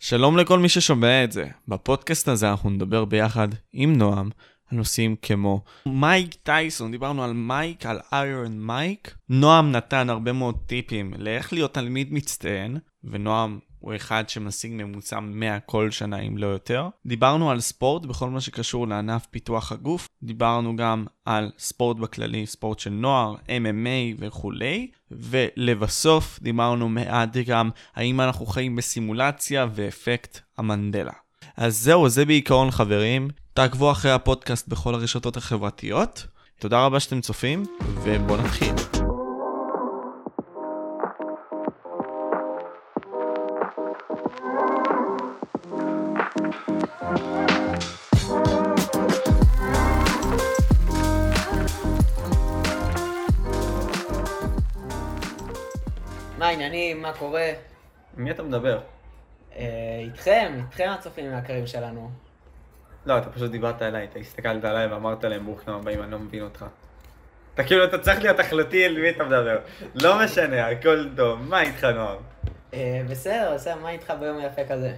שלום לכל מי ששומע את זה. בפודקאסט הזה אנחנו נדבר ביחד עם נועם על נושאים כמו מייק טייסון, דיברנו על מייק, על איירון מייק. נועם נתן הרבה מאוד טיפים לאיך להיות תלמיד מצטיין, ונועם הוא אחד שמשיג ממוצע 100 כל שנה אם לא יותר. דיברנו על ספורט בכל מה שקשור לענף פיתוח הגוף. דיברנו גם על ספורט בכללי, ספורט של נוער, MMA וכולי. ולבסוף דיברנו מעט גם האם אנחנו חיים בסימולציה ואפקט המנדלה. אז זהו, זה בעיקרון חברים. תעקבו אחרי הפודקאסט בכל הרשתות החברתיות. תודה רבה שאתם צופים, ובואו נתחיל. מה העניינים? מה קורה? מי אתה מדבר? איתכם הצופים מהקרים שלנו. לא, אתה פשוט דיברת אליי, אתה הסתכלת עליי ואמרת להם ברוכים הבאים, אני לא מבין אותך. אתה צריך להיות החלטי על מי אתה מדבר. לא משנה, הכל טוב, מה איתך נועם? בסדר, מה איתך ביום יפה כזה?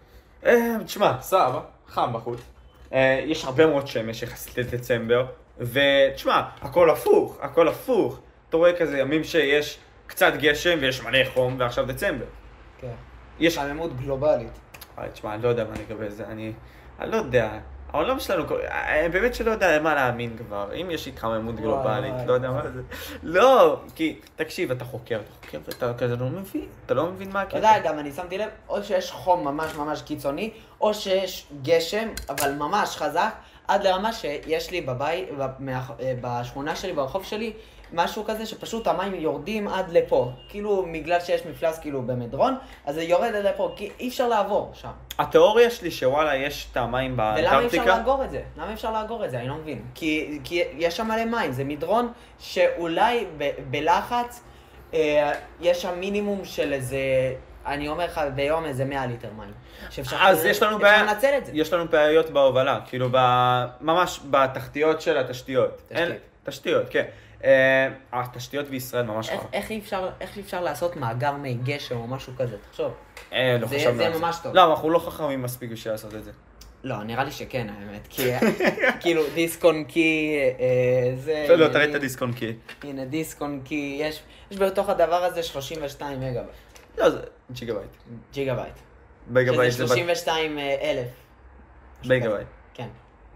תשמע, סבבה, חם בחוץ. יש הרבה מאוד שמש יחסית לדצמבר, ותשמע, הכל הפוך. אתה רואה כזה ימים שיש קצת גשם ויש מלא חום, ועכשיו דצמבר. כן. יש חממות גלובלית. תשמע, אני לא יודע מה לגבי זה, אני לא יודע. העולם שלנו, באמת שלא יודע מה להאמין כבר. אם יש התחממות גלובלית, לא יודע מה זה. לא, כי, תקשיב, אתה חוקר, ואתה כזה לא מבין מה הקטע. אתה יודע, גם אני שמתי לב, או שיש חום ממש קיצוני, או שיש גשם, אבל ממש חזק, עד לרמה שיש לי בבית, בשכונה שלי, ברחוב שלי, משהו כזה שפשוט המים יורדים עד לפה. כאילו, בגלל שיש מפלס כאילו במדרון, אז זה יורד עד לפה, כי אי אפשר לעבור שם. התיאוריה שלי שוואלה, יש את המים באנטרקטיקה. ולמה אפשר לאגור את זה? אני לא מבין. כי יש שם מלא מים, זה מדרון שאולי בלחץ יש שם מינימום של איזה, אני אומר לך ביום איזה 100 ליטר מים. אז יש לנו בעיה, לנצל את זה. יש לנו בעיות בהובלה, כאילו ממש בתחתיות של התשתיות. תשתיות, כן. התשתיות בישראל ממש חם. איך אפשר לעשות מאגר מי גשם או משהו כזה? תחשוב. לא חשבנו זה על זה. ממש טוב. לא, אנחנו לא חכמים מספיק בשביל לעשות את זה. לא, נראה לי שכן, האמת. כי כאילו דיסק-און-קי זה... לא, תראי את הדיסק-און-קי. הנה, דיסק-און-קי, יש בתוך הדבר הזה 32 מגה-בייט. לא, זה ג'יגה-בייט. ג'יגה-בייט. מגה-בייט שזה 32,000. מגה-בייט. כן.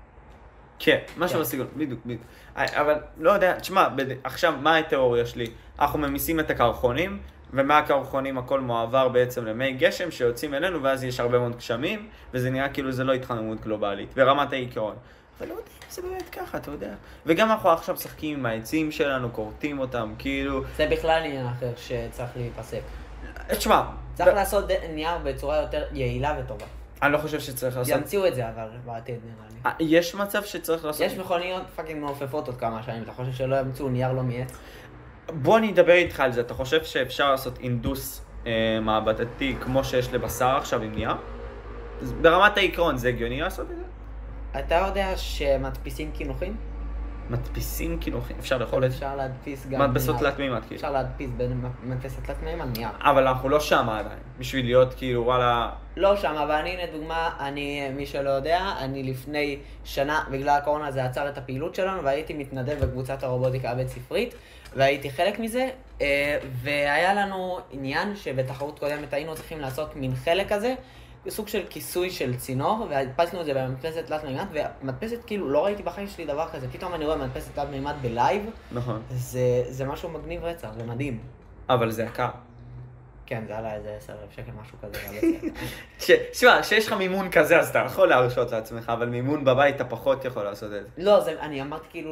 כן, משהו בסגנון, בדיוק. אבל לא יודע, תשמע, עכשיו מה התיאוריה שלי? אנחנו ממיסים את הקרחונים, ומהקרחונים הכל מועבר בעצם למי גשם שיוצאים אלינו, ואז יש הרבה מאוד גשמים, וזה נראה כאילו זה לא התחממות גלובלית, ברמת העיקרון. אבל לא יודע אם זה באמת ככה, אתה יודע. וגם אנחנו עכשיו משחקים עם העצים שלנו, קורטים אותם, כאילו... זה בכלל עניין אחר שצריך להיפסק. תשמע... צריך לעשות נייר בצורה יותר יעילה וטובה. אני לא חושב שצריך לעשות... ימציאו את זה, אבל בעתיד נראה לי. יש מצב שצריך לעשות... יש מכוניות פאקינג מעופפות עוד כמה שנים, אתה חושב שלא ימצאו נייר לא מעץ? בוא אני אדבר איתך על זה, אתה חושב שאפשר לעשות אינדוס מעבדתי כמו שיש לבשר עכשיו עם נייר? ברמת העיקרון זה הגיוני לעשות את זה? אתה יודע שמדפיסים קינוחים? מדפיסים קינוחים, אפשר לאכול את זה? אפשר להדפיס גם... מדפסות תלת מימד כאילו. אפשר להדפיס במדפסת תלת מימד נייר. אבל אנחנו לא שם עדיין, בשביל להיות כאילו וואלה... לא שם, אבל אני לדוגמה, מי שלא יודע, אני לפני שנה, בגלל הקורונה זה עצר את הפעילות שלנו, והייתי מתנדב בקבוצת הרובוטיקה הבית ספרית, והייתי חלק מזה, והיה לנו עניין שבתחרות קודמת היינו צריכים לעשות מין חלק כזה, סוג של כיסוי של צינור, והדפסנו את זה במדפסת תלת מימד, והמדפסת כאילו לא ראיתי בחיים שלי דבר כזה, פתאום אני רואה מדפסת תלת מימד בלייב, נכון. זה משהו מגניב רצח, זה מדהים. אבל זה יקר. כן, זה עלה איזה 10,000 שקל, משהו כזה. שמע, שיש לך מימון כזה, אז אתה יכול להרשות לעצמך, אבל מימון בבית אתה פחות יכול לעשות את זה. לא, אני אמרתי כאילו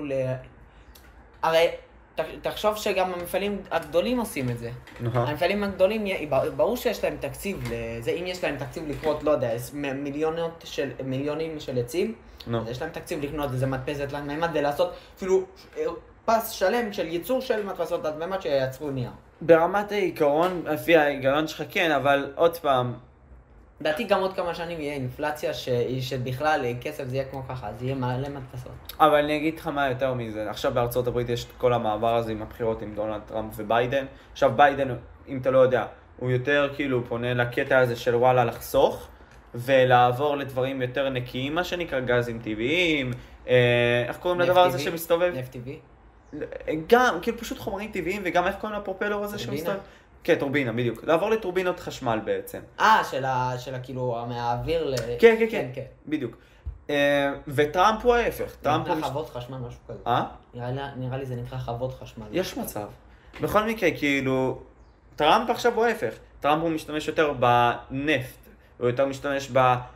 הרי תחשוב שגם המפעלים הגדולים עושים את זה. המפעלים הגדולים, ברור שיש להם תקציב לזה, אם יש להם תקציב לקרות, לא יודע, מיליונים של עצים, אז יש להם תקציב לקנות איזה מדפסת תלת מימד ולעשות אפילו פס שלם של ייצור של מדפסות תלת מימד שייצרו נייר. ברמת העיקרון, לפי ההיגיון שלך כן, אבל עוד פעם... לדעתי גם עוד כמה שנים יהיה אינפלציה שבכלל כסף זה יהיה כמו ככה, אז יהיה מלא מדפסות. אבל אני אגיד לך מה יותר מזה, עכשיו בארצות הברית יש כל המעבר הזה עם הבחירות עם דונלד טראמפ וביידן. עכשיו ביידן, אם אתה לא יודע, הוא יותר כאילו פונה לקטע הזה של וואלה לחסוך, ולעבור לדברים יותר נקיים, מה שנקרא גזים טבעיים, איך קוראים לדבר הזה שמסתובב? נפט טבעי? גם, כאילו פשוט חומרים טבעיים, וגם איך קוראים לפרופלר הזה שמסתובב? כן, טורבינה, בדיוק. לעבור לטורבינות חשמל בעצם. של כאילו, מהאוויר כן, בדיוק. וטראמפ הוא ההפך. זה נקרא חוות חשמל, משהו כזה. נראה לי זה נקרא חוות חשמל. יש מצב. בכל מקרה, כאילו, טראמפ עכשיו הוא ההפך. טראמפ הוא משתמש יותר בנפט, הוא יותר משתמש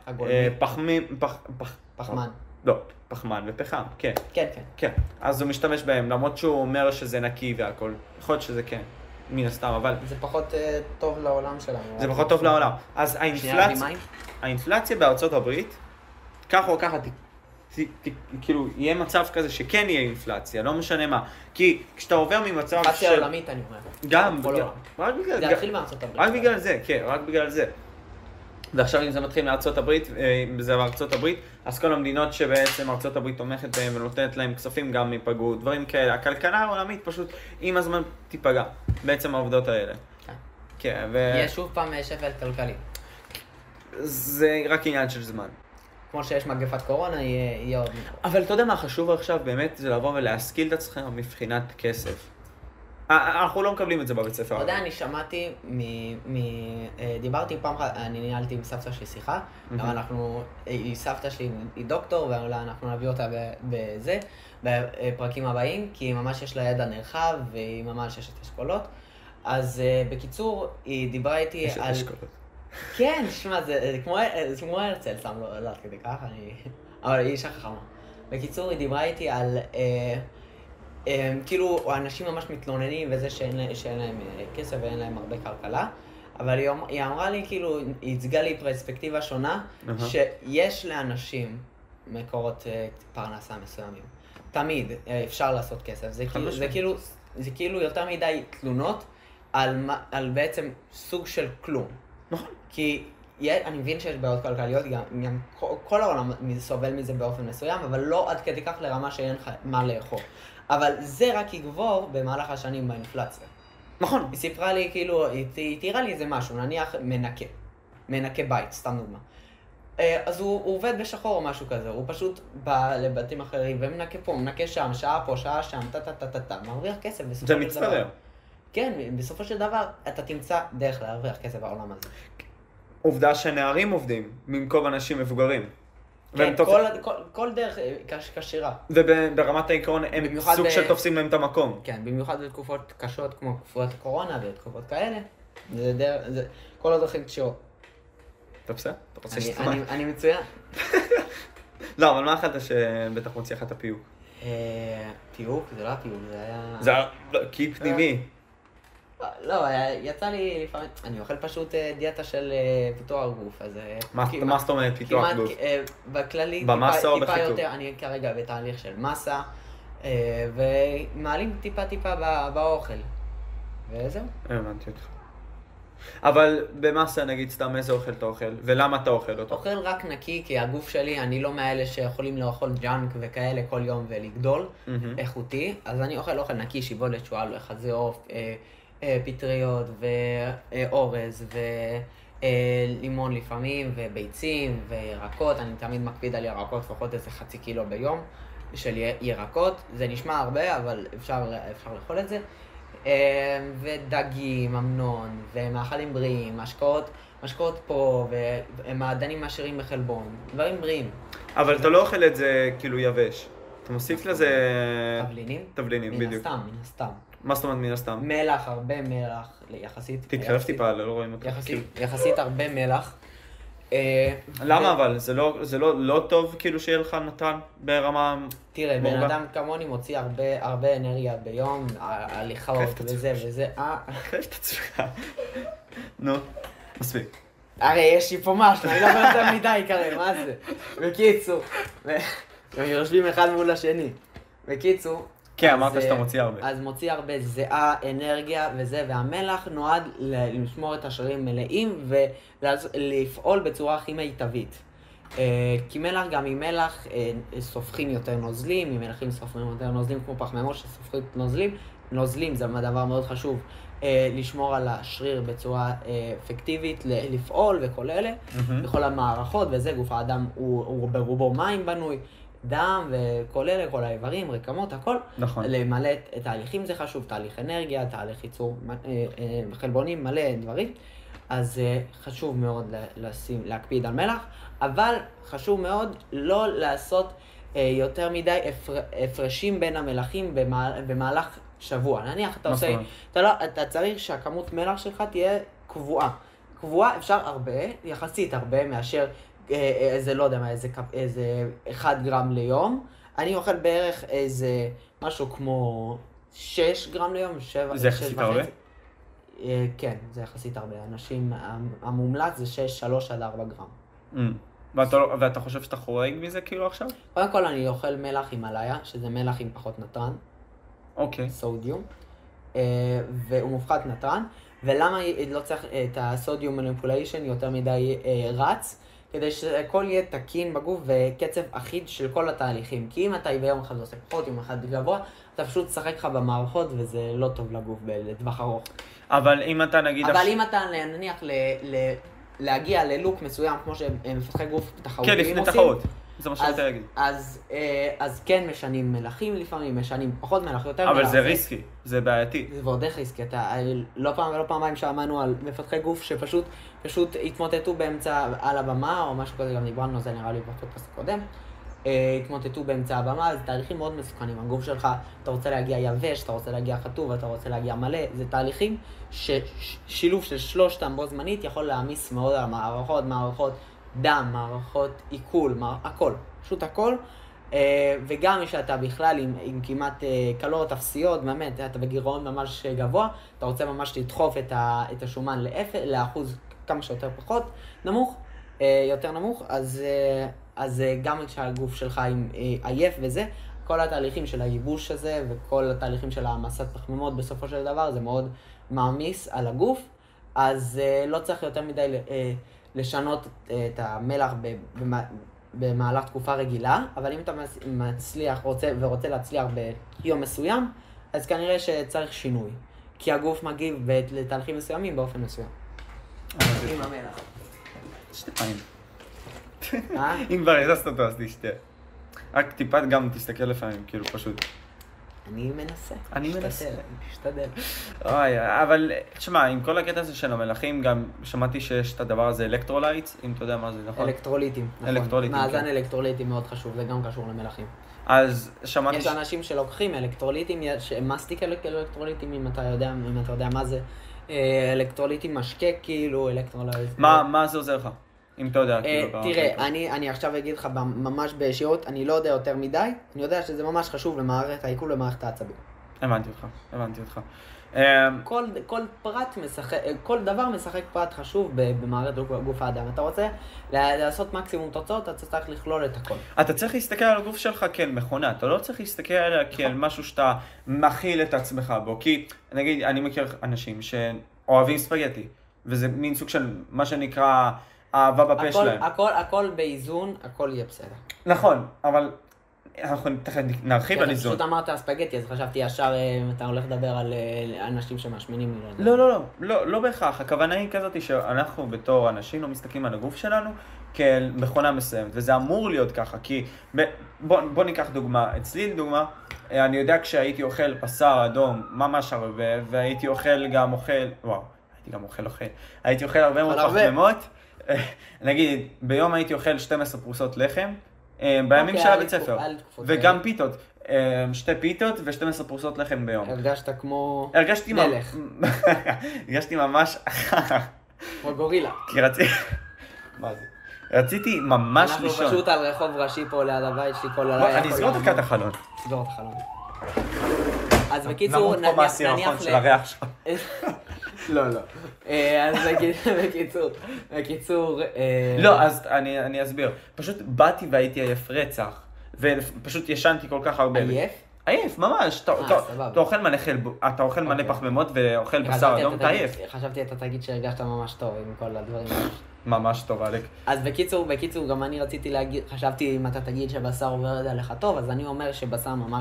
פחמן. לא, פחמן ופחם, כן. כן. אז הוא משתמש בהם, למרות שהוא אומר שזה נקי והכל. יכול להיות שזה כן, מן הסתם, אבל... זה פחות טוב לעולם שלנו. זה פחות טוב לעולם. אז האינפלציה בארצות הברית, ככה או ככה, כאילו, יהיה מצב כזה שכן יהיה אינפלציה, לא משנה מה. כי כשאתה עובר ממצב של... אינפלציה עולמית, אני אומר. גם, רק בגלל זה. זה התחיל מארצות הברית. רק בגלל זה, כן, רק בגלל זה. ועכשיו אם זה מתחיל מארצות הברית, זה בארצות הברית, אז כל המדינות שבעצם ארצות הברית תומכת בהם ונותנת להם כספים גם ייפגעו, דברים כאלה. הכלכלה העולמית פשוט עם הזמן תיפגע, בעצם העובדות האלה. כן, יהיה שוב פעם שפל כלכלי. זה רק עניין של זמן. כמו שיש מגפת קורונה, יהיה עוד... אבל אתה יודע מה חשוב עכשיו באמת זה לבוא ולהשכיל את עצמכם מבחינת כסף. אנחנו לא מקבלים את זה בבית ספר. אתה יודע, אני שמעתי, דיברתי פעם אחת, אני ניהלתי עם סבתא שלי שיחה, אבל סבתא שלי היא דוקטור, ואנחנו נביא אותה בזה, בפרקים הבאים, כי ממש יש לה ידע נרחב, והיא ממש יש את אשכולות. אז בקיצור, היא דיברה איתי על... יש אשכולות. כן, תשמע, זה כמו הרצל, שם לו, לא כדי ככה, אבל היא אישה חכמה. בקיצור, היא דיברה איתי על... כאילו, האנשים ממש מתלוננים וזה שאין להם כסף ואין להם הרבה כלכלה, אבל היא אמרה לי, כאילו, היא הצגה לי פרספקטיבה שונה, שיש לאנשים מקורות פרנסה מסוימים. תמיד אפשר לעשות כסף. זה כאילו יותר מדי תלונות על בעצם סוג של כלום. נכון. כי אני מבין שיש בעיות כלכליות, גם כל העולם סובל מזה באופן מסוים, אבל לא עד כדי כך לרמה שאין לך מה לאכול. אבל זה רק יגבור במהלך השנים באינפלציה. נכון. היא סיפרה לי, כאילו, היא תירה לי איזה משהו, נניח מנקה בית, סתם דוגמה. אז הוא עובד בשחור או משהו כזה, הוא פשוט בא לבתים אחרים ומנקה פה, מנקה שם, שעה פה, שעה שם, מרוויח כסף בסופו של דבר. זה מצטרר. כן, בסופו של דבר אתה תמצא דרך להרוויח כסף בעולם הזה. עובדה שנערים עובדים במקום אנשים מבוגרים. כן, כל דרך קשירה. וברמת העיקרון הם סוג של תופסים להם את המקום. כן, במיוחד בתקופות קשות כמו תקופות הקורונה ותקופות כאלה. כל הדרכים קשירות. אתה בסדר? אתה רוצה שתשמע? אני מצוין. לא, אבל מה אכלת שבטח מוציא לך את הפיוק? פיוק? זה לא הפיוק, זה היה... זה היה קי פנימי. לא, יצא לי לפעמים, אני אוכל פשוט דיאטה של פיתוח גוף, אז... מה זאת אומרת פיתוח גוף? בכללי, במסה או בחיתוך? טיפה יותר, אני כרגע בתהליך של מסה, ומעלים טיפה באוכל, וזהו. הבנתי אותך. אבל במסה נגיד סתם איזה אוכל אתה אוכל, ולמה אתה אוכל אותו? אוכל רק נקי, כי הגוף שלי, אני לא מאלה שיכולים לאכול ג'אנק וכאלה כל יום ולגדול, איכותי, אז אני אוכל נקי, שיבולת, שועל, חזה עוף, פטריות ואורז ולימון לפעמים וביצים וירקות, אני תמיד מקפיד על ירקות, לפחות איזה 0.5 קילו ביום של ירקות, זה נשמע הרבה אבל אפשר לאכול את זה, ודגים, אמנון ומאכלים בריאים, משקאות פה ומעדנים עשירים בחלבון, דברים בריאים. אבל אתה לא אוכל את זה כאילו יבש, אתה מוסיף לזה... תבלינים, בדיוק. מן הסתם. מה זאת אומרת מן הסתם? מלח, הרבה מלח, יחסית... תתקרב טיפה, לא רואים אותך. יחסית הרבה מלח. למה אבל? זה לא טוב כאילו שיהיה לך נתן ברמה... תראה, בן אדם כמוני מוציא הרבה אנרגיה ביום, הליכות וזה. קרב את עצמך. נו, מספיק. הרי יש לי פה משהו, אני לא בן מדי כרגע, מה זה? בקיצור, הם יושבים אחד מול השני. בקיצור, כן, אמרת שאתה מוציא הרבה. אז מוציא הרבה זיעה, אנרגיה וזה, והמלח נועד לשמור את השרירים מלאים ולפעול בצורה הכי מיטבית. כי מלח, גם עם מלח סופחים יותר נוזלים, עם מלחים סופחים יותר נוזלים כמו פחמימות שסופחים נוזלים. נוזלים זה דבר מאוד חשוב לשמור על השריר בצורה אפקטיבית, לפעול וכל אלה, בכל המערכות, וזה גוף האדם הוא ברובו מים בנוי, דם וכל אלה, כל האיברים, רקמות, הכל. נכון. למלא את תהליכים זה חשוב, תהליך אנרגיה, תהליך ייצור חלבונים, מלא דברים. אז חשוב מאוד להקפיד על מלח, אבל חשוב מאוד לא לעשות יותר מדי הפרשים בין המלחים במהלך שבוע. נניח אתה עושה, אתה צריך שהכמות מלח שלך תהיה קבועה. קבועה אפשר הרבה, יחסית הרבה, מאשר איזה, לא יודע מה, איזה 1 גרם ליום. אני אוכל בערך איזה משהו כמו 6 גרם ליום, 7, זה יחסית הרבה? כן, זה יחסית הרבה. אנשים, המומלץ זה 3 עד 4 גרם. ואתה חושב שאתה חורג מזה כאילו עכשיו? קודם כל אני אוכל מלח הימאליה, שזה מלח עם פחות נתרן. אוקיי. סודיום. והוא מופחת נתרן. ולמה לא צריך את הסודיום מניפוליישן יותר מדי רץ? כדי שהכל יהיה תקין בגוף וקצב אחיד של כל התהליכים. כי אם אתה ביום אחד עושה פחות, יום אחד גבוה, אתה פשוט תשחק לך במערכות וזה לא טוב לגוף לטווח ארוך. אבל אם אתה נגיד... אבל אם אתה נניח להגיע ללוק מסוים, כמו שמפתחי גוף תחרותיים עושים. כן, לפני תחרות. זה מה שאני רוצה להגיד. אז כן משנים מלחים לפעמים, משנים פחות מלח, יותר מלח. אבל זה ריסקי, זה בעייתי. זה ועוד איך ריסקי. לא פעם ולא פעמיים שמענו על מפתחי גוף שפשוט התמוטטו באמצע על הבמה, או משהו כזה, גם דיברנו על זה נראה לי בפודקאסט הקודם. התמוטטו באמצע הבמה, זה תהליכים מאוד מסוכנים. הגוף שלך, אתה רוצה להגיע יבש, אתה רוצה להגיע חטוב, אתה רוצה להגיע מלא. זה תהליכים ששילוב של שלושתם בו זמנית יכול להעמיס מאוד על מערכות דם, מערכות עיכול, הכל, פשוט הכל. וגם שאתה בכלל עם כמעט קלוריות אפסיות, באמת, אתה בגירעון ממש גבוה, אתה רוצה ממש לדחוף את השומן לאחוז כמה שיותר פחות נמוך, יותר נמוך, אז גם כשהגוף שלך עייף וזה, כל התהליכים של הייבוש הזה וכל התהליכים של העמסת פחמימות בסופו של דבר, זה מאוד מעמיס על הגוף, אז לא צריך יותר מדי לשנות את המלח במהלך תקופה רגילה, אבל אם אתה ורוצה להצליח ביום מסוים, אז כנראה שצריך שינוי, כי הגוף מגיב לתהליכים מסוימים באופן מסוים. עם המלח. שתי פעמים. אם כבר הזזת אותו, אז תשתה. רק טיפת גם תסתכל לפעמים, כאילו פשוט. אני מנסה. משתדל. אוי, אבל תשמע, עם כל הקטע הזה של המלחים, גם שמעתי שיש את הדבר הזה אלקטרולייט, אם אתה יודע מה זה, נכון? אלקטרוליטים, נכון. מאזן אלקטרוליטים מאוד חשוב, זה גם קשור למלחים. אז שמעתי... יש אנשים שלוקחים אלקטרוליטים, מסטיק אלקטרוליטים, אם אתה יודע מה זה. אלקטרוליטים משקה, כאילו, אלקטרולייט. מה זה עוזר לך? אם אתה יודע, כאילו... תראה, אני עכשיו אגיד לך ממש בישירות, אני לא יודע יותר מדי, אני יודע שזה ממש חשוב למערכת העיכול למערכת העצבים. הבנתי אותך. כל דבר משחק פרט חשוב במערכת גוף האדם. אתה רוצה לעשות מקסימום תוצאות, אתה צריך לכלול את הכל. אתה צריך להסתכל על הגוף שלך כאל מכונה, אתה לא צריך להסתכל עליה כאל משהו שאתה מכיל את עצמך בו, כי נגיד, אני מכיר אנשים שאוהבים ספגטי, וזה מין סוג של מה שנקרא אהבה בפה שלהם. הכל באיזון, הכל יהיה בסדר. נכון, אבל אנחנו נרחיב על איזון. פשוט אמרת ספגטי, אז חשבתי ישר אתה הולך לדבר על אנשים שמשמינים. לא בהכרח. הכוונה היא כזאת שאנחנו בתור אנשים לא מסתכלים על הגוף שלנו כאל מכונה מסוימת, וזה אמור להיות ככה, כי בוא ניקח דוגמה. אצלי דוגמה, אני יודע כשהייתי אוכל בשר אדום ממש הרבה, והייתי הייתי אוכל הרבה מאוד פחמימות. נגיד, ביום הייתי אוכל 12 פרוסות לחם, בימים של הבית ספר, וגם פיתות, 2 פיתות ו12 פרוסות לחם ביום. הרגשת כמו מלך. הרגשתי ממש... כמו גורילה. כי רציתי ממש לישון. אנחנו פשוט על רחוב ראשי פה ליד הבית שלי כל הלילה. אני אסגור את החלון. סגור את החלון. אז בקיצור, נמות פה מהסירחון של הריח שלך. לא. אז בקיצור... לא, אז אני אסביר. פשוט באתי והייתי עייף רצח, ופשוט ישנתי כל כך הרבה. עייף? עייף, ממש. אתה אוכל מלא פחמימות ואוכל בשר אדום, אתה עייף. חשבתי אתה תגיד שהרגשת ממש טוב עם כל הדברים האלה. ממש טוב, אלק. אז בקיצור, גם אני רציתי להגיד, חשבתי אם אתה תגיד שבשר עובר עליך טוב, אז אני אומר שבשר ממש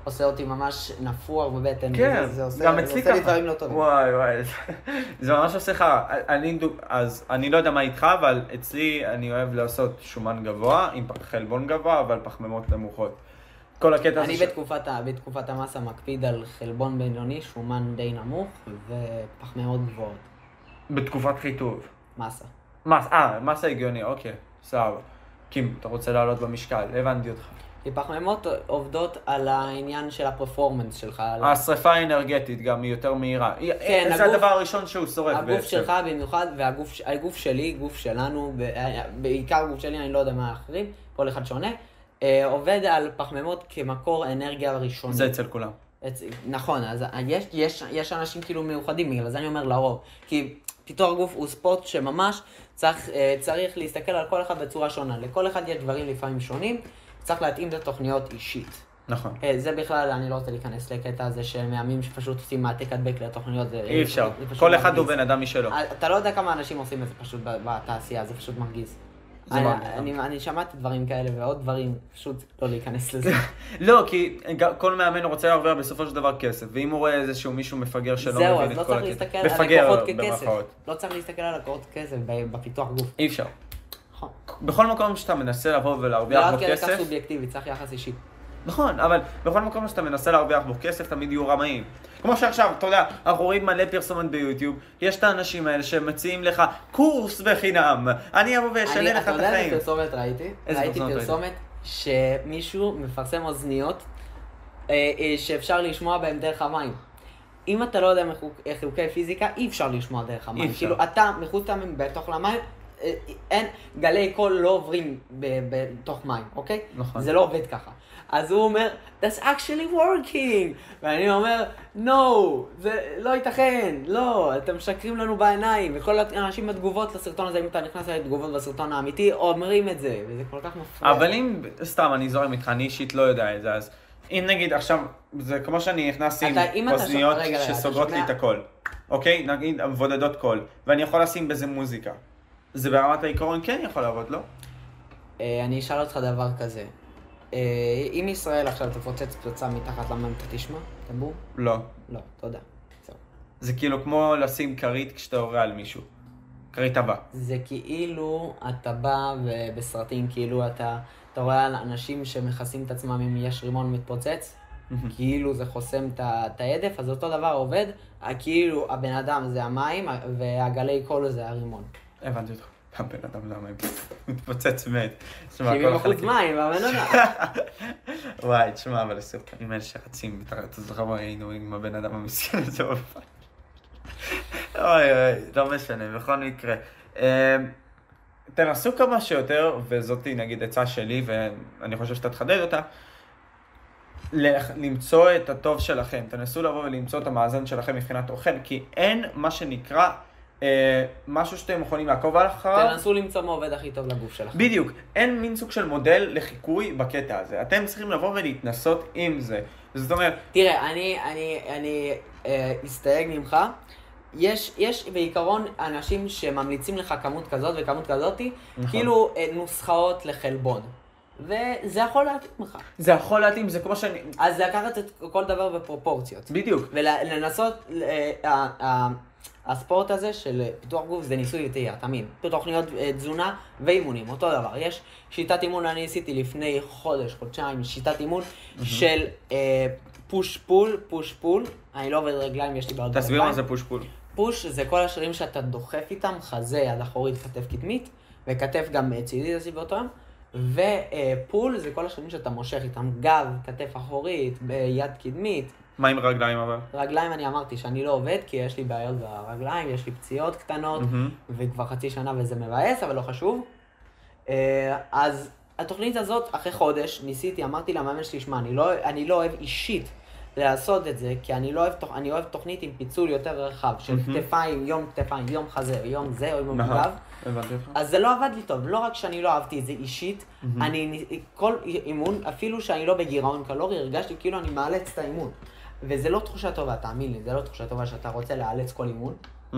עושה אותי ממש נפוח בבטן. כן, זה עושה, גם זה אצלי עושה לי ככה. דברים לא טובים. וואי, זה ממש עושה לך, אז אני לא יודע מה איתך, אבל אצלי אני אוהב לעשות שומן גבוה, עם חלבון גבוה, אבל פחמימות נמוכות. כל הקטע הזה אני בתקופת המסה מקפיד על חלבון בינוני, שומן די נמוך ופחמימות גבוהות. בתקופת חיטוב. מסה. מסה הגיוני, אוקיי, סבבה. קים, אתה רוצה לעלות במשקל, הבנתי אותך. כי פחמימות עובדות על העניין של הפרפורמנס שלך. השריפה האנרגטית גם היא יותר מהירה. כן, זה הדבר הראשון שהוא שורף בעצם. הגוף שלך במיוחד, והגוף שלי, גוף שלנו, בעיקר הגוף שלי, אני לא יודע מה האחרים, כל אחד שונה, עובד על פחמימות כמקור אנרגיה ראשוני. זה אצל כולם. נכון, אז יש אנשים כאילו מיוחדים, בגלל זה אני אומר לרוב. כי פיתוח גוף הוא ספורט שממש צריך להסתכל על כל אחד בצורה שונה. לכל אחד יש דברים לפעמים שונים, צריך להתאים את התוכניות אישית. נכון. זה בכלל, אני לא רוצה להיכנס לקטע הזה של מאמנים שפשוט עושים מעתק הדבק לתוכניות. אי אפשר. כל אחד הוא בן אדם משלו. אתה לא יודע כמה אנשים עושים את זה פשוט בתעשייה, זה פשוט מרגיז. אני שמעתי דברים כאלה ועוד דברים, פשוט לא להיכנס לזה. לא, כי כל מאמן רוצה להרוויח בסופו של דבר כסף, ואם הוא רואה איזשהו מישהו מפגר שלא זהו, מבין אז את לא כל צריך הכסף. להסתכל על מפגר לקוחות ככסף. במרכאות. לא צריך להסתכל על לקוחות כסף בפיתוח גוף. אי אפשר. נכון. בכל מקום שאתה מנסה לבוא ולהרוויח בו לא עד כדי כך כסף, סובייקטיבי, צריך יחס אישי. נכון, אבל בכל מקום שאתה מנסה להרוויח בו כסף, תמיד יהיו רמאים. כמו שעכשיו, אתה יודע, אנחנו רואים מלא פרסומת ביוטיוב, יש את האנשים האלה שמציעים לך קורס בחינם, אני אבוא ואשנה לך את אתה יודע החיים. איזה פרסומת ראיתי? איזה ראיתי פרסומת פרסומת שמישהו מפרסם אוזניות שאפשר לשמוע בהם דרך המים. אם אתה לא יודע חוקי פיזיקה, אי אפשר לשמוע דרך המים. כאילו, אתה מחוץ בתוך למים, אין, גלי קול לא עוברים בתוך מים, אוקיי? נכון. זה לא עובד ככה. אז הוא אומר, that's actually working! ואני אומר, no, זה לא ייתכן, לא, אתם משקרים לנו בעיניים. וכל האנשים בתגובות לסרטון הזה, אם אתה נכנס לתגובות בסרטון האמיתי, אומרים את זה, וזה כל כך מפריע. אבל אם, סתם, אני זורם איתך, אני אישית לא יודע את זה, אז אם נגיד עכשיו, זה כמו שאני נכנס עם אוזניות שסוגרות לי את הכל, אוקיי? נגיד, מבודדות קול, ואני יכול לשים בזה מוזיקה. זה ברמת העיקרון כן יכול לעבוד, לא? אני אשאל אותך דבר כזה. אם ישראל עכשיו תפוצץ פצצה מתחת למים, אתה תשמע? טמבור? לא. לא, תודה. זהו. זה כאילו כמו לשים כרית כשאתה הורה על מישהו. כרית הבא. זה כאילו אתה בא ובסרטים כאילו אתה רואה על אנשים שמכסים את עצמם אם יש רימון מתפוצץ, כאילו זה חוסם את ההדף, אז אותו דבר עובד, כאילו הבן אדם זה המים והגלי קול זה הרימון. הבנתי אותך. הבן אדם זה המים. מתפוצץ מת. 70% מים, הבן אדם. וואי, תשמע, אבל הסרטונים האלה שרצים, אתה זוכר מה היינו עם הבן אדם המסכן הזה בפעם. אוי, לא משנה, בכל מקרה. תנסו כמה שיותר, וזאת נגיד עצה שלי, ואני חושב שאתה תחדד אותה, למצוא את הטוב שלכם. תנסו לבוא ולמצוא את המאזן שלכם מבחינת אוכל, כי אין מה שנקרא משהו שאתם יכולים לעקוב אחריו. תנסו למצוא מה עובד הכי טוב לגוף שלכם. בדיוק. אין מין סוג של מודל לחיקוי בקטע הזה. אתם צריכים לבוא ולהתנסות עם זה. זאת אומרת... תראה, אני אסתייג ממך. יש בעיקרון אנשים שממליצים לך כמות כזאת וכמות כזאתי, כאילו נוסחאות לחלבון. וזה יכול להתאים לך. זה יכול להתאים, זה כמו שאני... אז לקחת את כל דבר בפרופורציות. בדיוק. ולנסות... הספורט הזה של פיתוח גוף זה ניסוי וטעייה, תמיד. תוכניות תזונה ואימונים, אותו דבר. יש שיטת אימון, אני עשיתי לפני חודשיים, שיטת אימון של פוש פול, פוש פול. אני לא עובד רגליים, יש לי בעוד רגליים. תסביר מה זה פוש פול. פוש זה כל השרירים שאתה דוחף איתם, חזה, יד אחורית, כתף קדמית, וכתף גם צידי זה באותו יום. ופול זה כל השרירים שאתה מושך איתם, גב, כתף אחורית, יד קדמית. מה עם רגליים אבל? רגליים אני אמרתי שאני לא עובד, כי יש לי בעיות ברגליים, יש לי פציעות קטנות, וכבר חצי שנה וזה מבאס, אבל לא חשוב. אז התוכנית הזאת, אחרי חודש, ניסיתי, אמרתי למאמן שלי, שמע, אני לא אוהב אישית לעשות את זה, כי אני אוהב תוכנית עם פיצול יותר רחב, של כתפיים, יום חזה, יום זה, או יום גב. אז זה לא עבד לי טוב, לא רק שאני לא אהבתי את זה אישית, כל אימון, אפילו שאני לא בגירעון קלורי, הרגשתי כאילו אני מאלץ את האימון. וזה לא תחושה טובה, תאמין לי, זה לא תחושה טובה שאתה רוצה לאלץ כל אימון.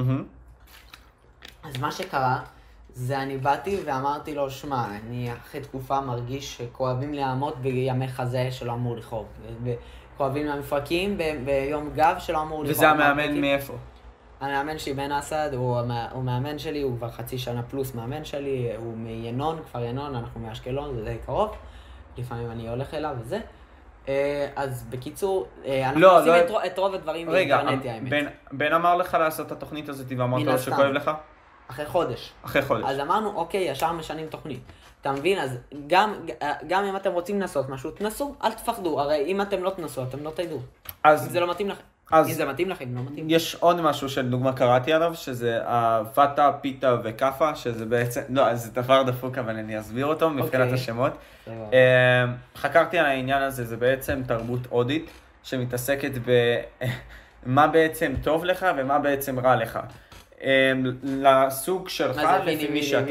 אז מה שקרה, זה אני באתי ואמרתי לו, שמע, אני אחרי תקופה מרגיש שכואבים לעמוד בימי חזה שלא אמור לכאוב. כואבים למפרקים ביום גב שלא אמור לבחור. וזה המאמן מאיפה? המאמן שלי בן אסד, הוא מאמן שלי, הוא כבר חצי שנה פלוס מאמן שלי, הוא מינון, כפר ינון, אנחנו מאשקלון, זה די קרוב, לפעמים אני הולך אליו וזה. אז בקיצור, אנחנו עושים את רוב הדברים באינטרנטי, האמת. רגע, בן אמר לך לעשות את התוכנית הזאת ואמרת לו שכואב לך? אחרי חודש. אחרי חודש. אז אמרנו, אוקיי, ישר משנים תוכנית. אתה מבין? אז גם אם אתם רוצים לנסות משהו, תנסו, אל תפחדו. הרי אם אתם לא תנסו, אתם לא תדעו. אם זה לא מתאים לכם. אם זה מתאים לכם, לא מתאים. יש עוד משהו שלדוגמה קראתי עליו, שזה הוואטה, פיתה וקאפה, שזה בעצם, לא, זה דבר דפוק, אבל אני אסביר אותו מבחינת השמות. חקרתי על העניין הזה, זה בעצם תרבות הודית, שמתעסקת במה בעצם טוב לך ומה בעצם רע לך. לסוג שלך, לפי מי שאתה.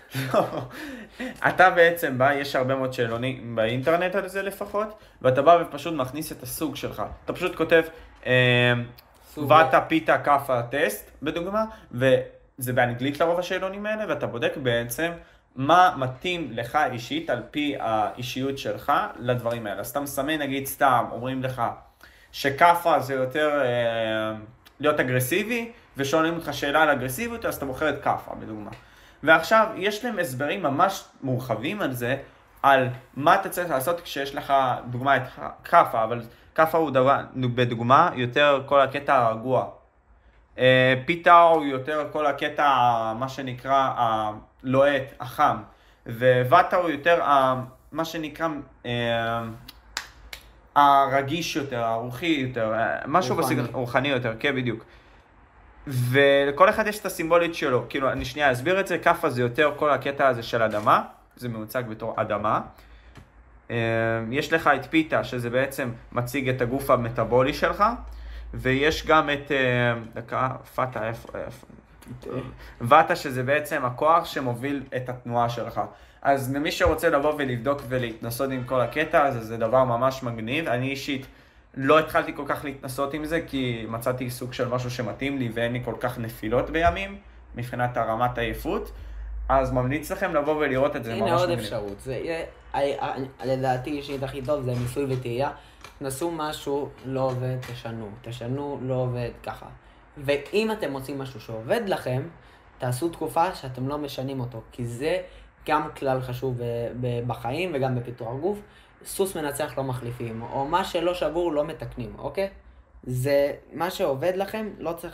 אתה בעצם בא, יש הרבה מאוד שאלונים באינטרנט על זה לפחות, ואתה בא ופשוט מכניס את הסוג שלך. אתה פשוט כותב ואטה, פיתה, קאפה, טסט, בדוגמה, וזה באנגלית לרוב השאלונים האלה, ואתה בודק בעצם מה מתאים לך אישית על פי האישיות שלך לדברים האלה. אז אתה מסמן, נגיד סתם, אומרים לך שקאפה זה יותר להיות אגרסיבי, ושואלים אותך שאלה על אגרסיביות, אז אתה בוחר את קאפה, בדוגמה. ועכשיו, יש להם הסברים ממש מורחבים על זה, על מה אתה צריך לעשות כשיש לך, דוגמה, את קאפה, אבל קאפה הוא דבר, בדוגמה, יותר כל הקטע הרגוע. פיתה הוא יותר כל הקטע, מה שנקרא, הלוהט, החם. וואטה הוא יותר, מה שנקרא, הרגיש יותר, הרוחי יותר, משהו בסגנון, רוחני יותר, כן, בדיוק. ולכל אחד יש את הסימבולית שלו, כאילו אני שנייה אסביר את זה, קאפה זה יותר כל הקטע הזה של אדמה, זה מיוצג בתור אדמה. יש לך את פיתה שזה בעצם מציג את הגוף המטאבולי שלך, ויש גם את, פאטה, ואטה שזה בעצם הכוח שמוביל את התנועה שלך. אז למי שרוצה לבוא ולבדוק ולהתנסות עם כל הקטע הזה, זה דבר ממש מגניב. אני אישית לא התחלתי כל כך להתנסות עם זה, כי מצאתי סוג של משהו שמתאים לי, ואין לי כל כך נפילות בימים, מבחינת הרמת העייפות. אז ממליץ לכם לבוא ולראות את זה ממש מגניב. הנה עוד אפשרות, זה יהיה, לדעתי אישית הכי טוב, זה ניסוי וטעייה. נסו משהו, לא עובד, תשנו, לא עובד, ככה. ואם אתם מוצאים משהו שעובד לכם, תעשו תקופה שאתם לא משנים אותו, כי זה גם כלל חשוב בחיים וגם בפיתוח גוף. סוס מנצח לא מחליפים, או מה שלא שבור לא מתקנים, אוקיי? זה מה שעובד לכם,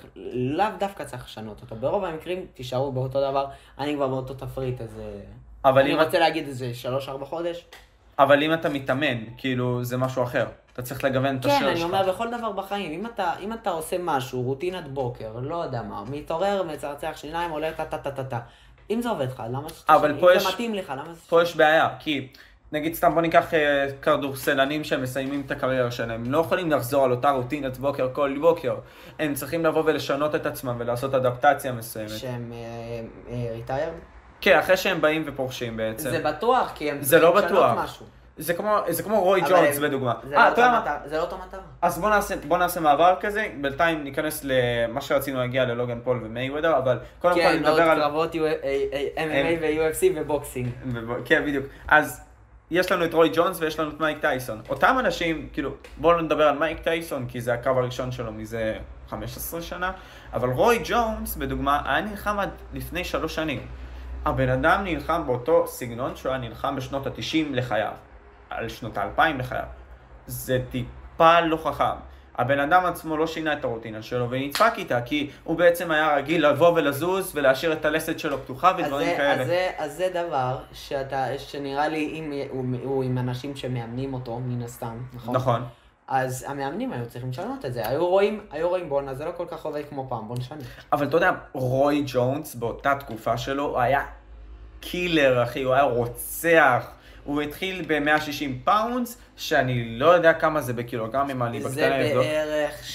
לאו דווקא צריך לשנות אותו. ברוב המקרים תישארו באותו דבר, אני כבר באותו תפריט, אז אני רוצה להגיד איזה 3-4 חודש. אבל אם אתה מתאמן, כאילו זה משהו אחר, אתה צריך לגוון את השרש שלך. כן, אני אומר בכל דבר בחיים, אם אתה עושה משהו, רוטינת בוקר, לא יודע מה, מתעורר, מצרצח שיניים, עולה טה. אם זה עובד לך, למה אם זה מתאים לך, למה זה... פה יש בעיה, כי נגיד סתם בוא ניקח כדורסלנים שהם מסיימים את הקריירה שלהם, הם לא יכולים לחזור על אותה רוטינת בוקר כל בוקר, הם צריכים לבוא ולשנות את עצמם ולעשות אדפטציה מסוימת. שהם ריטייר? כן, אחרי שהם באים ופורשים בעצם. זה בטוח, כי הם צריכים לשנות משהו. זה כמו רוי ג'ונס בדוגמה. זה לא אותו מטרה. אז בוא נעשה מעבר כזה, בינתיים ניכנס למה שרצינו להגיע ללוגן פול ומייוודר, אבל קודם כל נדבר על... כן, מאוד קרבות MMA ו-UFC ובוקסינג. כן, בדיוק. אז יש לנו את רוי ג'ונס ויש לנו את מייק טייסון. אותם אנשים, כאילו, בואו נדבר על מייק טייסון, כי זה הקרב הראשון שלו מזה 15 שנה, אבל רוי ג'ונס, בדוגמה, היה נלחם עד לפני 3 שנים. הבן אדם נלחם באותו סגנון שהוא היה נלחם בשנות ה-90 לחייו, על שנות ה-2000 לחייו. זה טיפה לא חכם. הבן אדם עצמו לא שינה את הרוטינה שלו ונדפק איתה, כי הוא בעצם היה רגיל לבוא ולזוז ולהשאיר את הלסת שלו פתוחה ודברים כאלה. אז זה דבר שנראה לי אם הוא עם אנשים שמאמנים אותו, מן הסתם, נכון? נכון. אז המאמנים היו צריכים לשנות את זה. היו רואים בונה, זה לא כל כך עובד כמו פעם, בוא נשנה. אבל אתה יודע, רוי ג'ונס באותה תקופה שלו, הוא היה קילר, אחי, הוא היה רוצח. הוא התחיל ב-160 פאונדס, שאני לא יודע כמה זה בקילוגרמים, אני בקטנה לבדוק. זה בערך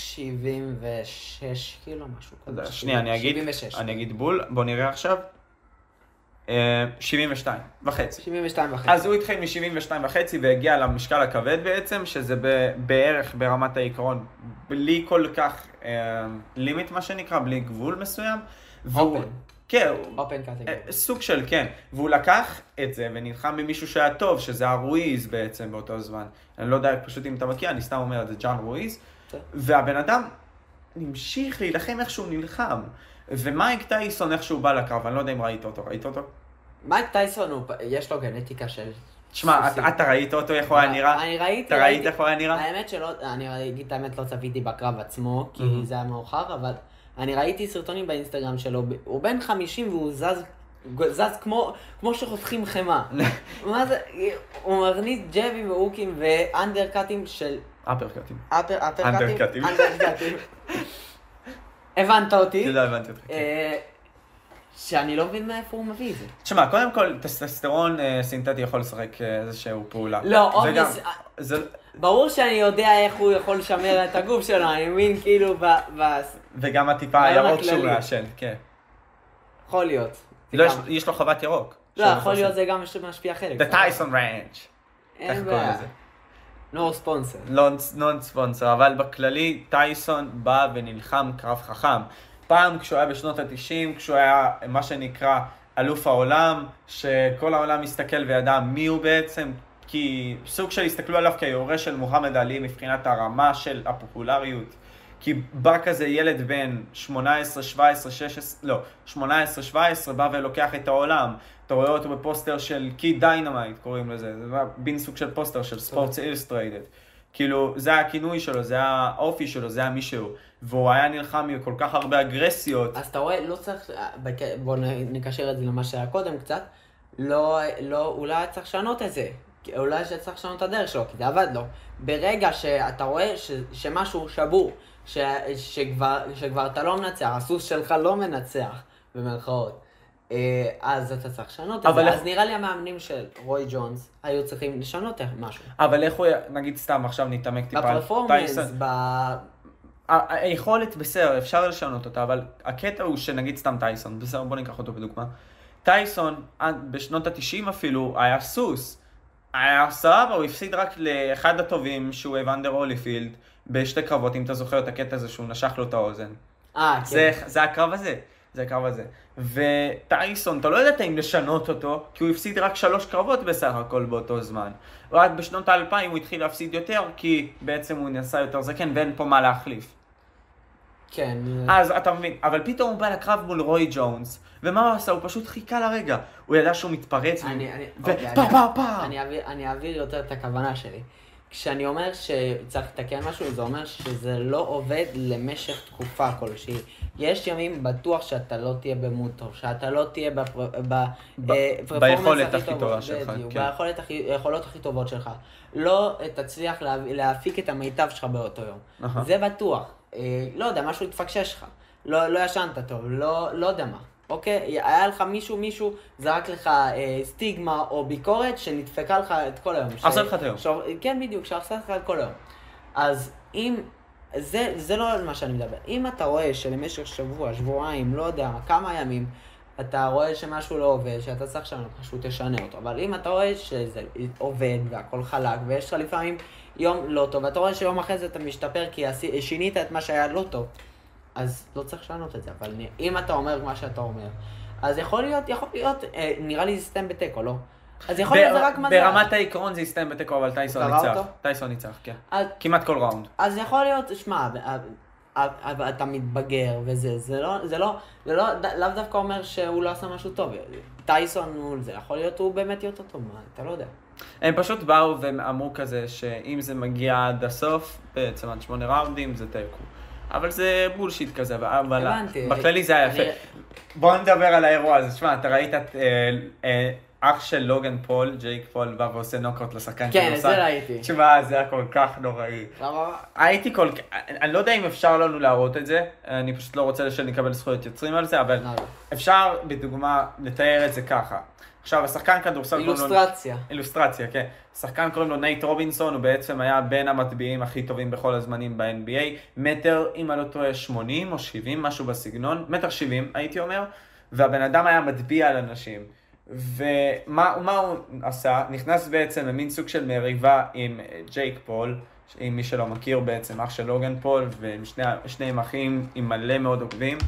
76 קילו, משהו כזה. שנייה, אני אגיד בול, בוא נראה עכשיו. 72 וחצי. 72 וחצי. אז הוא התחיל מ-72 וחצי והגיע למשקל הכבד בעצם, שזה בערך ברמת העיקרון, בלי כל כך לימיט מה שנקרא, בלי גבול מסוים. כן, אופן קטגורי. סוג של כן, והוא לקח את זה ונלחם במישהו שהיה טוב, שזה הרואיז בעצם באותו זמן. אני לא יודע פשוט אם אתה מכיר, אני סתם אומר את זה, ג'ון רואיז. והבן אדם המשיך להילחם איך שהוא נלחם. ומייק טייסון איך שהוא בא לקרב, אני לא יודע אם ראית אותו, ראית אותו? מייק טייסון, יש לו גנטיקה של... תשמע, אתה ראית אותו איך הוא היה נראה? אני ראיתי. אתה ראית איך הוא היה נראה? האמת שלא, אני אגיד את האמת, לא צפיתי בקרב עצמו, כי זה היה מאוחר, אבל אני ראיתי סרטונים באינסטגרם שלו, הוא בן 50 והוא זז כמו שחותכים חמה. מה זה? הוא מרניס ג'בים והוקים ואנדרקאטים של... אפרקאטים. אנדרקאטים. הבנת אותי? תודה, הבנתי אותך. שאני לא מבין מאיפה הוא מביא את זה. תשמע, קודם כל, טסטסטרון סינתטי יכול לשחק איזשהו פעולה. לא, ברור שאני יודע איך הוא יכול לשמר את הגוף שלו, אני מבין כאילו וגם הטיפה הירוק שהוא מעשן, כן. יכול להיות. יש לו חוות ירוק. לא, יכול להיות זה גם משפיע חלק. The Tyson Ranch. אין בעיה. No sponsor. לא ספונסר, אבל בכללי טייסון בא ונלחם קרב חכם. פעם כשהוא היה בשנות ה-90, כשהוא היה מה שנקרא אלוף העולם, שכל העולם מסתכל וידע מי הוא בעצם, כי סוג של הסתכלו עליו כיורה של מוחמד עלי מבחינת הרמה של הפופולריות. כי בא כזה ילד בן 18, 17, 16, לא, 18, 17, בא ולוקח את העולם. אתה רואה אותו בפוסטר של קיד דיינמייט, קוראים לזה. זה בין סוג של פוסטר של ספורטס אילוסטרייטד. כאילו, זה הכינוי שלו, זה האופי שלו, זה המישהו. והוא היה נלחם מכל כך הרבה אגרסיות. אז אתה רואה, לא צריך, בוא נקשר את זה למה שהיה קודם קצת, לא, אולי צריך לשנות את זה. אולי צריך לשנות את הדרך שלו, כי זה עבד לו. ברגע שאתה רואה שמשהו שבור, שכבר אתה לא מנצח, הסוס שלך לא מנצח, במרכאות. אז אתה צריך לשנות את זה. אז נראה לי המאמנים של רוי ג'ונס היו צריכים לשנות משהו. אבל איך הוא, נגיד סתם עכשיו נתעמק טיפה. בפרפורמנס, היכולת בסדר, אפשר לשנות אותה, אבל הקטע הוא שנגיד סתם טייסון, בסדר, בוא ניקח אותו בדוגמה. טייסון, בשנות ה-90 אפילו, היה סוס. היה סבבה, הוא הפסיד רק לאחד הטובים, שהוא אבנדר הוליפילד, בשתי קרבות, אם אתה זוכר את הקטע הזה שהוא נשך לו את האוזן. כן. זה הקרב הזה. זה הקרב הזה. וטייסון, אתה לא יודעת אם לשנות אותו, כי הוא הפסיד רק 3 קרבות בסך הכל באותו זמן. רק בשנות ה-2000 הוא התחיל להפסיד יותר, כי בעצם הוא נעשה יותר זקן ואין פה מה להחליף. כן. אז אתה מבין, אבל פתאום הוא בא לקרב מול רוי ג'ונס, ומה הוא עשה? הוא פשוט חיכה לרגע. הוא ידע שהוא מתפרץ, אני אעביר יותר את הכוונה שלי. כשאני אומר שצריך לתקן משהו, זה אומר שזה לא עובד למשך תקופה כלשהי. יש ימים בטוח שאתה לא תהיה במוד טוב, שאתה לא תהיה ביכולת הכי טובה שלך. ביכולות הכי טובות שלך. לא תצליח להפיק את המיטב שלך באותו יום. זה בטוח. לא יודע, משהו התפקשש לך. לא ישנת טוב, לא יודע מה. אוקיי? היה לך מישהו זרק לך סטיגמה או ביקורת שנדפקה לך את כל היום. עשה לך את היום. כן, בדיוק, שעשה לך את כל היום. אז אם, זה לא על מה שאני מדבר. אם אתה רואה שלמשך שבוע, שבועיים, לא יודע, כמה ימים, אתה רואה שמשהו לא עובד, שאתה צריך לשנות, פשוט תשנה אותו. אבל אם אתה רואה שזה עובד והכל חלק, ויש לך לפעמים יום לא טוב, ואתה רואה שיום אחרי זה אתה משתפר כי שינית את מה שהיה לא טוב, אז לא צריך לשנות את זה. אבל אם אתה אומר מה שאתה אומר, אז יכול להיות, נראה לי זה יסתיים בטקו, לא? אז יכול להיות זה רק מזל. ברמת העיקרון זה יסתיים בטקו, אבל טייסון ניצח. טייסון ניצח, כן. כמעט כל ראונד. אז יכול להיות, שמע, אתה מתבגר וזה, זה לאו דווקא אומר שהוא לא עשה משהו טוב. טייסון מול זה, יכול להיות הוא באמת יותר טוב, אתה לא יודע. הם פשוט באו ואמרו כזה שאם זה מגיע עד הסוף, בעצם עד 8 ראונדים זה תיקו. אבל זה בולשיט כזה, אבל בכללי זה היה יפה. בוא נדבר על האירוע הזה. תשמע, אתה ראית את אח של לוגן פול, ג'ייק פול, בא ועושה נוקאוט לשחקן כן, זה ראיתי. תשמע, זה היה כל כך נוראי. אני לא יודע אם אפשר לנו להראות את זה, אני פשוט לא רוצה שנקבל זכויות יוצרים על זה, אבל אפשר בדוגמה לתאר את זה ככה. עכשיו, השחקן כדורסל... אילוסטרציה, כן. השחקן קוראים לו נייט רובינסון, הוא בעצם היה בין המטביעים הכי טובים בכל הזמנים ב-NBA. מטר, אם אני לא טועה, 80 או 70, משהו בסגנון. 1.70 הייתי אומר. והבן אדם היה מטביע על אנשים. ומה הוא עשה? נכנס בעצם למין סוג של מריבה עם ג'ייק פול, עם מי שלא מכיר בעצם, אח של לוגן פול, ושניהם אחים עם מלא מאוד עוקבים.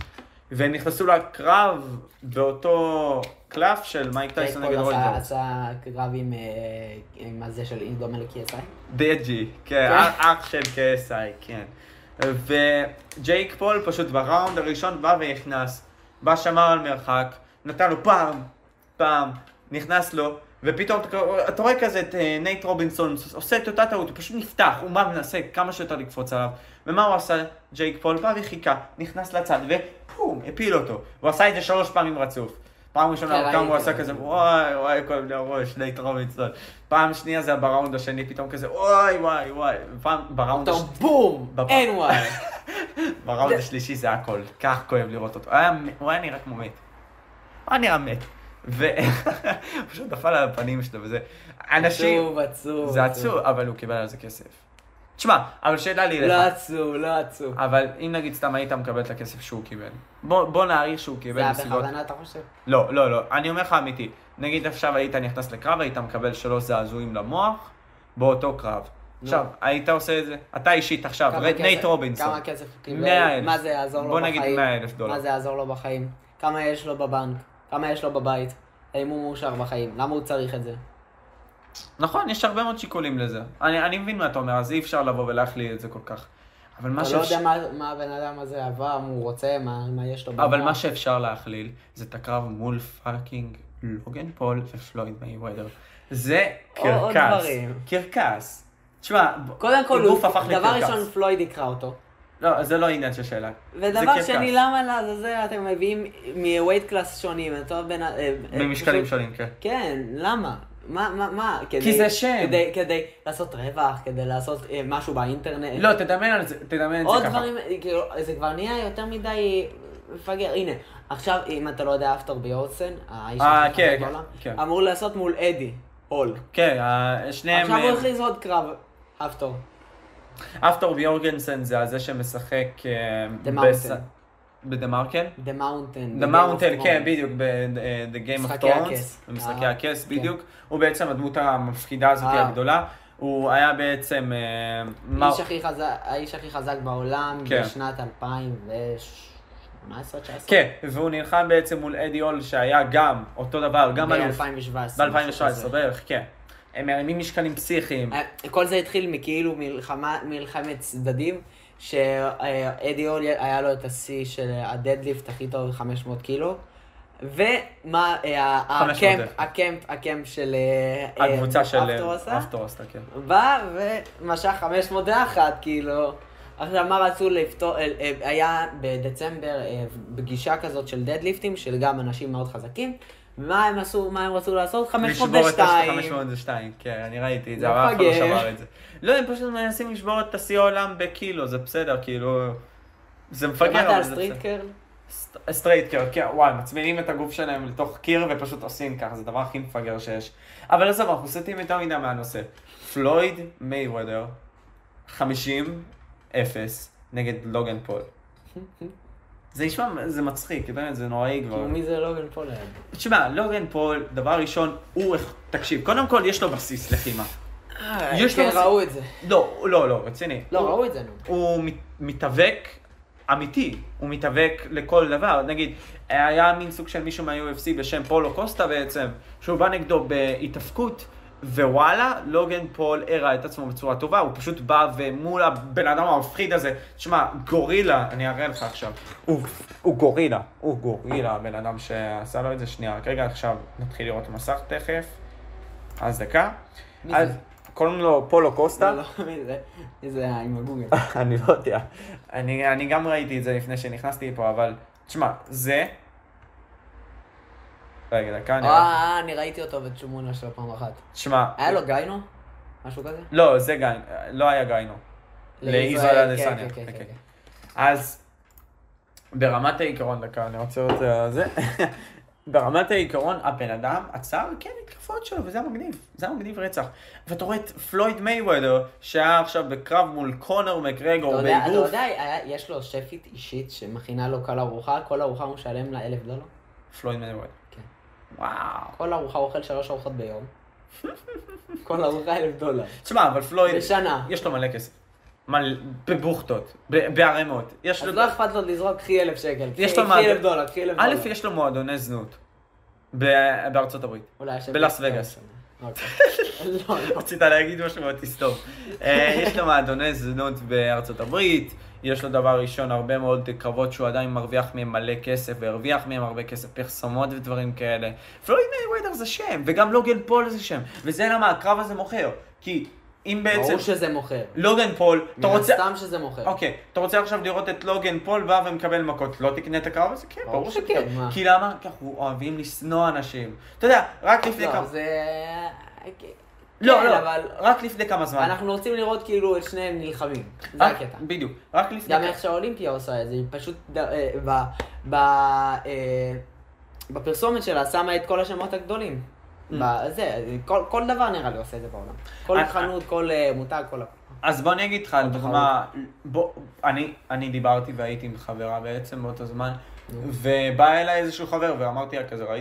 והם נכנסו לקרב באותו קלף של מייק טייסון נגד רוי ג'ונס. עשה קרב עם הזה של דומה ל-KSI? דג'י, כן, אח של KSI, כן. וג'ייק פול פשוט בראונד הראשון בא ונכנס, בא שמר על מרחק, נתן לו פעם, נכנס לו, ופתאום אתה רואה כזה את נייט רובינסון עושה את אותה טעות, הוא פשוט נפתח, הוא בא ומנסה כמה שיותר לקפוץ עליו. ומה הוא עשה? ג'ייק פול בא וחיכה, נכנס לצד ופום, הפיל אותו. הוא עשה את זה 3 פעמים רצוף. פעם ראשונה כמה הוא עשה כזה, וואי, כואב לי הראש, נייט רובינסון. פעם שנייה זה בראונד השני, פתאום כזה, וואי. פעם בראונד השני... בום, אין וואי. בראונד השלישי זה הכל, כך כואב לראות אותו. הוא היה נראה כמו מת. הוא היה נראה מת. ופשוט נפל על הפנים שלו וזה. אנשים... עצוב. זה עצוב, אבל הוא קיבל על זה כסף. תשמע, אבל שאלה לי לך. לא עצוב. אבל אם נגיד סתם היית מקבל את הכסף שהוא קיבל. בוא נעריך שהוא קיבל זה בכוונה אתה חושב? לא. אני אומר לך אמיתי. נגיד עכשיו היית נכנס לקרב, היית מקבל 3 זעזועים למוח, באותו קרב. עכשיו, היית עושה את זה? אתה אישית עכשיו, נייט רובינסון. כמה כסף הוא קיבל? מה זה יעזור לו בחיים? בוא נגיד $100,000. מה זה יעזור לו בחיים? כמה יש לו בבנק? כמה יש לו בבית? האם הוא מאושר בחיים? למה הוא צריך את זה? נכון, יש הרבה מאוד שיקולים לזה. אני מבין מה אתה אומר, אז אי אפשר לבוא ולהכליל את זה כל כך. אבל מה אתה לא יודע מה הבן אדם הזה עבר, מה הוא רוצה, מה יש לו. אבל מה שאפשר להכליל זה את הקרב מול פאקינג לוגן פול ופלויד מייוודר. זה קרקס. תשמע, קודם כל, גוף הפך לקרקס. דבר ראשון פלויד יקרא אותו. לא, זה לא עניין של שאלה. ודבר שני, למה לעזאזל אתם מביאים מווייט קלאס שונים, ממשקלים שונים, כן. כן, למה? מה? כי זה שם. כדי לעשות רווח, כדי לעשות משהו באינטרנט. לא, תדמיין את זה ככה. עוד דברים, זה כבר נהיה יותר מדי מפגר. הנה, עכשיו, אם אתה לא יודע, אפטר ביורסן, האיש הכי חזק בעולם, אמור לעשות מול אדי, הול. כן, שניהם... עכשיו הוא הכניס עוד קרב, אפטר. אפטר ביורגנסן זה הזה שמשחק... בדמרקן? דמאונטן, כן, בדיוק, ב-The Game of Thrones, במשחקי הכס, בדיוק. הוא בעצם הדמות המפחידה הזאת הגדולה. הוא היה בעצם... האיש הכי חזק בעולם בשנת 2018-2019. כן, והוא נלחם בעצם מול אדי הול שהיה גם אותו דבר, גם אלוף. ב-2017. בערך, כן. הם מרימים משקלים פסיכיים. כל זה התחיל מכאילו מלחמת צדדים. שאדי הול היה לו את השיא של הדדליפט הכי טוב 500 קילו, ומה הקמפ של הקבוצה של אפטר עשה, בא ומשך 501 כאילו. עכשיו מה רצו לפתור, היה בדצמבר פגישה כזאת של דדליפטים של גם אנשים מאוד חזקים, ומה הם עשו, מה הם רצו לעשות? 502. 502, כן, אני ראיתי את זה, אבל אף אחד לא שבר את זה. לא, הם פשוט מנסים לשבור את השיא העולם בקילו, זה בסדר, כאילו... זה מפגר. שמעת על סטרייט קרל? סטרייט קרל, כן, וואי, מצמינים את הגוף שלהם לתוך קיר ופשוט עושים ככה, זה הדבר הכי מפגר שיש. אבל עזוב, אנחנו סטים יותר מדי מהנושא. פלויד מייוודר, 50-0 נגד לוגן פול. זה נשמע, זה מצחיק, זה נוראי כבר. מי זה לוגן פול? תשמע, לוגן פול, דבר ראשון, הוא, תקשיב, קודם כל יש לו בסיס לחימה. כן, ראו את זה. לא, רציני. לא, ראו את זה, נו. הוא מתאבק אמיתי, הוא מתאבק לכל דבר. נגיד, היה מין סוג של מישהו מה-UFC בשם פולו קוסטה בעצם, שהוא בא נגדו בהתאבקות, ווואלה, לוגן פול הראה את עצמו בצורה טובה, הוא פשוט בא ומול הבן אדם המפחיד הזה, תשמע, גורילה, אני אראה לך עכשיו, הוא גורילה, הבן אדם שעשה לו את זה שנייה, רק רגע עכשיו נתחיל לראות המסך תכף, אז דקה, אז קוראים לו פולו קוסטה. לא, מי זה עם הגוגל? אני לא יודע, אני גם ראיתי את זה לפני שנכנסתי פה, אבל תשמע, זה... רגע, דקה, אני ראיתי אותו בתשומונה שלו פעם אחת. תשמע... היה לו גיינו? משהו כזה? לא, זה גיינו, לא היה גיינו. לישראל אדסניה. אז ברמת העיקרון, דקה, אני רוצה את זה. ברמת העיקרון, הבן אדם עצר, כן, התקפות שלו, וזה מגניב. זה מגניב רצח. ואתה רואה את פלויד מייוודר, שהיה עכשיו בקרב מול קונר מקרגור באגרוף. אתה יודע, יש לו שפית אישית שמכינה לו כל ארוחה, כל ארוחה הוא משלם לה $1,000? פלויד מייוודר. כן. וואו. כל ארוחה הוא אוכל 3 ארוחות ביום. כל ארוחה $1,000. תשמע, אבל פלויד... בשנה. יש לו מלא כסף. בבוכטות, בערימות. אז לא אכפת לו לזרוק, קחי 1,000 שקל, יש לו קחי 1,000 דולר, קחי 1,000 דולר. א', יש לו מועדוני זנות בארצות הברית. בלאס וגאס. לא. רצית להגיד משהו ותסתום. יש לו מועדוני זנות בארצות הברית, יש לו דבר ראשון הרבה מאוד קרבות שהוא עדיין מרוויח מהם מלא כסף, והרוויח מהם הרבה כסף, פרסומות ודברים כאלה. פלויד מייווידר זה שם, וגם לוגן פול זה שם. וזה למה הקרב הזה מוכר. כי אם בעצם... ברור שזה מוכר. לוגן פול, אתה רוצה... סתם שזה מוכר. אוקיי, אתה רוצה עכשיו לראות את לוגן פול בא ומקבל מכות, לא תקנה את הקרב הזה? כן, ברור שכן. כי למה? כי אנחנו אוהבים לשנוא אנשים. אתה יודע, רק לפני כמה... לא, זה... לא, אבל רק לפני כמה זמן. אנחנו רוצים לראות כאילו את שניהם נלחמים. זה הקטע. בדיוק. רק לפני... גם איך שהאולימפיה עושה את זה, היא פשוט בפרסומת שלה שמה את כל השמות הגדולים. כל דבר נראה לי עושה את זה בעולם. כל חנות, כל מותג, כל... אז בוא אני אגיד לך, לדוגמה, אני דיברתי והייתי עם חברה בעצם באותו זמן, ובא אליי איזשהו חבר ואמרתי לה כזה,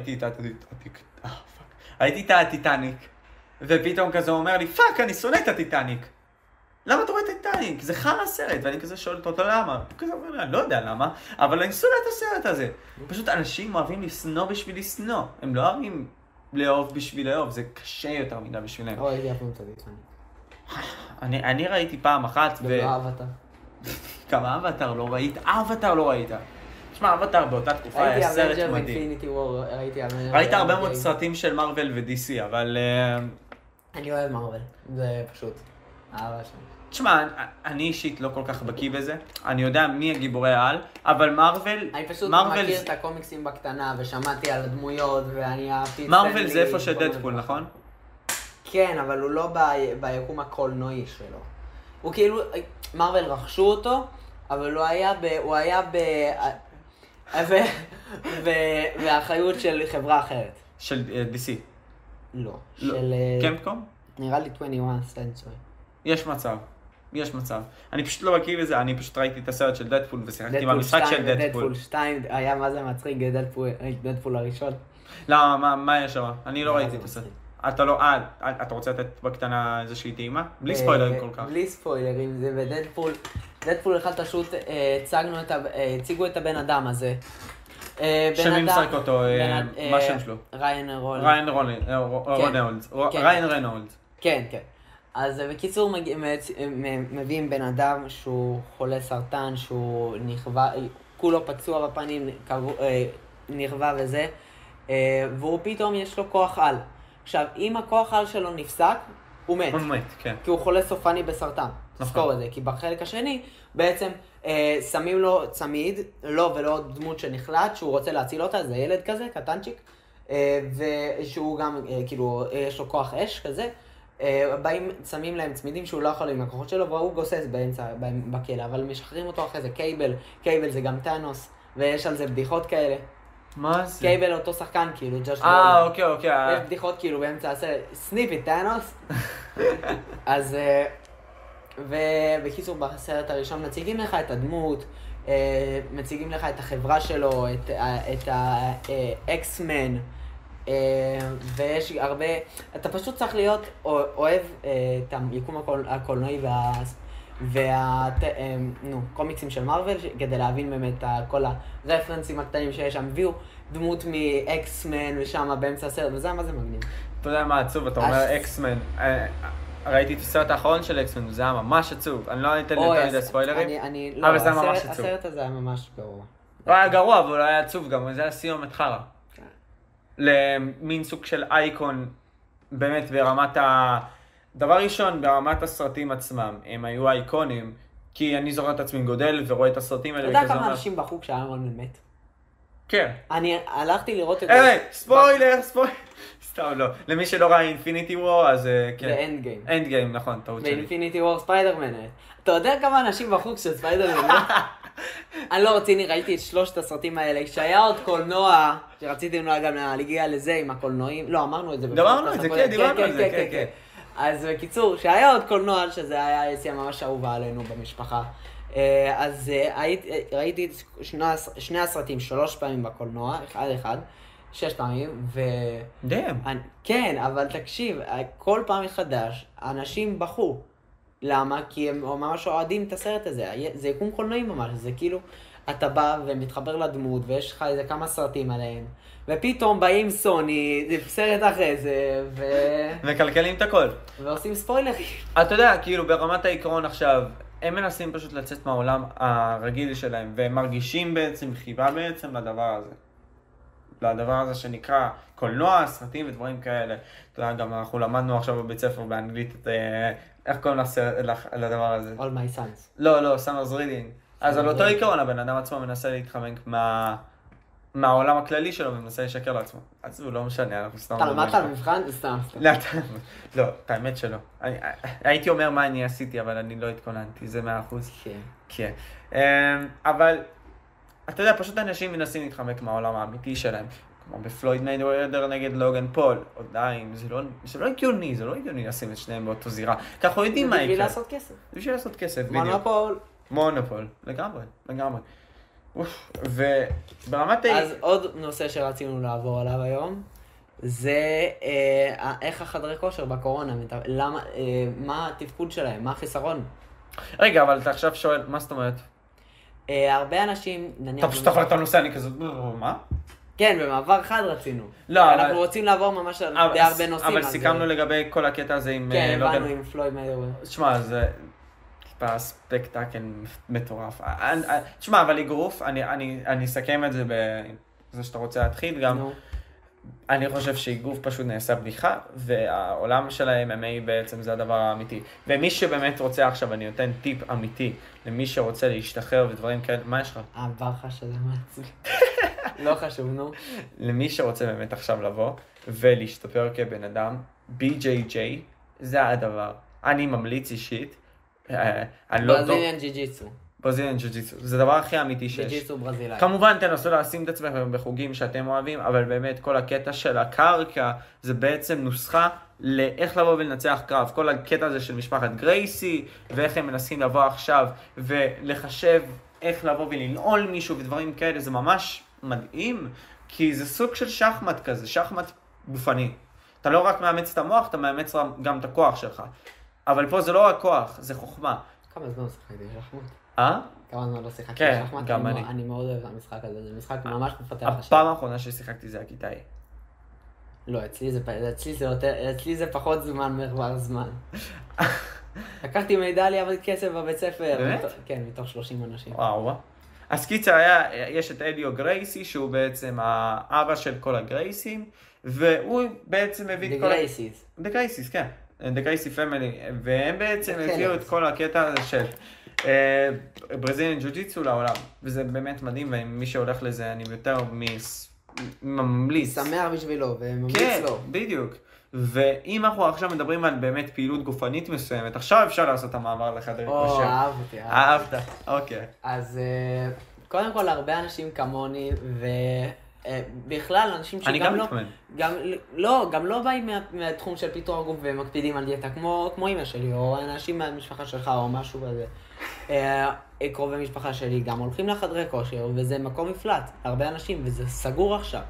ראיתי את הטיטניק, ופתאום כזה הוא אומר לי, פאק, אני שונא את הטיטניק. למה אתה רואה את הטיטניק? זה חרא הסרט, ואני כזה שואל אותו למה. הוא כזה אומר לי, אני לא יודע למה, אבל אני שונא את הסרט הזה. פשוט אנשים אוהבים לשנוא בשביל לשנוא, הם לא אוהבים לאהוב בשביל לאהוב, זה קשה יותר מדי בשבילם. ראיתי אפילו את הטיטניק. אני ראיתי פעם אחת ו... גם אבטאר. גם אבטאר לא ראית. תשמע, אבטאר באותה תקופה היה סרט מדהים. ראיתי הרבה מאוד סרטים של מרוול ו-DC, אבל... אני אוהב מרוול, זה פשוט אהבה שם. תשמע, אני אישית לא כל כך בקיא בזה, אני יודע מי הגיבורי העל, אבל מרוול... אני פשוט מכיר את הקומיקסים בקטנה ושמעתי על הדמויות ואני אהבתי... מרוול זה איפה של דדפול, נכון? כן, אבל הוא לא ביקום הקולנועי שלו. הוא כאילו, מרוול רכשו אותו, אבל הוא היה באחריות של חברה אחרת. של DC? לא, של... קמפקום? נראה לי 21 Century. יש מצב. אני פשוט לא בקיא בזה, אני פשוט ראיתי את הסרט של דדפול ושיחקתי במשחק של דדפול. דדפול 2 היה מה זה מצחיק, דדפול הראשון. למה, מה יש שם? אני לא ראיתי את הסרט. אתה רוצה לתת בקטנה איזושהי טעימה? בלי ספוילרים כל כך. בלי ספוילרים, זה בדדפול. דדפול אחד פשוט הציגו את הבן אדם הזה. שמי משחק אותו, מה השם שלו? ריין רנולדס. כן, כן. אז בקיצור מביאים בן אדם שהוא חולה סרטן, שהוא נכווה, כולו פצוע בפנים, נכווה וזה, והוא פתאום יש לו כוח על. עכשיו, אם הכוח על שלו נפסק, הוא מת. הוא מת, כן. כי הוא חולה סופני בסרטן. תזכור את זה, כי בחלק השני בעצם שמים לו צמיד, לו ולא דמות שנחלט, שהוא רוצה להציל אותה, זה ילד כזה, קטנצ'יק, ושהוא גם, כאילו, יש לו כוח אש כזה, באים, שמים להם צמידים שהוא לא יכול עם הכוחות שלו, והוא גוסס באמצע, בכלא, אבל משחררים אותו אחרי זה. קייבל זה גם טאנוס, ויש על זה בדיחות כאלה. מה זה? קייבל אותו שחקן, כאילו, ג'וש בולן. אוקיי. יש בדיחות כאילו באמצע הסרט, סניפי, טאנוס. אז, ובקיצור, בסרט הראשון מציגים לך את הדמות, מציגים לך את החברה שלו, את האקסמן, ויש הרבה, אתה פשוט צריך להיות אוהב את היקום הקולנועי קומיקסים של מרוול, כדי להבין באמת כל הרפרנסים הקטנים שיש שם, הביאו דמות מאקסמן ושם באמצע הסרט, וזה מה זה מגניב. אתה יודע מה עצוב, אתה אומר אקסמן, ראיתי את הסרט האחרון של אקסמן, זה היה ממש עצוב, אני לא אתן יותר מדי ספוילרים, אבל זה היה ממש עצוב. הסרט הזה היה ממש גרוע. הוא היה גרוע, אבל הוא היה עצוב גם, זה היה סיומת חרא. למין סוג של אייקון, באמת ברמת דבר ראשון, ברמת הסרטים עצמם, הם היו אייקונים, כי אני זוכר את עצמי גודל ורואה את הסרטים האלה. אתה יודע כמה אנשים בחרו כשאיירון מן מת? כן. אני הלכתי לראות את זה. ספוילר. סתם לא. למי שלא ראה אינפיניטי וור, אז כן. זה אנד גיים. אנד גיים, נכון, טעות שלי. באינפיניטי וור ספיידרמן. אתה יודע כמה אנשים בחרו כשספיידרמן מת? אני לא רציני, ראיתי את שלושת הסרטים האלה, כשהיה עוד קולנוע, שרציתי גם להגיע לזה עם הקולנועים, לא, אמרנו את זה. דיברנו על זה, כן, דיברנו על זה, כן. אז בקיצור, כשהיה עוד קולנוע, שזה היה יציאה ממש אהובה עלינו במשפחה, אז ראיתי את שני הסרטים 3 פעמים בקולנוע, אחד, 6 פעמים, דאם. כן, אבל תקשיב, כל פעם מחדש, אנשים בכו. למה? כי הם ממש אוהדים את הסרט הזה. זה יקום קולנועי ממש, זה כאילו, אתה בא ומתחבר לדמות, ויש לך איזה כמה סרטים עליהם, ופתאום באים סוני, סרט אחרי זה, מקלקלים את הכל. ועושים ספוילרים. אתה יודע, כאילו ברמת העיקרון עכשיו, הם מנסים פשוט לצאת מהעולם הרגיל שלהם, והם מרגישים בעצם חיבה בעצם לדבר הזה שנקרא קולנוע, סרטים ודברים כאלה. אתה יודע, גם אנחנו למדנו עכשיו בבית ספר באנגלית את, איך קוראים לדבר הזה? All my sons. לא, Summer's Reading. אז על אותו עיקרון, הבן אדם עצמו מנסה להתחמק מהעולם הכללי שלו ומנסה לשקר לעצמו. אז הוא לא משנה, אנחנו סתם... אתה למדת על מבחן? סתם. לא, את האמת שלא. הייתי אומר מה אני עשיתי, אבל אני לא התכוננתי, זה 100%. כן. אבל, אתה יודע, פשוט אנשים מנסים להתחמק מהעולם האמיתי שלהם. כמו בפלויד מיידר נגד לוגן פול. עדיין, זה לא הגיוני, לשים את שניהם באותו זירה. כי אנחנו יודעים מה יקרה. בשביל לעשות כסף. בשביל לעשות כסף, בדיוק. מונופול. לגמרי. וברמת... אז עוד נושא שרצינו לעבור עליו היום, זה איך החדרי כושר בקורונה, מה התפקוד שלהם, מה החיסרון. רגע, אבל אתה עכשיו שואל, מה זאת אומרת? הרבה אנשים... אתה פשוט תפלת את הנושא, אני כזה, מה? כן, במעבר חד רצינו. לא, אנחנו רוצים לעבור ממש די הרבה נושאים. אבל סיכמנו לגבי כל הקטע הזה עם... כן, הבנו עם פלויד מיידר. תשמע, זה... ספקטקל מטורף. תשמע, אבל אגרוף, אני אסכם את זה בזה שאתה רוצה להתחיל גם. אני חושב שאגרוף פשוט נעשה בדיחה, והעולם שלהם, MMA בעצם זה הדבר האמיתי. ומי שבאמת רוצה עכשיו, אני נותן טיפ אמיתי, למי שרוצה להשתחרר ודברים כאלה, מה יש לך? ברכה שזה מעצמי. לא חשוב, נו. למי שרוצה באמת עכשיו לבוא ולהשתפר כבן אדם, BJJ זה הדבר. אני ממליץ אישית. ברזיליאן ג'י-ג'יצו. ברזיליאן ג'י-ג'יצו, זה הדבר הכי אמיתי שיש. ג'י-ג'יצו ברזילאי. כמובן תנסו לשים את עצמכם בחוגים שאתם אוהבים, אבל באמת כל הקטע של הקרקע זה בעצם נוסחה לאיך לבוא ולנצח קרב. כל הקטע הזה של משפחת גרייסי, ואיך הם מנסים לבוא עכשיו ולחשב איך לבוא ולנעול מישהו ודברים כאלה, זה ממש מדהים, כי זה סוג של שחמט כזה, שחמט גופני. אתה לא רק מאמץ את המוח, אתה מאמץ גם את הכוח שלך. אבל פה זה לא רק כוח, זה חוכמה. כמה זמן לא שיחקתי שחמט? כמה זמן לא שיחקתי שחמט? גם אני. אני מאוד אוהב את המשחק הזה, זה משחק ממש מפתח השם. הפעם האחרונה ששיחקתי זה הכיתה היא. לא, אצלי זה פחות זמן מרווח זמן. לקחתי מדליה וכסף בבית ספר. באמת? כן, מתוך 30 אנשים. וואו. אז קיצר יש את אליו גרייסי, שהוא בעצם האבא של כל הגרייסים, והוא בעצם מביא את כל... The Gracie's, כן. The Gracie Family, והם בעצם הביאו את כל הקטע הזה של ברזיליאן ג'ו-ג'יצו לעולם, וזה באמת מדהים, ומי שהולך לזה אני יותר ממליץ. שמח בשבילו וממליץ לו. כן, בדיוק. ואם אנחנו עכשיו מדברים על באמת פעילות גופנית מסוימת, עכשיו אפשר לעשות את המעבר לחדרי כושר. אהבתי. אהבת, אוקיי. אז קודם כל הרבה אנשים כמוני, בכלל, אנשים שגם אני גם מתכוון. גם לא באים מהתחום של פיתוח גוף ומקפידים על דיאטה, כמו אמא שלי, או אנשים מהמשפחה שלך, או משהו כזה. קרובי משפחה שלי גם הולכים לחדרי כושר, וזה מקום מפלט, הרבה אנשים, וזה סגור עכשיו.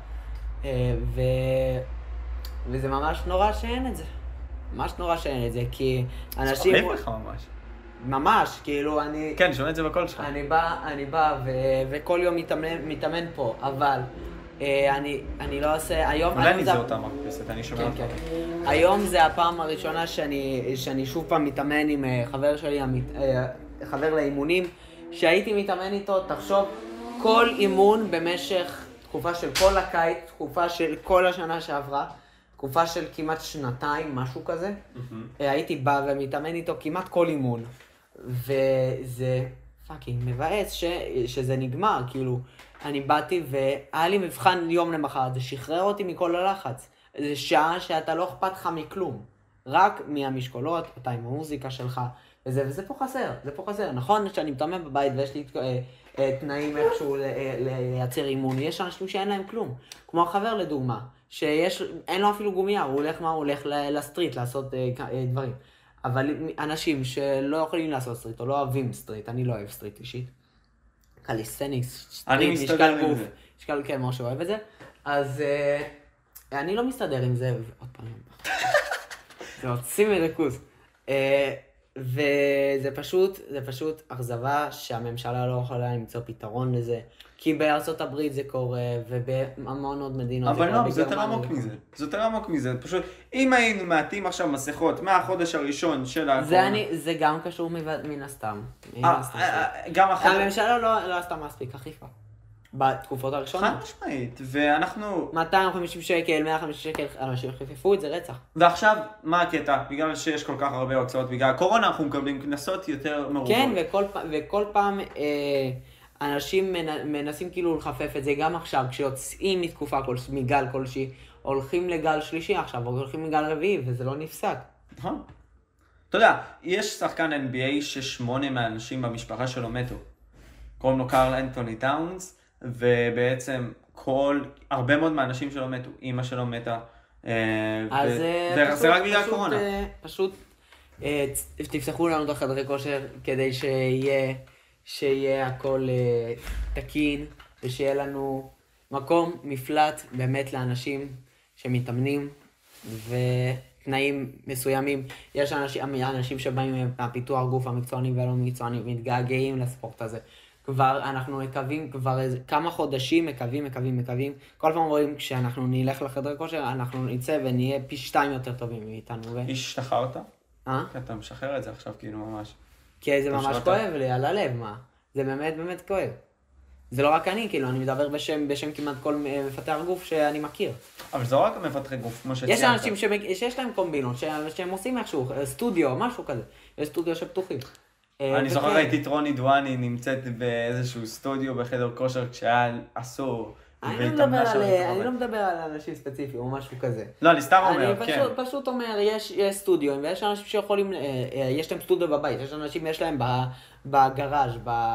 וזה ממש נורא שאין את זה. ממש נורא שאין את זה, כי אנשים... זה חולף לך ממש. ממש, כאילו אני... כן, שומע את זה בקול שלך. אני בא וכל יום מתאמן פה, אבל אני לא עושה... אולי אני זה אותה מרפסת, אני שומע אותה. היום זה הפעם הראשונה שאני שוב פעם מתאמן עם חבר שלי, חבר לאימונים, שהייתי מתאמן איתו, תחשוב, כל אימון במשך תקופה של כל הקיץ, תקופה של כל השנה שעברה, תקופה של כמעט שנתיים, משהו כזה, הייתי בא ומתאמן איתו כמעט כל אימון. וזה פאקינג מבאס שזה נגמר, כאילו, אני באתי והיה לי מבחן יום למחרת, זה שחרר אותי מכל הלחץ. זה שעה שאתה לא אכפת לך מכלום, רק מהמשקולות, אתה עם המוזיקה שלך, וזה פה חסר, זה פה חסר. נכון שאני מתאמן בבית ויש לי תנאים איכשהו לייצר אימון, יש אנשים שאין להם כלום, כמו החבר לדוגמה, שאין לו אפילו גומיה, הוא הולך לסטריט לעשות דברים. אבל אנשים שלא יכולים לעשות סטריט, או לא אוהבים סטריט, אני לא אוהב סטריט אישית. קליסטניקס, סטריט, משקל גוף, משקל כן, משה אוהב את זה. אז אני לא מסתדר עם זה, עוד פעם. זה עוצים מריכוז. וזה פשוט אכזבה שהממשלה לא יכולה למצוא פתרון לזה. כי בארצות הברית זה קורה, ובהמון עוד מדינות. אבל לא, זה יותר עמוק מזה. זה יותר עמוק מזה. פשוט, אם היינו מעטים עכשיו מסכות מהחודש הראשון של הקורונה... זה גם קשור מן הסתם. גם אחרי... הממשלה לא עשתה מספיק אכיפה. בתקופות הראשונות. חד משמעית, ואנחנו... 250 שקל, 150 שקל, אנשים חיפפו את זה רצח. ועכשיו, מה הקטע? בגלל שיש כל כך הרבה הוצאות, בגלל הקורונה אנחנו מקבלים קנסות יותר מרובות. כן, וכל פעם אנשים מנסים כאילו לחפף את זה, גם עכשיו, כשיוצאים מתקופה מגל כלשהי, הולכים לגל שלישי עכשיו, הולכים לגל רביעי, וזה לא נפסק. נכון. אתה יודע, יש שחקן NBA ששמונה מהאנשים במשפחה שלו מתו. קוראים לו קרל אנתוני טאונס, ובעצם הרבה מאוד מהאנשים שלו מתו, אמא שלו מתה, זה רק בגלל הקורונה. פשוט תפתחו לנו את החדרי כושר כדי שיהיה הכל תקין, ושיהיה לנו מקום מפלט באמת לאנשים שמתאמנים, ותנאים מסוימים. יש אנשים שבאים מהפיתוח גוף המקצוענים והלא מקצוענים, מתגעגעים לספורט הזה. כבר אנחנו מקווים, כבר כמה חודשים מקווים. כל פעם רואים כשאנחנו נלך לחדר כושר, אנחנו נצא ונהיה פי 2 יותר טובים מאיתנו. השתחררת? אתה משחרר את זה עכשיו כאילו ממש. כי זה ממש כואב לי, על הלב, מה? זה באמת כואב. זה לא רק אני, כאילו, אני מדבר בשם כמעט כל מפתח גוף שאני מכיר. אבל זה לא רק מפתחי גוף, כמו שציינת. יש אנשים שיש להם קומבינות, שהם עושים איכשהו, סטודיו, משהו כזה. יש סטודיו שפתוחים. אני זוכר ראיתי את רוני דואני נמצאת באיזשהו סטודיו בחדר כושר כשהיה אסור. אני לא מדבר על אנשים ספציפיים או משהו כזה. לא, אני סתם אומר, כן. אני פשוט אומר, יש סטודיו, ויש אנשים שיכולים, יש להם סטודיו בבית, יש להם בגראז',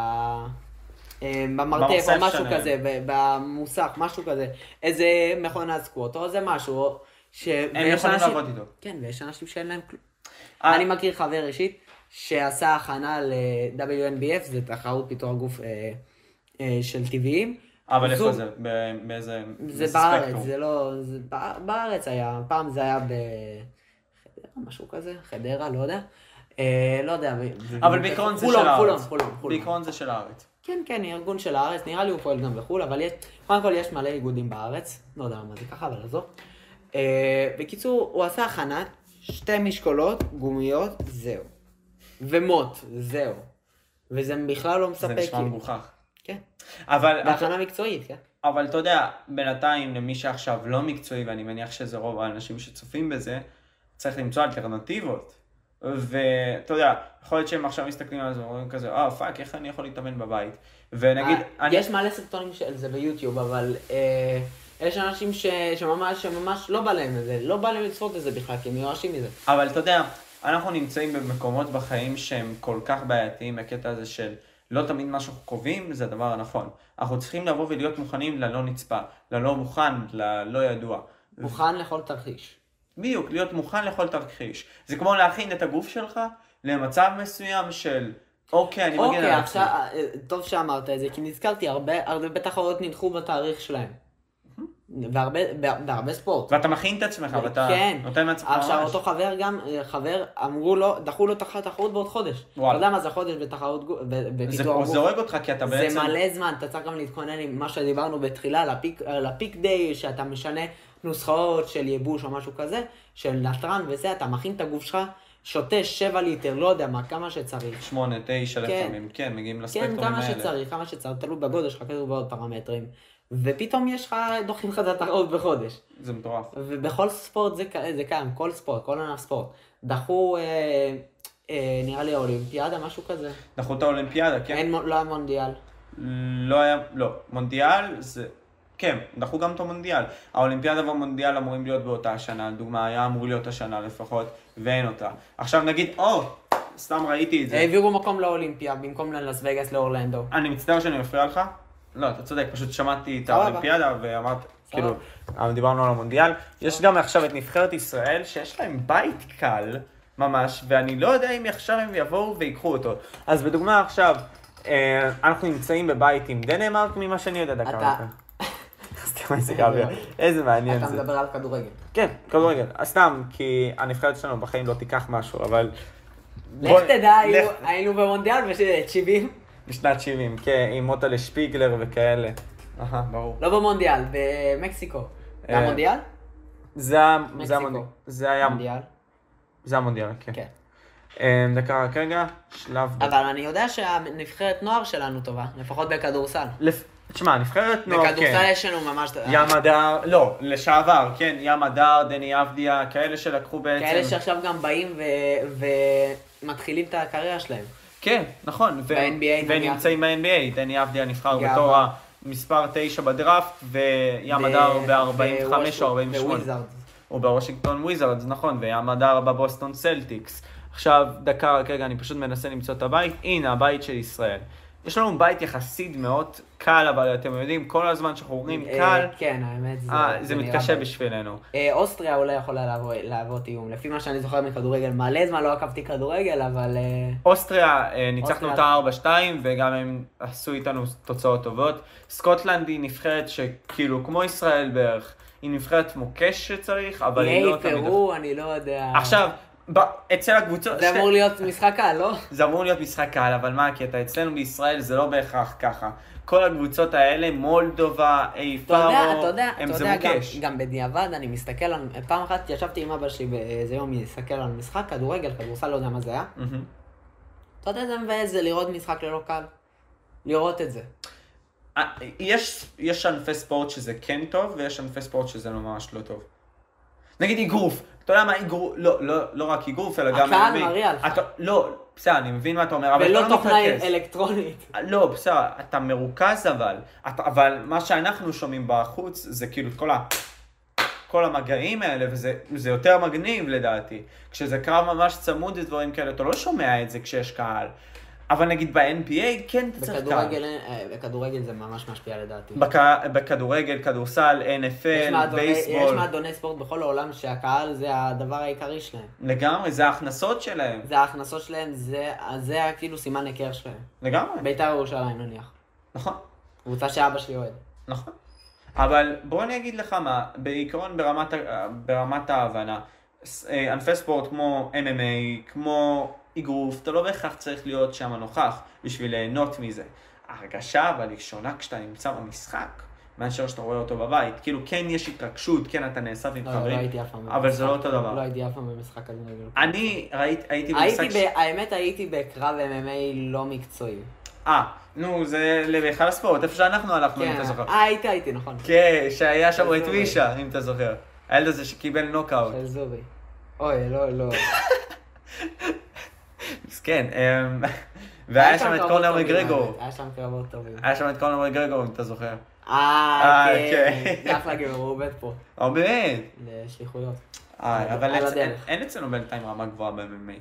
במרתף או משהו כזה, במוסך, משהו כזה, איזה מכונת סקווט או איזה משהו. הם יכולים לעבוד איתו. כן, ויש אנשים שאין להם כלום. אני מכיר חבר אישית, שעשה הכנה ל-WNBF, זה תחרות פיתוח גוף של טבעיים. אבל איפה זה? באיזה זה בארץ, זה לא... בארץ היה, פעם זה היה משהו כזה, חדרה, לא יודע. לא יודע. אבל בעיקרון זה של הארץ. חולון. בעיקרון זה של הארץ. כן, ארגון של הארץ, נראה לי הוא פועל גם בחול, אבל קודם כל יש מלא איגודים בארץ, לא יודע מה זה ככה, אבל עזוב. בקיצור, הוא עשה הכנה, 2 משקולות, גומיות, זהו. ומוט, זהו. וזה בכלל לא מספק. זה נשמע מגוחך. כן. אבל... בהכנה מקצועית, כן. אבל אתה יודע, בינתיים למי שעכשיו לא מקצועי, ואני מניח שזה רוב האנשים שצופים בזה, צריך למצוא אלטרנטיבות. ואתה יודע, יכול להיות שהם עכשיו מסתכלים על זה, ואומרים כזה, פאק, איך אני יכול להתאמן בבית? ונגיד... יש מלא סרטונים של זה ביוטיוב, אבל יש אנשים שממש לא בא להם לזה, לא בא להם לצפות לזה בכלל, כי הם מיואשים מזה. אבל אתה יודע, אנחנו נמצאים במקומות בחיים שהם כל כך בעייתיים, הקטע הזה של לא תמיד מה שאנחנו קובעים, זה הדבר הנכון. אנחנו צריכים לבוא ולהיות מוכנים ללא נצפה, ללא מוכן, ללא ידוע. מוכן לכל תרחיש. בדיוק, להיות מוכן לכל תרחיש. זה כמו להכין את הגוף שלך למצב מסוים של, אוקיי, אני מגן על עצמי. עכשיו, טוב שאמרת את זה, כי נזכרתי, הרבה בתחרויות נדחו בתאריך שלהם. והרבה ספורט. ואתה מכין את עצמך, ואתה נותן מעצמך ממש. עכשיו, אותו חבר, אמרו לו, דחו לו את התחרות בעוד חודש. אתה יודע מה זה חודש בתחרות, בפיתוח גוף? זה הורג אותך, כי אתה בעצם... זה מלא זמן, אתה צריך גם להתכונן עם מה שדיברנו בתחילה, לפיק דיי, שאתה משנה נוסחאות של ייבוש או משהו כזה, של נטרן וזה, אתה מכין את הגוף שלך, שותה 7 ליטר, לא יודע מה, כמה שצריך. 8, 9 לפעמים, כן, מגיעים לספקטרומים האלה. כן, כמה שצריך, תלוי בגודל שלך, כזה בעוד פרמטרים. ופתאום יש לך, דוחים לך את התחרות בחודש. זה מטורף. ובכל ספורט זה קיים, כל ספורט, כל ענף ספורט. דחו, נראה לי האולימפיאדה, משהו כזה. דחו את האולימפיאדה, כן? לא היה מונדיאל. לא, מונדיאל זה... כן, דחו גם את המונדיאל. האולימפיאדה והמונדיאל אמורים להיות באותה השנה, לדוגמה, היה אמור להיות השנה לפחות, ואין אותה. עכשיו נגיד, סתם ראיתי את זה. העבירו מקום לאולימפיה, במקום ללאס וגאס לאורלנדו. אני מצטער שאני מפריע לך. לא, אתה צודק, פשוט שמעתי את האולימפיאדה ואמרת, כאילו, דיברנו על המונדיאל. יש גם עכשיו את נבחרת ישראל שיש להם בית קל, ממש, ואני לא יודע אם עכשיו הם יבואו ויקחו אותו. אז בדוגמה עכשיו, אנחנו נמצאים בבית עם דנמרק, ממה שאני יודע דקה. איזה מעניין זה. אתה מדבר על כדורגל. כן, כדורגל. אז סתם, כי הנבחרת שלנו בחיים לא תיקח משהו, אבל לך תדע, היינו במונדיאל בשנת 70. בשנת 70, כן, עם מוטלה שפיגלר וכאלה. ברור. לא במונדיאל, במקסיקו. זה המונדיאל? זה היה מונדיאל. זה המונדיאל, כן. דקה רק רגע, שלב... אבל אני יודע שהנבחרת נוער שלנו טובה, לפחות בכדורסל. תשמע, נבחרת נוער, כן. בכדורסל יש לנו ממש... ים הדר, לא, לשעבר, כן, ים הדר, דני אבדיה, כאלה שלקחו בעצם... כאלה שעכשיו גם באים ומתחילים את הקריירה שלהם. כן, נכון. ב-NBA. ונמצאים ב-NBA, דני אבדיה נבחר בתור המספר 9 בדראפט, וים הדר ב-45 או 48. או בוושינגטון וויזארדס, נכון, וים הדר בבוסטון סלטיקס. עכשיו, דקה רק רגע, אני פשוט מנסה למצוא את הבית. הנה, הבית של ישראל. יש לנו בית יחסית מאוד קל, אבל אתם יודעים, כל הזמן שאנחנו אומרים קל, כן, האמת זה מתקשה בשבילנו. אוסטריה אולי יכולה להוות איום, לפי מה שאני זוכר מכדורגל, מלא זמן לא עקבתי כדורגל, אבל... אוסטריה, ניצחנו אותה 4-2, וגם הם עשו איתנו תוצאות טובות. סקוטלנד היא נבחרת שכאילו, כמו ישראל בערך, היא נבחרת מוקש שצריך, אבל היא לא תמיד... פרו, אני לא יודע... עכשיו, אצל הקבוצות... זה אמור להיות משחק קל, לא? זה אמור להיות משחק קל, אבל מה הקטע? אצלנו בישראל זה לא בהכרח ככה. כל הקבוצות האלה, מולדובה, פארו, זה מוקש. גם בדיעבד, אני מסתכל על... פעם אחת ישבתי עם אבא שלי באיזה יום, מסתכל על משחק, כדורגל, כדורסל, לא יודע מה זה היה. אתה יודע, זה מבאס, זה לראות משחק ללא קל. לראות את זה. יש ענפי ספורט שזה כן טוב, ויש ענפי ספורט שזה ממש לא טוב. נגיד אגרוף. אתה יודע מה אגרוף? לא רק אגרוף, אלא גם... הקהל מריע לך. לא, בסדר, אני מבין מה אתה אומר, אבל אתה לא מתרכז. ולא תוכנה אלקטרונית. לא, בסדר, אתה מרוכז אבל מה שאנחנו שומעים בחוץ זה כאילו כל המגעים האלה, וזה יותר מגניב לדעתי. כשזה קרב ממש צמוד ודברים כאלה, אתה לא שומע את זה כשיש קהל. אבל נגיד ב-NBA כן אתה צריך קהל. בכדורגל זה ממש משפיע לדעתי. בכדורגל, כדורסל, NFL, בייסבול. יש מעדוני ספורט בכל העולם שהקהל זה הדבר העיקרי שלהם. לגמרי, זה ההכנסות שלהם. זה ההכנסות שלהם, זה כאילו סימן היכר שלהם. לגמרי. בית"ר ירושלים נניח. נכון. קבוצה שאבא שלי אוהד. נכון. אבל בוא אני אגיד לך מה, בעיקרון ברמת ההבנה, ענפי ספורט כמו MMA, כמו אגרוף, אתה לא בהכרח צריך להיות שם נוכח בשביל ליהנות מזה. ההרגשה אבל היא שונה כשאתה נמצא במשחק, מאשר שאתה רואה אותו בבית. כאילו כן יש התרגשות, כן אתה נאסף עם חברים, אבל זה לא אותו דבר. לא הייתי אף פעם במשחק כדורגל. אני הייתי במשחק... האמת הייתי בקרב MMA לא מקצועי. נו, זה להיכל הספורט, איפה שאנחנו הלכנו, אם אתה זוכר. הייתי, נכון. כן, שהיה שם את וישה, אם אתה זוכר. הילד הזה שקיבל נוקאוט. של זורי. אוי, לא. כן, והיה שם את קונר מגרגור. היה שם קרבות טובים. היה שם את קונר מגרגור, אם אתה זוכר. כן. זה אחלה גבר, הוא עובד פה. באמת. לשליחויות. אבל אין אצלנו בינתיים רמה גבוהה ב-MMA.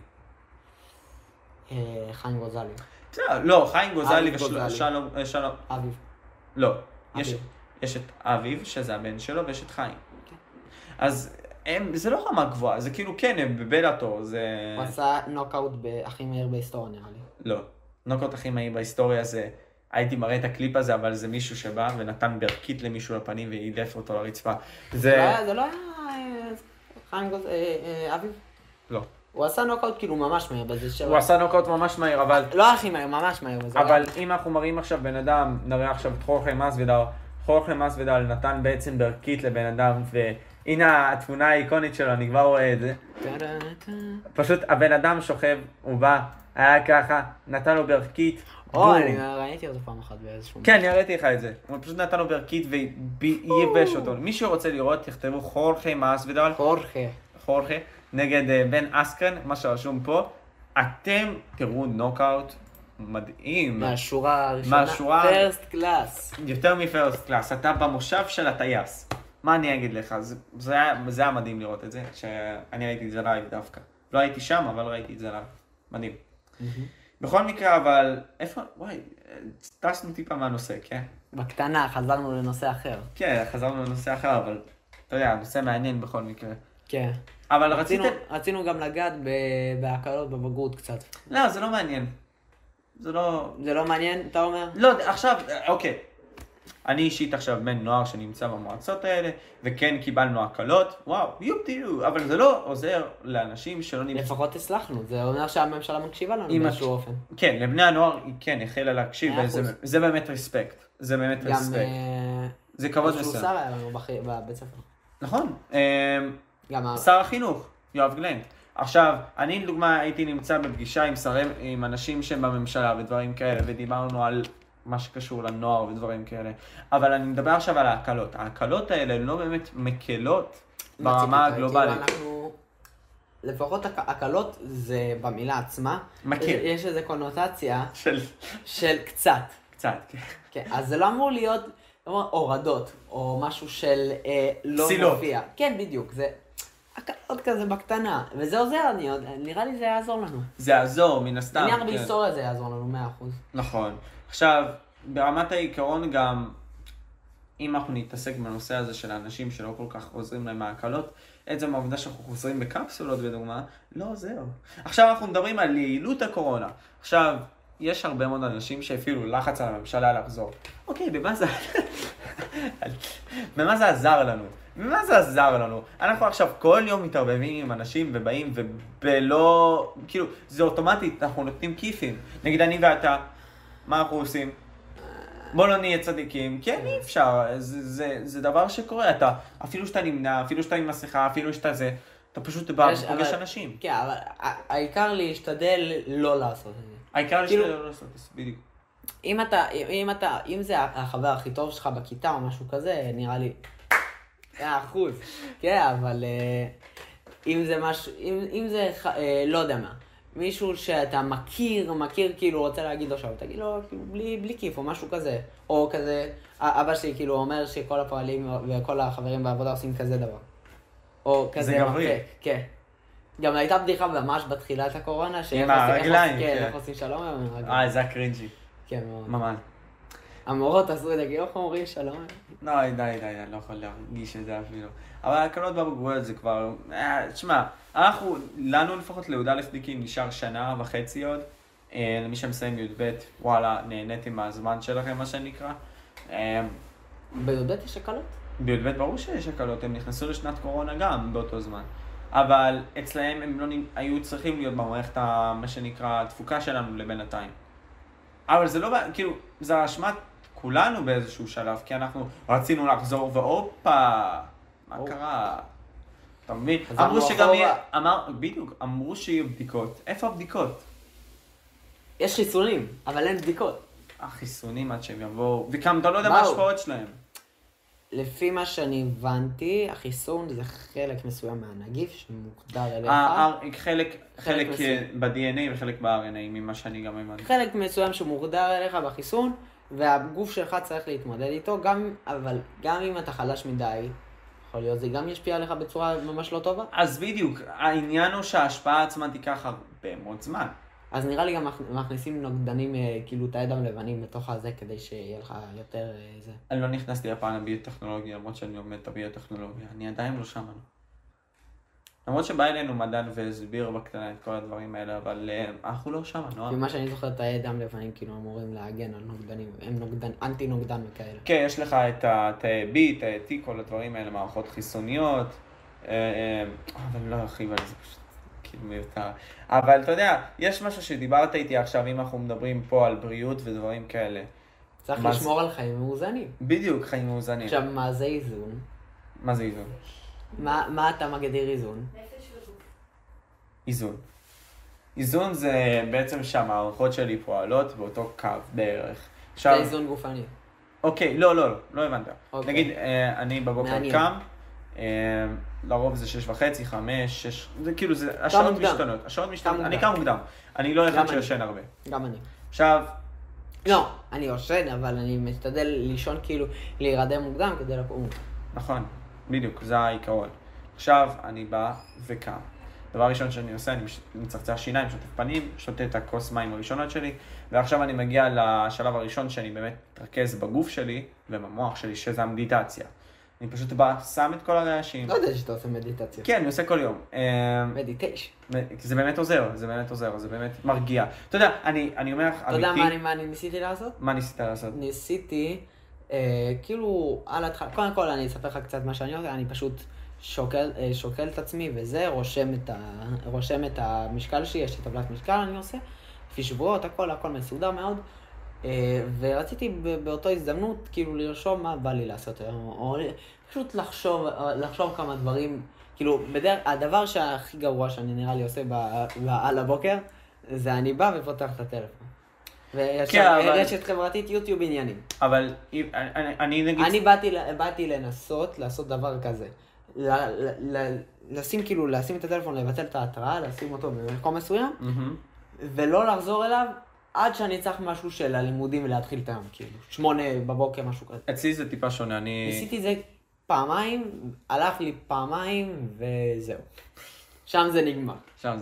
חיים גוזלי. לא, חיים גוזלי ושלום... אביב. לא, יש את אביב, שזה הבן שלו, ויש את חיים. אז זה לא רמה גבוהה, זה כאילו כן, הם בבלאטור, זה... הוא עשה נוקאוט הכי מהיר בהיסטוריה, נראה לי. לא, נוקאוט הכי מהיר בהיסטוריה זה... הייתי מראה את הקליפ הזה, אבל זה מישהו שבא ונתן ברקית למישהו לפנים והידף אותו לרצפה. זה לא היה... חיים אביב? לא. הוא עשה נוקאוט כאילו ממש מהיר בזה שבא. הוא עשה נוקאוט ממש מהיר, אבל... לא הכי מהיר, ממש מהיר. אבל אם אנחנו מראים עכשיו בן אדם, נראה עכשיו את חורכה מסוידל, חורכה מסוידל נתן בעצם ברקית לבן אדם, והנה התמונה האיקונית שלו, אני כבר רואה את זה. פשוט הבן אדם שוכב, הוא בא, היה ככה, נתן לו ברקית. אני ראיתי אותו פעם אחת באיזשהו... כן, אני ראיתי לך את זה. הוא פשוט נתן לו ברקית וייבש אותו. מי שרוצה לראות, תכתבו חורכה מסוידל. חורכה. נגד בן אסקרן, מה שרשום פה, אתם תראו נוקאוט מדהים. מהשורה הראשונה, פרסט קלאס. יותר מפרסט קלאס, אתה במושב של הטייס. מה אני אגיד לך? זה היה מדהים לראות את זה, שאני ראיתי את זה לייב דווקא. לא הייתי שם, אבל ראיתי את זה לייב. מדהים. בכל מקרה, אבל איפה, וואי, טסנו טיפה מהנושא, כן? בקטנה, חזרנו לנושא אחר. כן, חזרנו לנושא אחר, אבל אתה יודע, הנושא מעניין בכל מקרה. כן. אבל רצינו גם לגעת בהקלות בבגרות קצת. לא, זה לא מעניין. זה לא... זה לא מעניין, אתה אומר? לא, עכשיו, אוקיי. אני אישית עכשיו בן נוער שנמצא במועצות האלה, וכן קיבלנו הקלות, וואו, יופטיו, אבל זה לא עוזר לאנשים שלא נמצאים. לפחות הצלחנו, זה אומר שהממשלה מקשיבה לנו באיזשהו אופן. כן, לבני הנוער היא כן החלה להקשיב, וזה באמת רספקט. זה באמת רספקט. זה כבוד מסוים. גם שר היה לנו בבית ספר. נכון. שר החינוך, יואב גלנט. עכשיו, אני לדוגמה הייתי נמצא בפגישה עם אנשים שהם בממשלה ודברים כאלה, ודיברנו על מה שקשור לנוער ודברים כאלה. אבל אני מדבר עכשיו על ההקלות. ההקלות האלה לא באמת מקלות ברמה הגלובלית. לפחות הקלות זה במילה עצמה. מכיר. יש איזו קונוטציה של קצת. קצת, כן. כן, אז זה לא אמור להיות הורדות, או משהו של לא פסילות. מופיע. כן, בדיוק, זה הקלות כזה בקטנה, וזה עוזר, נראה לי זה יעזור לנו. זה יעזור, מן הסתם. עניין בהיסטוריה זה יעזור לנו 100%. נכון. עכשיו, ברמת העיקרון גם, אם אנחנו נתעסק בנושא הזה של האנשים שלא כל כך עוזרים להם ההקלות, עצם העובדה שאנחנו חוזרים בקפסולות בדוגמה, לא עוזר. עכשיו אנחנו מדברים על יעילות הקורונה. עכשיו, יש הרבה מאוד אנשים שהפעילו לחץ על הממשלה לחזור. אוקיי, במה זה עזר לנו? במה זה עזר לנו? אנחנו עכשיו כל יום מתערבבים עם אנשים ובאים ובלא... כאילו, זה אוטומטית, אנחנו נותנים כיפים. נגיד אני ואתה, מה אנחנו עושים? בוא לא נהיה צדיקים, כן, אי אפשר, זה דבר שקורה, אפילו שאתה נמנע, אפילו שאתה עם מסכה, אפילו שאתה זה, אתה פשוט בא ופוגש אנשים. כן, אבל העיקר להשתדל לא לעשות את זה. העיקר להשתדל לא לעשות את זה, בדיוק. אם זה החבר הכי טוב שלך בכיתה או משהו כזה, נראה לי 100%. כן, אבל אם זה משהו, אם זה, לא יודע מה. מישהו שאתה מכיר כאילו רוצה להגיד לו עכשיו, תגיד לו כאילו, בלי כיף או משהו כזה. או כזה, אבא שלי כאילו אומר שכל הפועלים וכל החברים בעבודה עושים כזה דבר. או כזה זה גברי. כן. גם הייתה בדיחה ממש בתחילת הקורונה, עם הרגליים, כן. איך עושים שלום עם הרגליים. זה הקרינג'י. כן, מאוד. ממש. המורות עשו את זה, איך אומרים שלום? די, אני לא יכול להרגיש את זה אפילו. אבל הקלות בבגרויות זה כבר... תשמע, לנו לפחות ליהודה לפדיקים נשאר שנה וחצי עוד. למי שמסיים י"ב, וואלה, נהניתי מהזמן שלכם, מה שנקרא. בי"ב יש הקלות? בי"ב ברור שיש הקלות, הם נכנסו לשנת קורונה גם באותו זמן. אבל אצלהם הם לא היו צריכים להיות במערכת, מה שנקרא, התפוקה שלנו לבינתיים. אבל זה לא, כאילו, זה אשמת כולנו באיזשהו שלב, כי אנחנו רצינו לחזור והופה, מה קרה? אתה מבין? אמרו שגם יהיה, בדיוק, אמרו שיהיו בדיקות. איפה הבדיקות? יש חיסונים, אבל אין בדיקות. החיסונים עד שהם יבואו, וכמה אתה לא יודע מה ההשפעות שלהם. לפי מה שאני הבנתי, החיסון זה חלק מסוים מהנגיף שמוגדר אליך. חלק ב-DNA וחלק ב-RNA, ממה שאני גם הבנתי. חלק מסוים שמוגדר אליך בחיסון, והגוף שלך צריך להתמודד איתו, אבל גם אם אתה חלש מדי, יכול להיות, זה גם ישפיע עליך בצורה ממש לא טובה. אז בדיוק, העניין הוא שההשפעה עצמה תיקח הרבה מאוד זמן. אז נראה לי גם מכניסים נוגדנים, כאילו תאי דם לבנים בתוך הזה, כדי שיהיה לך יותר זה. אני לא נכנסתי הפעם לביוטכנולוגיה, למרות שאני לומד את הביוטכנולוגיה. אני עדיין לא שם. למרות שבא אלינו מדען והסביר בקטנה את כל הדברים האלה, אבל אנחנו לא שם, נועם. ומה שאני זוכר, תאי דם לבנים כאילו אמורים להגן על נוגדנים, הם אנטי נוגדן וכאלה. כן, יש לך את התאי B, תאי T, כל הדברים האלה, מערכות חיסוניות, אבל לא ארחיב על זה פשוט. מיותר. אבל אתה יודע, יש משהו שדיברת איתי עכשיו, אם אנחנו מדברים פה על בריאות ודברים כאלה. צריך לשמור על חיים מאוזנים. בדיוק, חיים מאוזנים. עכשיו, מה זה איזון? מה זה איזון? מה אתה מגדיר איזון? איזון. איזון זה בעצם שהמערכות שלי פועלות באותו קו בערך. זה איזון גופני. אוקיי, לא הבנת. נגיד, אני בבוקר קם, לרוב זה 6:30, 5, 6, זה כאילו, השעות משתנות, אני קם מוקדם, אני לא אחד שיושן הרבה. גם אני. עכשיו... לא, אני יושן, אבל אני משתדל לישון כאילו, להירדם מוקדם כדי לקום. נכון, בדיוק, זה העיקרון. עכשיו אני בא וקם. דבר ראשון שאני עושה, אני מצחצח שיניים, שוטף פנים, שותה את הכוס מים הראשונות שלי, ועכשיו אני מגיע לשלב הראשון שאני באמת מתרכז בגוף שלי ובמוח שלי, שזה המדיטציה. אני פשוט בא, שם את כל הרעשים. לא יודע שאתה עושה מדיטציה. כן, אני עושה כל יום. מדיטיישן. זה באמת עוזר, זה באמת מרגיע. אתה יודע, אני אומר לך, אתה יודע מה אני ניסיתי לעשות? מה ניסית לעשות? ניסיתי כאילו, על התחלה, קודם כל אני אספר לך קצת מה שאני עושה, אני פשוט שוקל את עצמי וזה, רושם את המשקל שלי, יש לי טבלת משקל אני עושה, לפי שבועות, הכל מסודר מאוד, ורציתי באותו הזדמנות כאילו לרשום מה בא לי לעשות היום, או פשוט לחשוב כמה דברים, כאילו, הדבר שהכי גרוע שאני נראה לי עושה על הבוקר, זה אני בא ופותח את הטלפון. וישר רשת חברתית יוטיוב עניינים. אבל אני נגיד... אני באתי לנסות לעשות דבר כזה. לשים את הטלפון, לבטל את ההתראה, לשים אותו במקום מסוים, ולא לחזור אליו עד שאני צריך משהו של הלימודים ולהתחיל את היום, כאילו, 8 בבוקר, משהו כזה. אצלי זה טיפה שונה, ניסיתי את זה פעמיים, הלך לי פעמיים, וזהו. שם זה נגמר.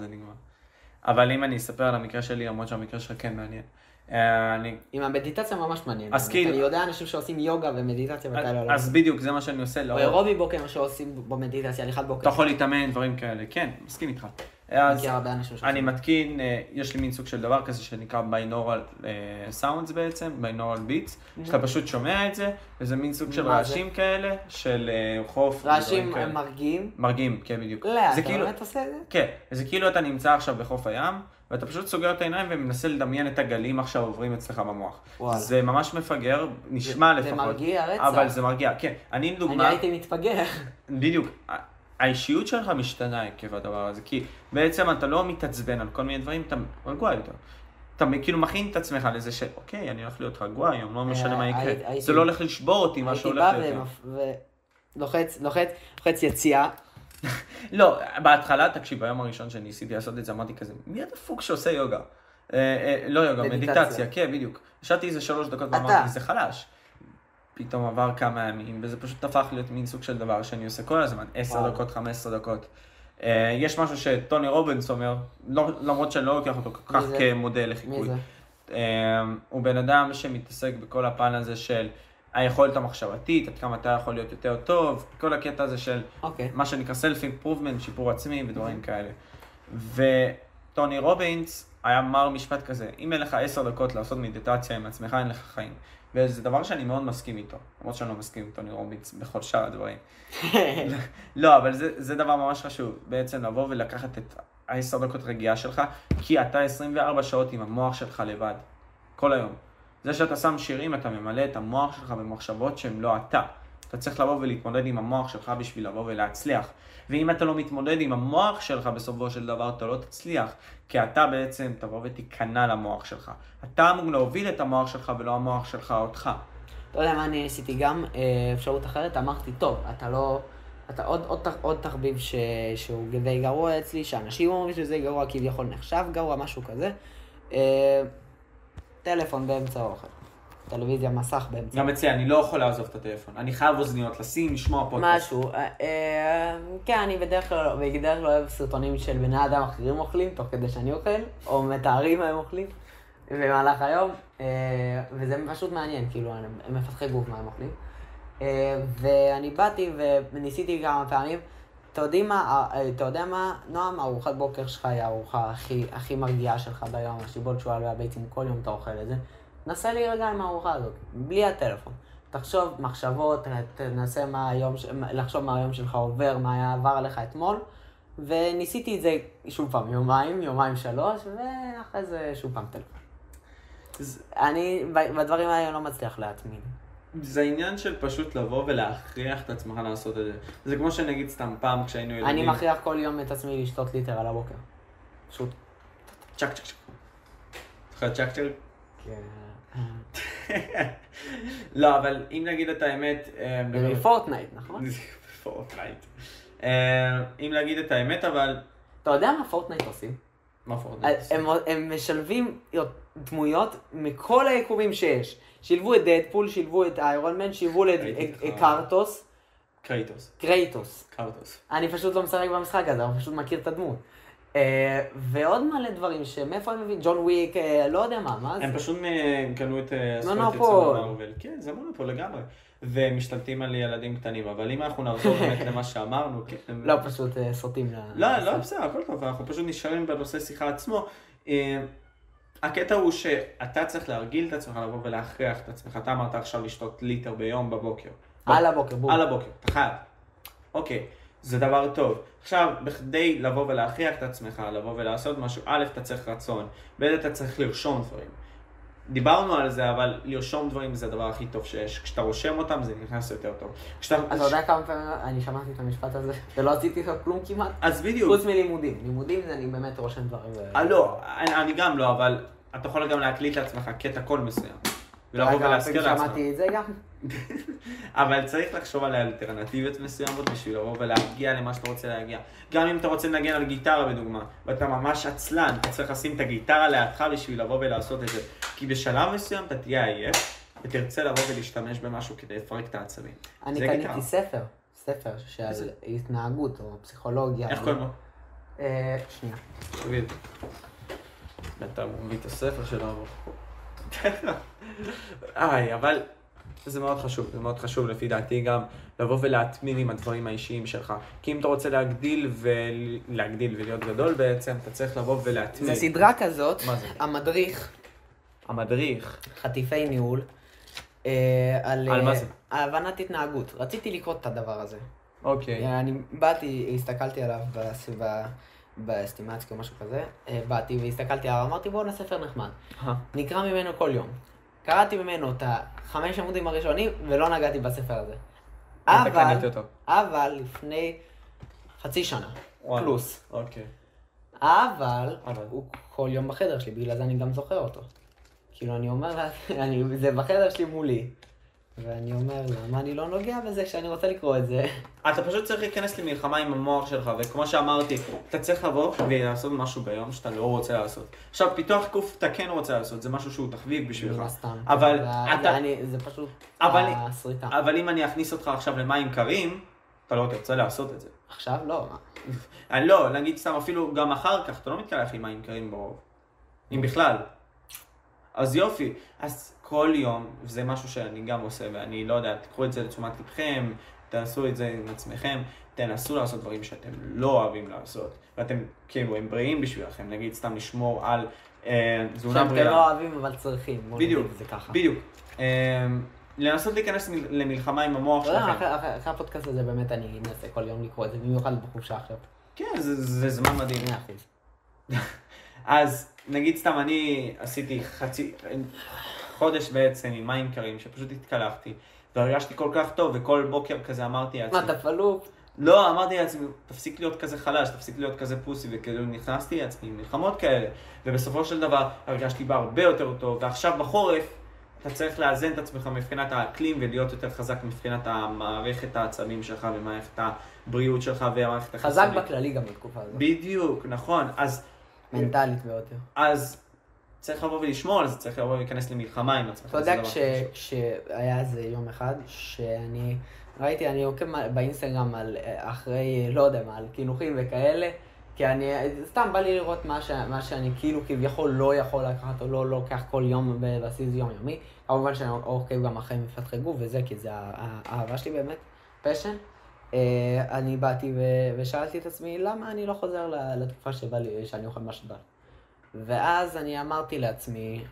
אבל אם אני אספר על המקרה שלי, למרות שהמקרה שלך כן מעניין. עם המדיטציה ממש מעניין. אז כאילו... אני יודע אנשים שעושים יוגה ומדיטציה וכאלה. אז בדיוק, זה מה שאני עושה. או אירובי בוקר, מה שעושים במדיטציה, הליכת בוקר. אתה יכול להתאמן, דברים כאלה. כן, מסכים איתך. אז אני מתקין, יש לי מין סוג של דבר כזה שנקרא binaural sounds בעצם, binaural beats, שאתה פשוט שומע את זה, וזה מין סוג של רעשים כאלה, של חוף. רעשים מרגיעים? מרגיעים, כן בדיוק. לא, אתה באמת עושה את זה? כן, זה כאילו אתה נמצא עכשיו בחוף הים, ואתה פשוט סוגר את העיניים ומנסה לדמיין את הגלים עכשיו עוברים אצלך במוח. זה ממש מפגר, נשמע לפחות. זה מרגיע רצח. אבל זה מרגיע, כן. אני לדוגמה... אני הייתי מתפגר. בדיוק. האישיות שלך משתנה עקב הדבר הזה, כי בעצם אתה לא מתעצבן על כל מיני דברים, אתה רגוע יותר. אתה כאילו מכין את עצמך לזה שאוקיי, אני הולך להיות רגוע היום, לא משנה מה יקרה. זה לא הולך לשבור אותי מה שהולך להיות. הייתי בא ולוחץ יציאה. לא, בהתחלה, תקשיב, ביום הראשון שניסיתי לעשות את זה, אמרתי כזה, מי הדפוק שעושה יוגה? לא יוגה, מדיטציה, כן, בדיוק. ישבתי איזה 3 דקות ואמרתי, זה חלש. פתאום עבר כמה ימים, וזה פשוט הפך להיות מין סוג של דבר שאני עושה כל הזמן, 10 דקות, 15 דקות. יש משהו שטוני רובינס אומר, למרות שאני לא לוקח אותו כל כך כמודל לחיקוי. הוא בן אדם שמתעסק בכל הפן הזה של היכולת המחשבתית, עד כמה אתה יכול להיות יותר טוב, כל הקטע הזה של מה שנקרא self-improvement, שיפור עצמי ודברים כאלה. וטוני רובינס היה אמר משפט כזה, אם אין לך 10 דקות לעשות מדיטציה עם עצמך, אין לך חיים. וזה דבר שאני מאוד מסכים איתו, למרות שאני לא מסכים עם טוני רובינס בכל שאר הדברים. לא, אבל זה דבר ממש חשוב, בעצם לבוא ולקחת את 10 דקות רגיעה שלך, כי אתה 24 שעות עם המוח שלך לבד, כל היום. זה שאתה שם שירים, אתה ממלא את המוח שלך במחשבות שהן לא אתה. אתה צריך לבוא ולהתמודד עם המוח שלך בשביל לבוא ולהצליח. ואם אתה לא מתמודד עם המוח שלך בסופו של דבר, אתה לא תצליח. כי אתה בעצם תבוא ותיכנע למוח שלך. אתה אמור להוביל את המוח שלך ולא המוח שלך אותך. אתה יודע מה, אני עשיתי גם אפשרות אחרת, אמרתי, טוב, אתה עוד תחביב שהוא די גרוע אצלי, שאנשים אומרים שזה גרוע, כביכול נחשב גרוע, משהו כזה. טלפון באמצע האוכל. טלוויזיה, מסך באמצע. גם אצלי, אני לא יכול לעזוב את הטלפון. אני חייב אוזניות, לשים, לשמוע פודקאסט. משהו. כן, אני בדרך כלל לא אוהב סרטונים של בני אדם אחרים אוכלים, תוך כדי שאני אוכל, או מתארים מה הם אוכלים, במהלך היום. וזה פשוט מעניין, כאילו, הם מפתחי גוף מה הם אוכלים. ואני באתי וניסיתי כמה פעמים, אתה יודע מה, נועם, ארוחת בוקר שלך היא הארוחה הכי מרגיעה שלך ביום, השיבולת שועל והביצים, כל יום אתה אוכל את זה. נסה להירגע עם הארוחה הזאת, בלי הטלפון. תחשוב מחשבות, תנסה לחשוב מה היום שלך עובר, מה עבר עליך אתמול, וניסיתי את זה שוב פעם, יומיים 3, ואחרי זה שוב פעם טלפון. אני בדברים האלה לא מצליח להתמיד. זה עניין של פשוט לבוא ולהכריח את עצמך לעשות את זה. זה כמו שנגיד סתם פעם כשהיינו ילדים. אני מכריח כל יום את עצמי לשתות ליטר על הבוקר. פשוט. צ'ק צ'ק צ'ק. זוכר צ'ק צ'ק? כן. לא, אבל אם נגיד את האמת... פורטנייט, נכון? פורטנייט. אם להגיד את האמת, אבל... אתה יודע מה פורטנייט עושים? מה פורטנייט עושים? הם משלבים דמויות מכל היקומים שיש. שילבו את דדפול, שילבו את איירון מן, שילבו את קרטוס. קרייטוס. אני פשוט לא משחק במשחק הזה, אני פשוט מכיר את הדמות. ועוד מלא דברים שמאיפה הם מביאים, ג'ון וויק, לא יודע מה זה? הם פשוט קנו את מונופול. כן, זה מונופול לגמרי. ומשתלטים על ילדים קטנים, אבל אם אנחנו נחזור באמת למה שאמרנו, לא, פשוט סוטים לא, בסדר, הכל טוב, אנחנו פשוט נשארים בנושא שיחה עצמו. הקטע הוא שאתה צריך להרגיל את עצמך לבוא ולהכריח את עצמך. אתה אמרת עכשיו לשתות ליטר ביום בבוקר. על הבוקר, בול. על הבוקר, אתה חייב. אוקיי, זה דבר טוב. עכשיו, בכדי לבוא ולהכריח את עצמך, לבוא ולעשות משהו, א', אתה צריך רצון, ב', אתה צריך לרשום דברים. דיברנו על זה, אבל לרשום דברים זה הדבר הכי טוב שיש. כשאתה רושם אותם, זה נכנס יותר טוב. אתה יודע כמה פעמים אני שמעתי את המשפט הזה, ולא עשיתי כלום כמעט? אז בדיוק. חוץ מלימודים. לימודים זה אני באמת רושם דברים. לא, אני גם לא, אבל אתה יכול גם להקליט לעצמך קטע קול מסוים. ולבוא ולהזכיר לעצמך. שמעתי את זה גם. אבל צריך לחשוב על האלטרנטיביות מסוימות בשביל לבוא ולהגיע למה שאתה רוצה להגיע. גם אם אתה רוצה לנגן על גיטרה בדוגמה, ואתה ממש עצלן, אתה צריך לשים את הגיטרה לידך בשביל לבוא ולעשות את זה. כי בשלב מסוים אתה תהיה עייף, ותרצה לבוא ולהשתמש במשהו כדי לפרק את העצבים. אני קניתי ספר של התנהגות או פסיכולוגיה. איך קוראים לו? שנייה. תגיד. אתה מביא את הספר שלו. אבל זה מאוד חשוב לפי דעתי גם לבוא ולהתמיד עם הדברים האישיים שלך. כי אם אתה רוצה להגדיל ולהיות גדול בעצם, אתה צריך לבוא ולהתמיד. זה סדרה כזאת, מה זה? המדריך, חטיפי ניהול, על מה זה? הבנת התנהגות. רציתי לקרוא את הדבר הזה. אוקיי. אני הסתכלתי עליו בסטימציה או משהו כזה, באתי והסתכלתי עליו, אמרתי בואו ספר נחמד. נקרא ממנו כל יום. קראתי ממנו את 5 עמודים הראשונים ולא נגעתי בספר הזה. אבל לפני חצי שנה, פלוס. אוקיי. אבל הוא כל יום בחדר שלי, בגלל זה אני גם זוכר אותו. כאילו אני אומר לה, זה בחדר שלי מולי. ואני אומר, למה אני לא נוגע בזה כשאני רוצה לקרוא את זה? אתה פשוט צריך להיכנס למלחמה עם המוח שלך, וכמו שאמרתי, אתה צריך לבוא ולעשות משהו ביום שאתה לא רוצה לעשות. עכשיו, פיתוח גוף אתה כן רוצה לעשות, זה משהו שהוא תחביב בשבילך. אבל זה פשוט הסריטה. אבל אם אני אכניס אותך עכשיו למים קרים, אתה לא תרצה לעשות את זה. עכשיו לא. לא, נגיד סתם אפילו גם אחר כך, אתה לא מתקלח עם מים קרים ברוב. אם בכלל. אז יופי, אז כל יום, וזה משהו שאני גם עושה, ואני לא יודע, תקחו את זה לתשומת לבכם, תעשו את זה עם עצמכם, תנסו לעשות דברים שאתם לא אוהבים לעשות, ואתם כאילו, הם בריאים בשבילכם, נגיד סתם לשמור על תזונה בריאה. שאתם לא אוהבים אבל צריכים, בוא נגיד את זה ככה. בדיוק. לנסות להיכנס למלחמה עם המוח שלכם. אחרי הפודקאסט הזה באמת אני אנסה כל יום לקרוא את זה, במיוחד בחופשה עכשיו. כן, זה זמן מדהים. 100%. אז נגיד סתם אני עשיתי חודש בעצם עם מים קרים שפשוט התקלחתי והרגשתי כל כך טוב וכל בוקר כזה אמרתי לעצמי. מה, אתה פלופ? לא, אמרתי לעצמי, תפסיק להיות כזה חלש, תפסיק להיות כזה פוסי וכאילו נכנסתי לעצמי עם מלחמות כאלה ובסופו של דבר הרגשתי בה הרבה יותר טוב ועכשיו בחורף אתה צריך לאזן את עצמך מבחינת האקלים ולהיות יותר חזק מבחינת המערכת העצבים שלך ומערכת הבריאות שלך ומערכת החיסונית. חזק בכללי גם בתקופה הזאת. בדיוק, נכון. אז מנטלית ביותר. אז צריך לבוא ולשמור על זה, צריך לבוא ולהיכנס למלחמה עם עצמך. אתה יודע כשהיה איזה יום אחד שאני ראיתי, אני עוקב באינסטגרם על אחרי, לא יודע מה, על קינוחים וכאלה, כי אני, סתם בא לי לראות מה שאני כאילו כביכול לא יכול לקחת או לא לוקח כל יום בבסיס יומיומי. כמובן שאני עוקב גם אחרי מפתחי גוף וזה, כי זה האהבה שלי באמת, פשן. אני באתי ושאלתי את עצמי, למה אני לא חוזר לתקופה שבא לי, שאני אוכל מה שבא. ואז אני אמרתי לעצמי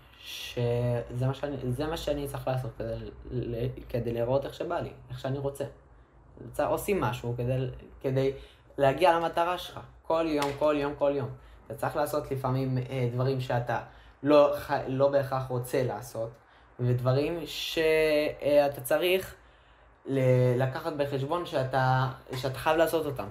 שזה מה שאני צריך לעשות כדי לראות איך שבא לי, איך שאני רוצה. עושים משהו כדי להגיע למטרה שלך, כל יום. אתה צריך לעשות לפעמים דברים שאתה לא בהכרח רוצה לעשות, ודברים שאתה צריך לקחת בחשבון שאתה חייב לעשות אותם.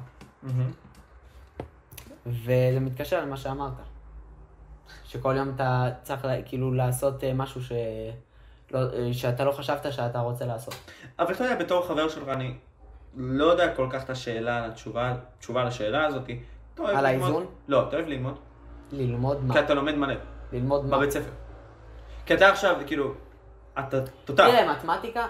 וזה מתקשר למה שאמרת. שכל יום אתה צריך כאילו לעשות משהו שאתה לא חשבת שאתה רוצה לעשות. אבל אתה יודע, בתור חבר שלך, אני לא יודע כל כך את השאלה, התשובה לשאלה הזאת. על האיזון? לא, אתה אוהב ללמוד. ללמוד מה? כי אתה לומד מלא. ללמוד מה? בבית ספר. כי אתה עכשיו, כאילו, אתה תותח. תראה, מתמטיקה?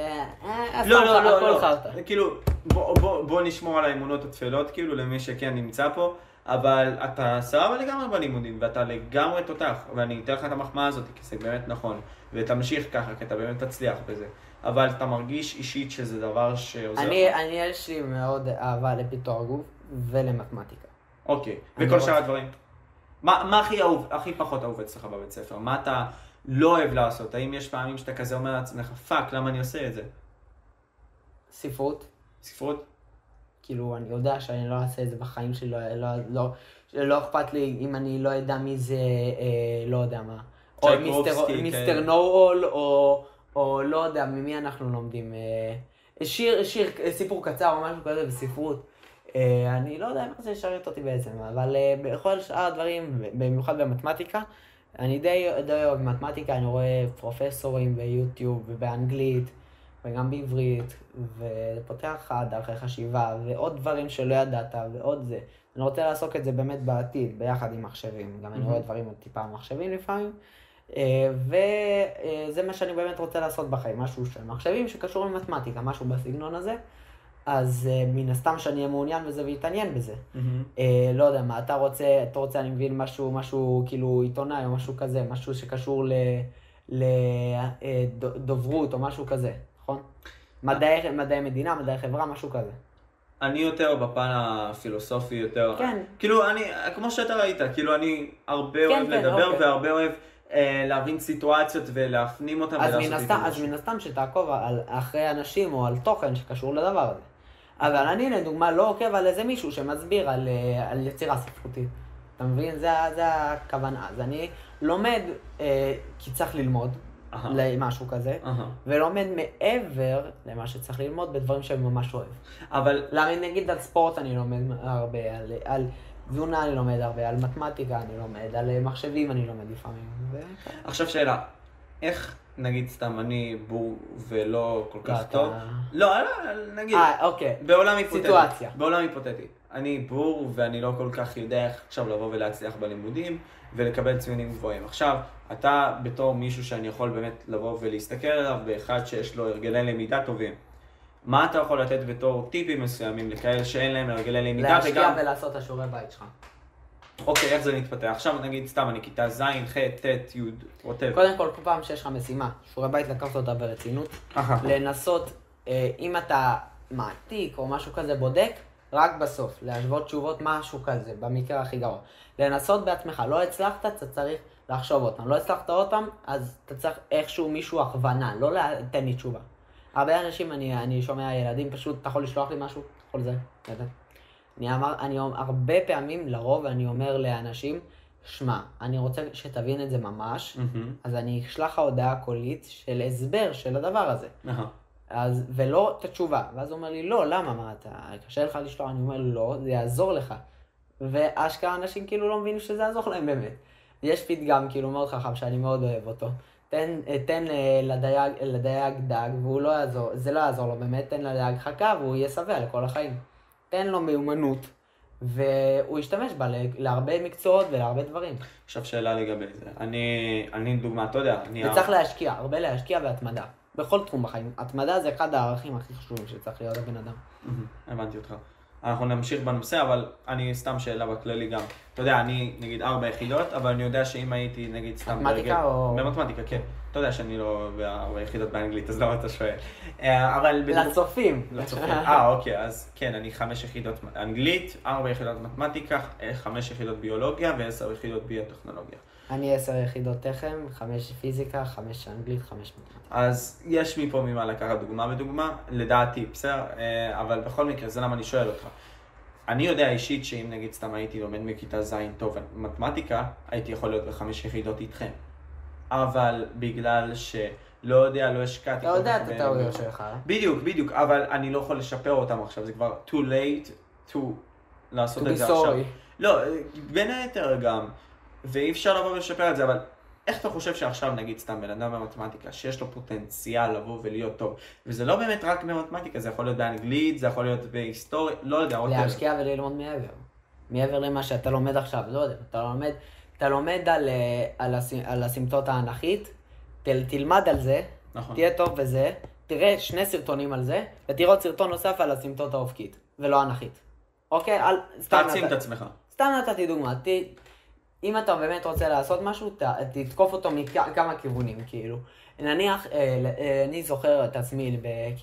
לא. כאילו, בוא נשמור על האמונות התפלות, כאילו, למי שכן נמצא פה. אבל אתה סבבה לגמרי בלימודים, ואתה לגמרי תותח, ואני אתן לך את המחמאה הזאת, כי זה באמת נכון, ותמשיך ככה, כי אתה באמת תצליח בזה. אבל אתה מרגיש אישית שזה דבר שעוזר לך? אני יש לי מאוד אהבה לפיתוח גוף ולמתמטיקה. אוקיי, וכל שאר הדברים? מה הכי פחות אהוב אצלך בבית ספר? מה אתה לא אוהב לעשות? האם יש פעמים שאתה כזה אומר לעצמך, פאק, למה אני עושה את זה? ספרות. ספרות? כאילו, אני יודע שאני לא אעשה את זה בחיים שלי, לא אכפת לי אם אני לא יודע מי זה, לא יודע מה. או מיסטר נו-אול, או לא יודע ממי אנחנו לומדים. סיפור קצר או משהו כזה בספרות. אני לא יודע מה זה ישרת אותי בעצם, אבל בכל שאר הדברים, במיוחד במתמטיקה, אני די אוהב מתמטיקה, אני רואה פרופסורים ביוטיוב ובאנגלית, וגם בעברית, ופותח דרכי חשיבה, ועוד דברים שלא ידעת, ועוד זה. אני רוצה לעסוק את זה באמת בעתיד, ביחד עם מחשבים. גם אני רואה דברים עוד טיפה מחשבים לפעמים. וזה מה שאני באמת רוצה לעשות בחיים, משהו של מחשבים שקשור למתמטיקה, משהו בסגנון הזה. אז מן הסתם שאני אהיה מעוניין בזה והתעניין בזה. לא יודע מה, אתה רוצה, אני מבין משהו כאילו עיתונאי או משהו כזה, משהו שקשור לדוברות או משהו כזה, נכון? מדעי מדינה, מדעי חברה, משהו כזה. אני יותר בפן הפילוסופי יותר, כן. כאילו אני, כמו שאתה ראית, כאילו אני הרבה אוהב לדבר והרבה אוהב להבין סיטואציות ולהפנים אותם ולעשות איתם משהו. אז מן הסתם שתעקוב אחרי אנשים או על תוכן שקשור לדבר הזה. אבל אני לדוגמה לא עוקב על איזה מישהו שמסביר על יצירה ספרותית. אתה מבין? זה הכוונה. אז אני לומד כי צריך ללמוד למשהו כזה, ולומד מעבר למה שצריך ללמוד בדברים שאני ממש אוהב. אבל למה נגיד על ספורט אני לומד הרבה, על תזונה אני לומד הרבה, על מתמטיקה אני לומד, על מחשבים אני לומד לפעמים. עכשיו שאלה, איך נגיד סתם אני בור ולא כל כך טוב? לא, נגיד, אוקיי. בעולם היפותטי. סיטואציה. בעולם היפותטי. אני בור ואני לא כל כך יודע איך עכשיו לבוא ולהצליח בלימודים ולקבל ציונים גבוהים. עכשיו, אתה בתור מישהו שאני יכול באמת לבוא ולהסתכל עליו באחד שיש לו הרגלי למידה טובים. מה אתה יכול לתת בתור טיפים מסוימים לכאלה שאין להם הרגלי למידה? להשקיע ולעשות את השיעורי בית שלך. אוקיי, איך זה מתפתח? עכשיו נגיד סתם אני כיתה ז', ח', ט', י', whatever. קודם כל פעם שיש לך משימה, שיעורי בית לקחת אותה ברצינות, לנסות, אם אתה מעתיק או משהו כזה בודק, רק בסוף, להשוות תשובות משהו כזה, במקרה הכי גרוע. לנסות בעצמך, לא הצלחת, אתה צריך לחשוב אותם. לא הצלחת עוד פעם, אז אתה צריך איכשהו מישהו הכוונה, לא לתן לי תשובה. הרבה אנשים, אני שומע ילדים, פשוט, אתה יכול לשלוח לי משהו? יכול זה, אני הרבה פעמים, לרוב, אני אומר לאנשים, שמע, אני רוצה שתבין את זה ממש, אז אני אשלח לך הודעה קולית של הסבר של הדבר הזה. אז, ולא את התשובה. ואז הוא אומר לי, לא, למה? מה, אתה קשה לך לשלוח? אני אומר, לא, זה יעזור לך. ואשכרה אנשים כאילו לא מבינים שזה יעזור להם באמת. יש פתגם כאילו מאוד חכם שאני מאוד אוהב אותו. תן לדייג דג והוא לא יעזור, זה לא יעזור לו באמת, תן לדייג חכה והוא יהיה שבע לכל החיים. תן לו מיומנות והוא ישתמש בה להרבה מקצועות ולהרבה דברים. עכשיו שאלה לגבי זה. אני דוגמה, אתה יודע, וצריך להשקיע, הרבה להשקיע בהתמדה. בכל תחום בחיים. התמדה זה אחד הערכים הכי חשובים שצריך להיות לבן אדם. הבנתי אותך. אנחנו נמשיך בנושא, אבל אני סתם שאלה בכללי גם. אתה יודע, אני נגיד 4 יחידות, אבל אני יודע שאם הייתי נגיד סתם מתמטיקה או... במתמטיקה, כן. אתה יודע שאני לא ב4 יחידות באנגלית, אז למה אתה שואל? אבל... לצופים. אוקיי, אז כן, אני 5 יחידות אנגלית, 4 יחידות מתמטיקה, 5 יחידות ביולוגיה ו10 יחידות ביוטכנולוגיה. אני 10 יחידות טכם, 5 פיזיקה, 5 אנגלית, 5 מתמטיקה. אז יש מפה ממה לקחת דוגמה בדוגמה, לדעתי, בסדר, אבל בכל מקרה, זה למה אני שואל אותך. אני יודע אישית שאם נגיד סתם הייתי לומד מכיתה ז' טוב מתמטיקה, הייתי יכול להיות ב5 יחידות איתכם. אבל בגלל שלא יודע, לא השקעתי... אתה יודע את הטעויות שלך. בדיוק, אבל אני לא יכול לשפר אותם עכשיו, זה כבר too late to לעשות את זה עכשיו. לא, בין היתר גם, ואי אפשר לבוא ולשפר את זה, אבל איך אתה חושב שעכשיו נגיד סתם בן אדם במתמטיקה, שיש לו פוטנציאל לבוא ולהיות טוב, וזה לא באמת רק במתמטיקה, זה יכול להיות באנגלית, זה יכול להיות בהיסטוריה, לא יודע. להשקיע וללמוד מעבר למה שאתה לומד עכשיו, לא יודע, אתה לומד על הסימפטות האנכית, תלמד על זה, תהיה טוב בזה, תראה 2 סרטונים על זה, ותראה עוד סרטון נוסף על הסימפטות האופקית, ולא אנכית. אוקיי? תעצים את עצמך. סתם נתתי דוגמה, אם אתה באמת רוצה לעשות משהו, תתקוף אותו מכמה כיוונים, כאילו. נניח, אני זוכר את עצמי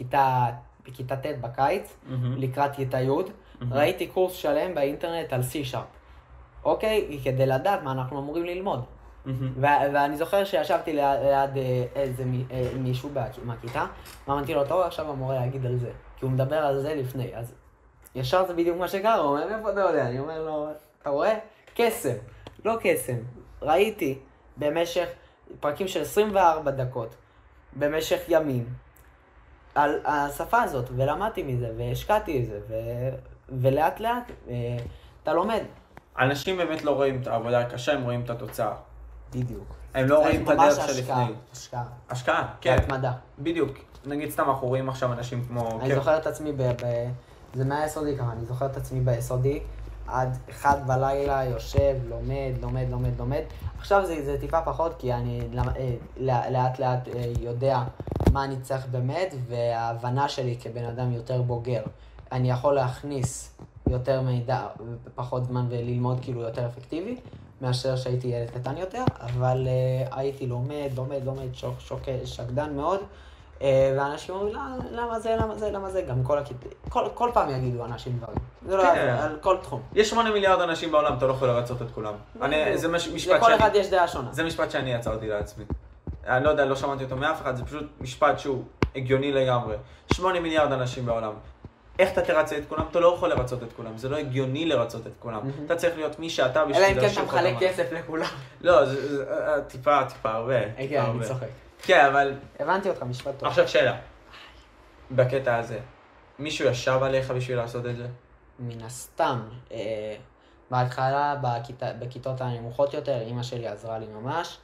בכיתה ט' בקיץ, לקראת כיתה י', ראיתי קורס שלם באינטרנט על C#. אוקיי? כדי לדעת מה אנחנו אמורים ללמוד. ואני זוכר שישבתי ליד איזה מישהו מהכיתה, ואמרתי לו, אתה רואה עכשיו המורה להגיד על זה, כי הוא מדבר על זה לפני, אז ישר זה בדיוק מה שקרה, הוא אומר, איפה אתה יודע? אני אומר לו, אתה רואה? קסם, לא קסם. ראיתי במשך פרקים של 24 דקות, במשך ימים, על השפה הזאת, ולמדתי מזה, והשקעתי את זה, ולאט לאט אתה לומד. אנשים באמת לא רואים את העבודה הקשה, הם רואים את התוצאה. בדיוק. הם לא רואים את הדרך שלפני. השקעה. השקעה, כן. התמדה. בדיוק. נגיד סתם אנחנו רואים עכשיו אנשים כמו... אני זוכר את עצמי זה מהיסודי ככה, אני זוכר את עצמי ביסודי, עד 1 בלילה יושב, לומד. עכשיו זה טיפה פחות, כי אני לאט לאט יודע מה אני צריך באמת, וההבנה שלי כבן אדם יותר בוגר. אני יכול להכניס יותר מידע בפחות זמן וללמוד כאילו יותר אפקטיבי, מאשר שהייתי ילד קטן יותר, אבל הייתי לומד, שקדן מאוד, ואנשים אומרים, למה זה, גם כל פעם יגידו אנשים דברים. זה לא על כל תחום. יש 8 מיליארד אנשים בעולם, אתה לא יכול לרצות את כולם. זה משפט לכל אחד יש דעה שונה. זה משפט שאני יצרתי לעצמי. אני לא יודע, לא שמעתי אותו מאף אחד, זה פשוט משפט שהוא הגיוני לגמרי. 8 מיליארד אנשים בעולם. איך אתה תרצה את כולם? אתה לא יכול לרצות את כולם, זה לא הגיוני לרצות את כולם. אתה צריך להיות מי שאתה בשביל... אלא אם כן אתה מחלק כסף לכולם. לא, זה טיפה הרבה. כן, אני צוחק. כן, אבל... הבנתי אותך, משפט טוב. עכשיו שאלה. בקטע הזה, מישהו ישב עליך בשביל לעשות את זה? מן הסתם. בהתחלה, בכיתות הנמוכות יותר, אמא שלי עזרה לי ממש.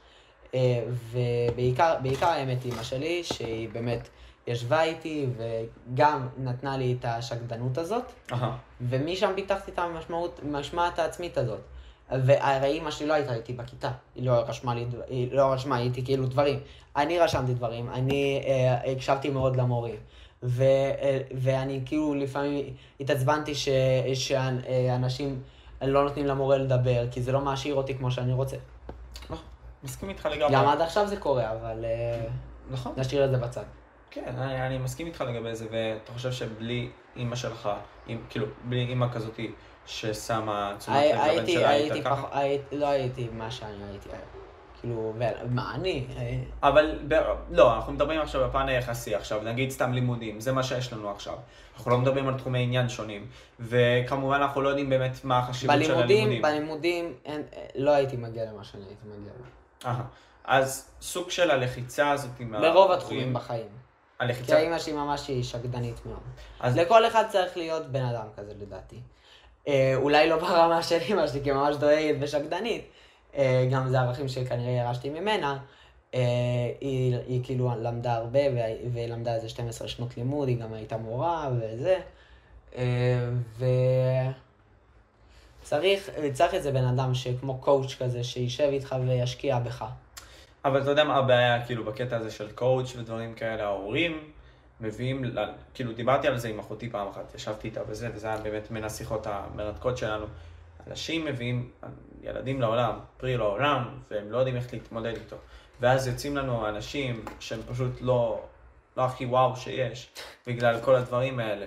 ובעיקר האמת אמא שלי, שהיא באמת... ישבה איתי וגם נתנה לי את השקדנות הזאת, ומשם פיתחתי את המשמעת העצמית הזאת. והרי אמא שלי לא הייתה איתי בכיתה, היא לא רשמה איתי כאילו דברים. אני רשמתי דברים, אני הקשבתי מאוד למורים, ואני כאילו לפעמים התעצבנתי שאנשים לא נותנים למורה לדבר, כי זה לא מעשיר אותי כמו שאני רוצה. מסכים איתך לגמרי. גם עד עכשיו זה קורה, אבל נשאיר את זה בצד. כן, אני מסכים איתך לגבי זה, ואתה חושב שבלי אמא שלך, כאילו, בלי אמא כזאת ששמה תשומת לב לבן שלה היית ככה? לא הייתי מה שאני הייתי, כאילו, מה אני? אבל, לא, אנחנו מדברים עכשיו בפן היחסי עכשיו, נגיד סתם לימודים, זה מה שיש לנו עכשיו. אנחנו לא מדברים על תחומי עניין שונים, וכמובן אנחנו לא יודעים באמת מה החשיבות של הלימודים. בלימודים לא הייתי מגיע למה שאני הייתי מגיע לו. אז סוג של הלחיצה הזאת עם ההורים... ברוב התחומים בחיים. הלחיצה... כי האמא שלי ממש היא שקדנית מאוד. אז לכל אחד צריך להיות בן אדם כזה לדעתי. אולי לא ברמה של אמא שלי, כי ממש דואגת ושקדנית. גם זה ערכים שכנראה ירשתי ממנה. היא כאילו למדה הרבה, ולמדה איזה 12 שנות לימוד, היא גם הייתה מורה וזה. צריך איזה בן אדם שכמו קואוץ' כזה, שישב איתך וישקיע בך. אבל אתה יודע מה הבעיה, כאילו, בקטע הזה של קואוץ' ודברים כאלה, ההורים מביאים, כאילו, דיברתי על זה עם אחותי פעם אחת, ישבתי איתה וזה היה באמת מן השיחות המרתקות שלנו. אנשים מביאים ילדים לעולם, פרי לעולם, והם לא יודעים איך להתמודד איתו. ואז יוצאים לנו אנשים שהם פשוט לא הכי וואו שיש, בגלל כל הדברים האלה.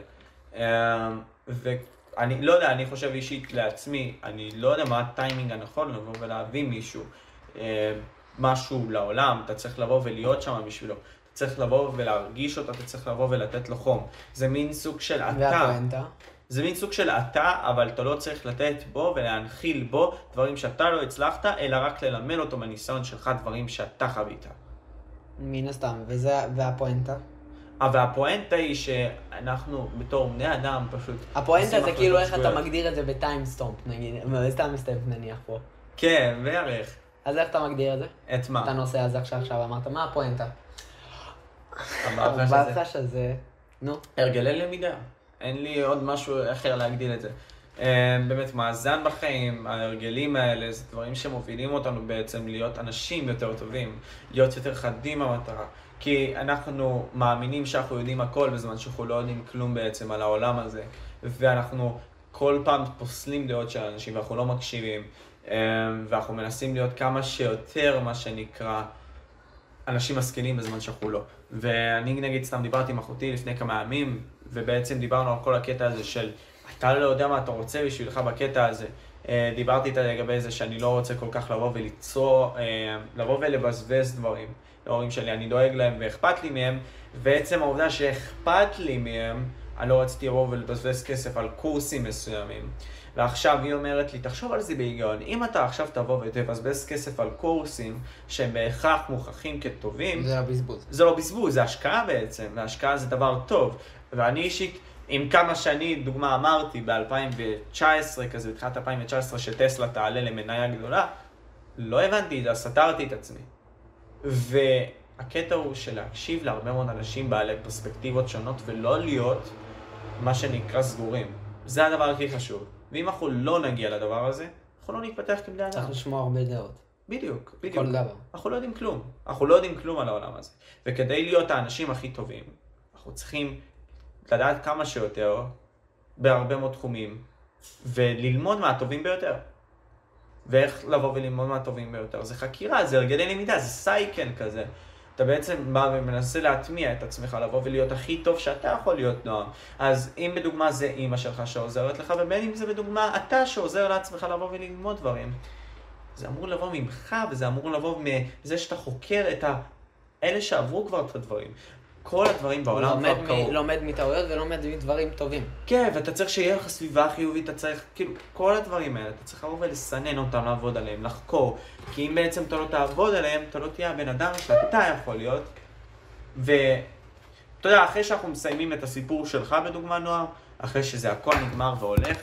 ואני לא יודע, אני חושב אישית לעצמי, אני לא יודע מה הטיימינג הנכון לבוא ולהביא מישהו, משהו לעולם, אתה צריך לבוא ולהיות שם בשבילו. אתה צריך לבוא ולהרגיש אותו, אתה צריך לבוא ולתת לו חום. זה מין סוג של אתה. והפואנטה? זה מין סוג של אתה, אבל אתה לא צריך לתת בו ולהנחיל בו דברים שאתה לא הצלחת, אלא רק ללמד אותו מניסיון שלך דברים שאתה חווית. מן הסתם, והפואנטה? אבל הפואנטה היא שאנחנו בתור בני אדם פשוט... הפואנטה זה כאילו איך אתה מגדיר את זה בטיימסטומפ, נגיד, סתם סטמפ נניח פה. כן, בערך. אז איך אתה מגדיר את זה? את מה? את הנושא הזה עכשיו אמרת, מה הפואנטה? המערכה שזה... נו. הרגלי למידה. אין לי עוד משהו אחר להגדיל את זה. באמת מאזן בחיים, ההרגלים האלה, זה דברים שמובילים אותנו בעצם להיות אנשים יותר טובים, להיות יותר חדים במטרה. כי אנחנו מאמינים שאנחנו יודעים הכל בזמן שאנחנו לא יודעים כלום בעצם על העולם הזה. ואנחנו כל פעם פוסלים דעות של אנשים ואנחנו לא מקשיבים. ואנחנו מנסים להיות כמה שיותר מה שנקרא אנשים משכילים בזמן שאנחנו לא. ואני נגיד סתם דיברתי עם אחותי לפני כמה ימים, ובעצם דיברנו על כל הקטע הזה של אתה לא יודע מה אתה רוצה בשבילך בקטע הזה. דיברתי איתה לגבי זה שאני לא רוצה כל כך לבוא וליצור, לבוא ולבזבז דברים להורים שלי, אני דואג להם ואכפת לי מהם, ועצם העובדה שאכפת לי מהם, אני לא רציתי לבוא ולבזבז כסף על קורסים מסוימים. ועכשיו היא אומרת לי, תחשוב על זה בהיגיון, אם אתה עכשיו תבוא ותבזבז כסף על קורסים שהם בהכרח מוכחים כטובים, זה לא בזבוז. זה לא בזבוז, זה השקעה בעצם, והשקעה זה דבר טוב. ואני אישית, עם כמה שאני, דוגמה אמרתי, ב-2019 כזה, בתחילת 2019, שטסלה תעלה למניה גדולה, לא הבנתי את זה, סתרתי את עצמי. והקטע הוא של להקשיב להרבה מאוד אנשים בעלי פרספקטיבות שונות, ולא להיות מה שנקרא סגורים. זה הדבר הכי חשוב. ואם אנחנו לא נגיע לדבר הזה, אנחנו לא נתפתח כבני אדם. צריך לשמוע הרבה דעות. בדיוק. כל דבר. אנחנו לא יודעים כלום. אנחנו לא יודעים כלום על העולם הזה. וכדי להיות האנשים הכי טובים, אנחנו צריכים לדעת כמה שיותר בהרבה מאוד תחומים, וללמוד מהטובים ביותר. ואיך לבוא וללמוד מהטובים ביותר? זה חקירה, זה הרגלי למידה, זה סייקל כזה. אתה בעצם בא ומנסה להטמיע את עצמך, לבוא ולהיות הכי טוב שאתה יכול להיות, נועם. אז אם בדוגמה זה אמא שלך שעוזרת לך, ובין אם זה בדוגמה אתה שעוזר לעצמך לבוא וללמוד דברים. זה אמור לבוא ממך, וזה אמור לבוא מזה שאתה חוקר את אלה שעברו כבר את הדברים. כל הדברים בעולם כבר קרו. לומד מטעויות ולומד מדברים טובים. כן, ואתה צריך שיהיה לך סביבה חיובית, אתה צריך, כאילו, כל הדברים האלה, אתה צריך לבוא ולסנן אותם, לעבוד עליהם, לחקור. כי אם בעצם אתה לא תעבוד עליהם, אתה לא תהיה הבן אדם שאתה יכול להיות. ואתה יודע, אחרי שאנחנו מסיימים את הסיפור שלך בדוגמה נוער, אחרי שזה הכל נגמר והולך,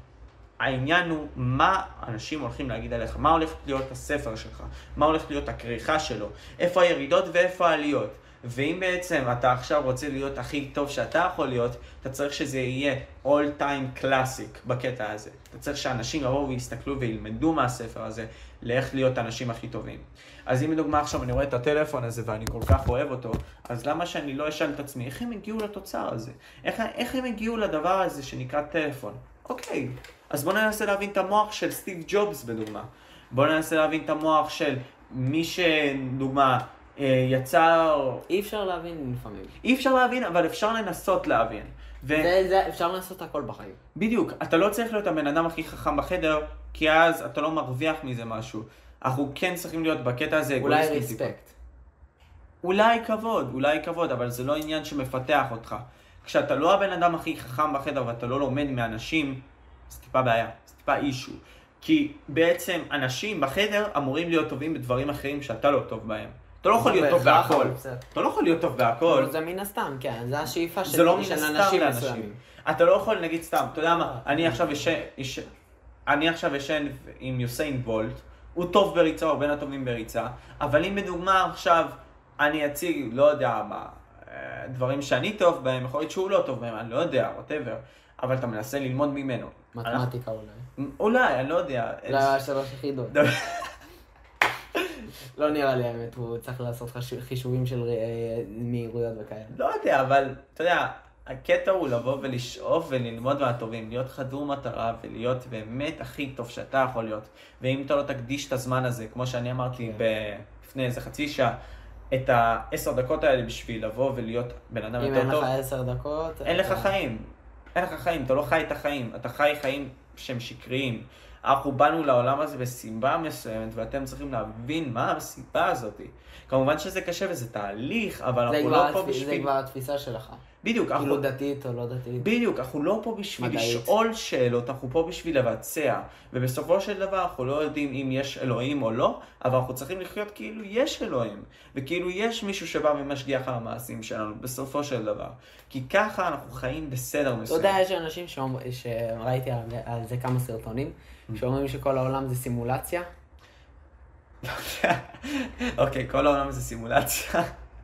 העניין הוא מה אנשים הולכים להגיד עליך, מה הולך להיות הספר שלך, מה הולך להיות הכריכה שלו, איפה הירידות ואיפה העליות. ואם בעצם אתה עכשיו רוצה להיות הכי טוב שאתה יכול להיות, אתה צריך שזה יהיה all time classic בקטע הזה. אתה צריך שאנשים יבואו ויסתכלו וילמדו מהספר הזה לאיך להיות האנשים הכי טובים. אז אם לדוגמה עכשיו אני רואה את הטלפון הזה ואני כל כך אוהב אותו, אז למה שאני לא אשאל את עצמי, איך הם הגיעו לתוצר הזה? איך הם הגיעו לדבר הזה שנקרא טלפון? אוקיי, אז בוא ננסה להבין את המוח של סטיב ג'ובס בדוגמה. בוא ננסה להבין את המוח של מי שדוגמה יצר... אי אפשר להבין לפעמים. אי אפשר להבין, אבל אפשר לנסות להבין. אפשר לעשות הכל בחיים. בדיוק, אתה לא צריך להיות הבן אדם הכי חכם בחדר, כי אז אתה לא מרוויח מזה משהו. אנחנו כן צריכים להיות בקטע הזה. אולי ריספקט. אולי כבוד, אבל זה לא עניין שמפתח אותך. כשאתה לא הבן אדם הכי חכם בחדר ואתה לא לומד מאנשים, זה טיפה בעיה, זה טיפה אישו. כי בעצם אנשים בחדר אמורים להיות טובים בדברים אחרים שאתה לא טוב בהם. אתה לא יכול להיות טוב בהכל. אתה לא יכול להיות טוב בהכל. זה מן הסתם, כן. זה השאיפה של אנשים מסוימים. אתה לא יכול, נגיד סתם, אתה יודע מה, אני עכשיו ישן עם יוסיין בולט, הוא טוב בריצה, הוא בין הטובים בריצה, אבל אם בדוגמה עכשיו אני אציג, לא יודע מה, דברים שאני טוב בהם, יכול להיות שהוא לא טוב בהם, אני לא יודע, whatever, אבל אתה מנסה ללמוד ממנו. מתמטיקה אולי. אולי, אני לא יודע. לא, 3 יחידות. לא נראה לי האמת, הוא צריך לעשות חישובים של מהירויות וכאלה. לא יודע, אבל אתה יודע, הקטע הוא לבוא ולשאוף וללמוד מהטובים, להיות חדור מטרה ולהיות באמת הכי טוב שאתה יכול להיות. ואם אתה לא תקדיש את הזמן הזה, כמו שאני אמרתי לפני איזה חצי שעה, את ה10 דקות האלה בשביל לבוא ולהיות בן אדם יותר טוב. אם אין לך 10 דקות... אין לך חיים. אין לך חיים, אתה לא חי את החיים. אתה חי חיים שהם שקריים. אנחנו באנו לעולם הזה בסיבה מסוימת, ואתם צריכים להבין מה הסיבה הזאת. כמובן שזה קשה וזה תהליך, אבל אנחנו לא פה בשביל... זה כבר התפיסה שלך. בדיוק. כאילו דתית או לא דתית. בדיוק, אנחנו לא פה בשביל לשאול שאלות, אנחנו פה בשביל לבצע. ובסופו של דבר אנחנו לא יודעים אם יש אלוהים או לא, אבל אנחנו צריכים לחיות כאילו יש אלוהים. וכאילו יש מישהו שבא ומשגיח על המעשים שלנו, בסופו של דבר. כי ככה אנחנו חיים בסדר מסוים. אתה יודע, יש אנשים שראיתי על זה כמה סרטונים, שאומרים שכל העולם זה סימולציה. אוקיי, כל העולם זה סימולציה.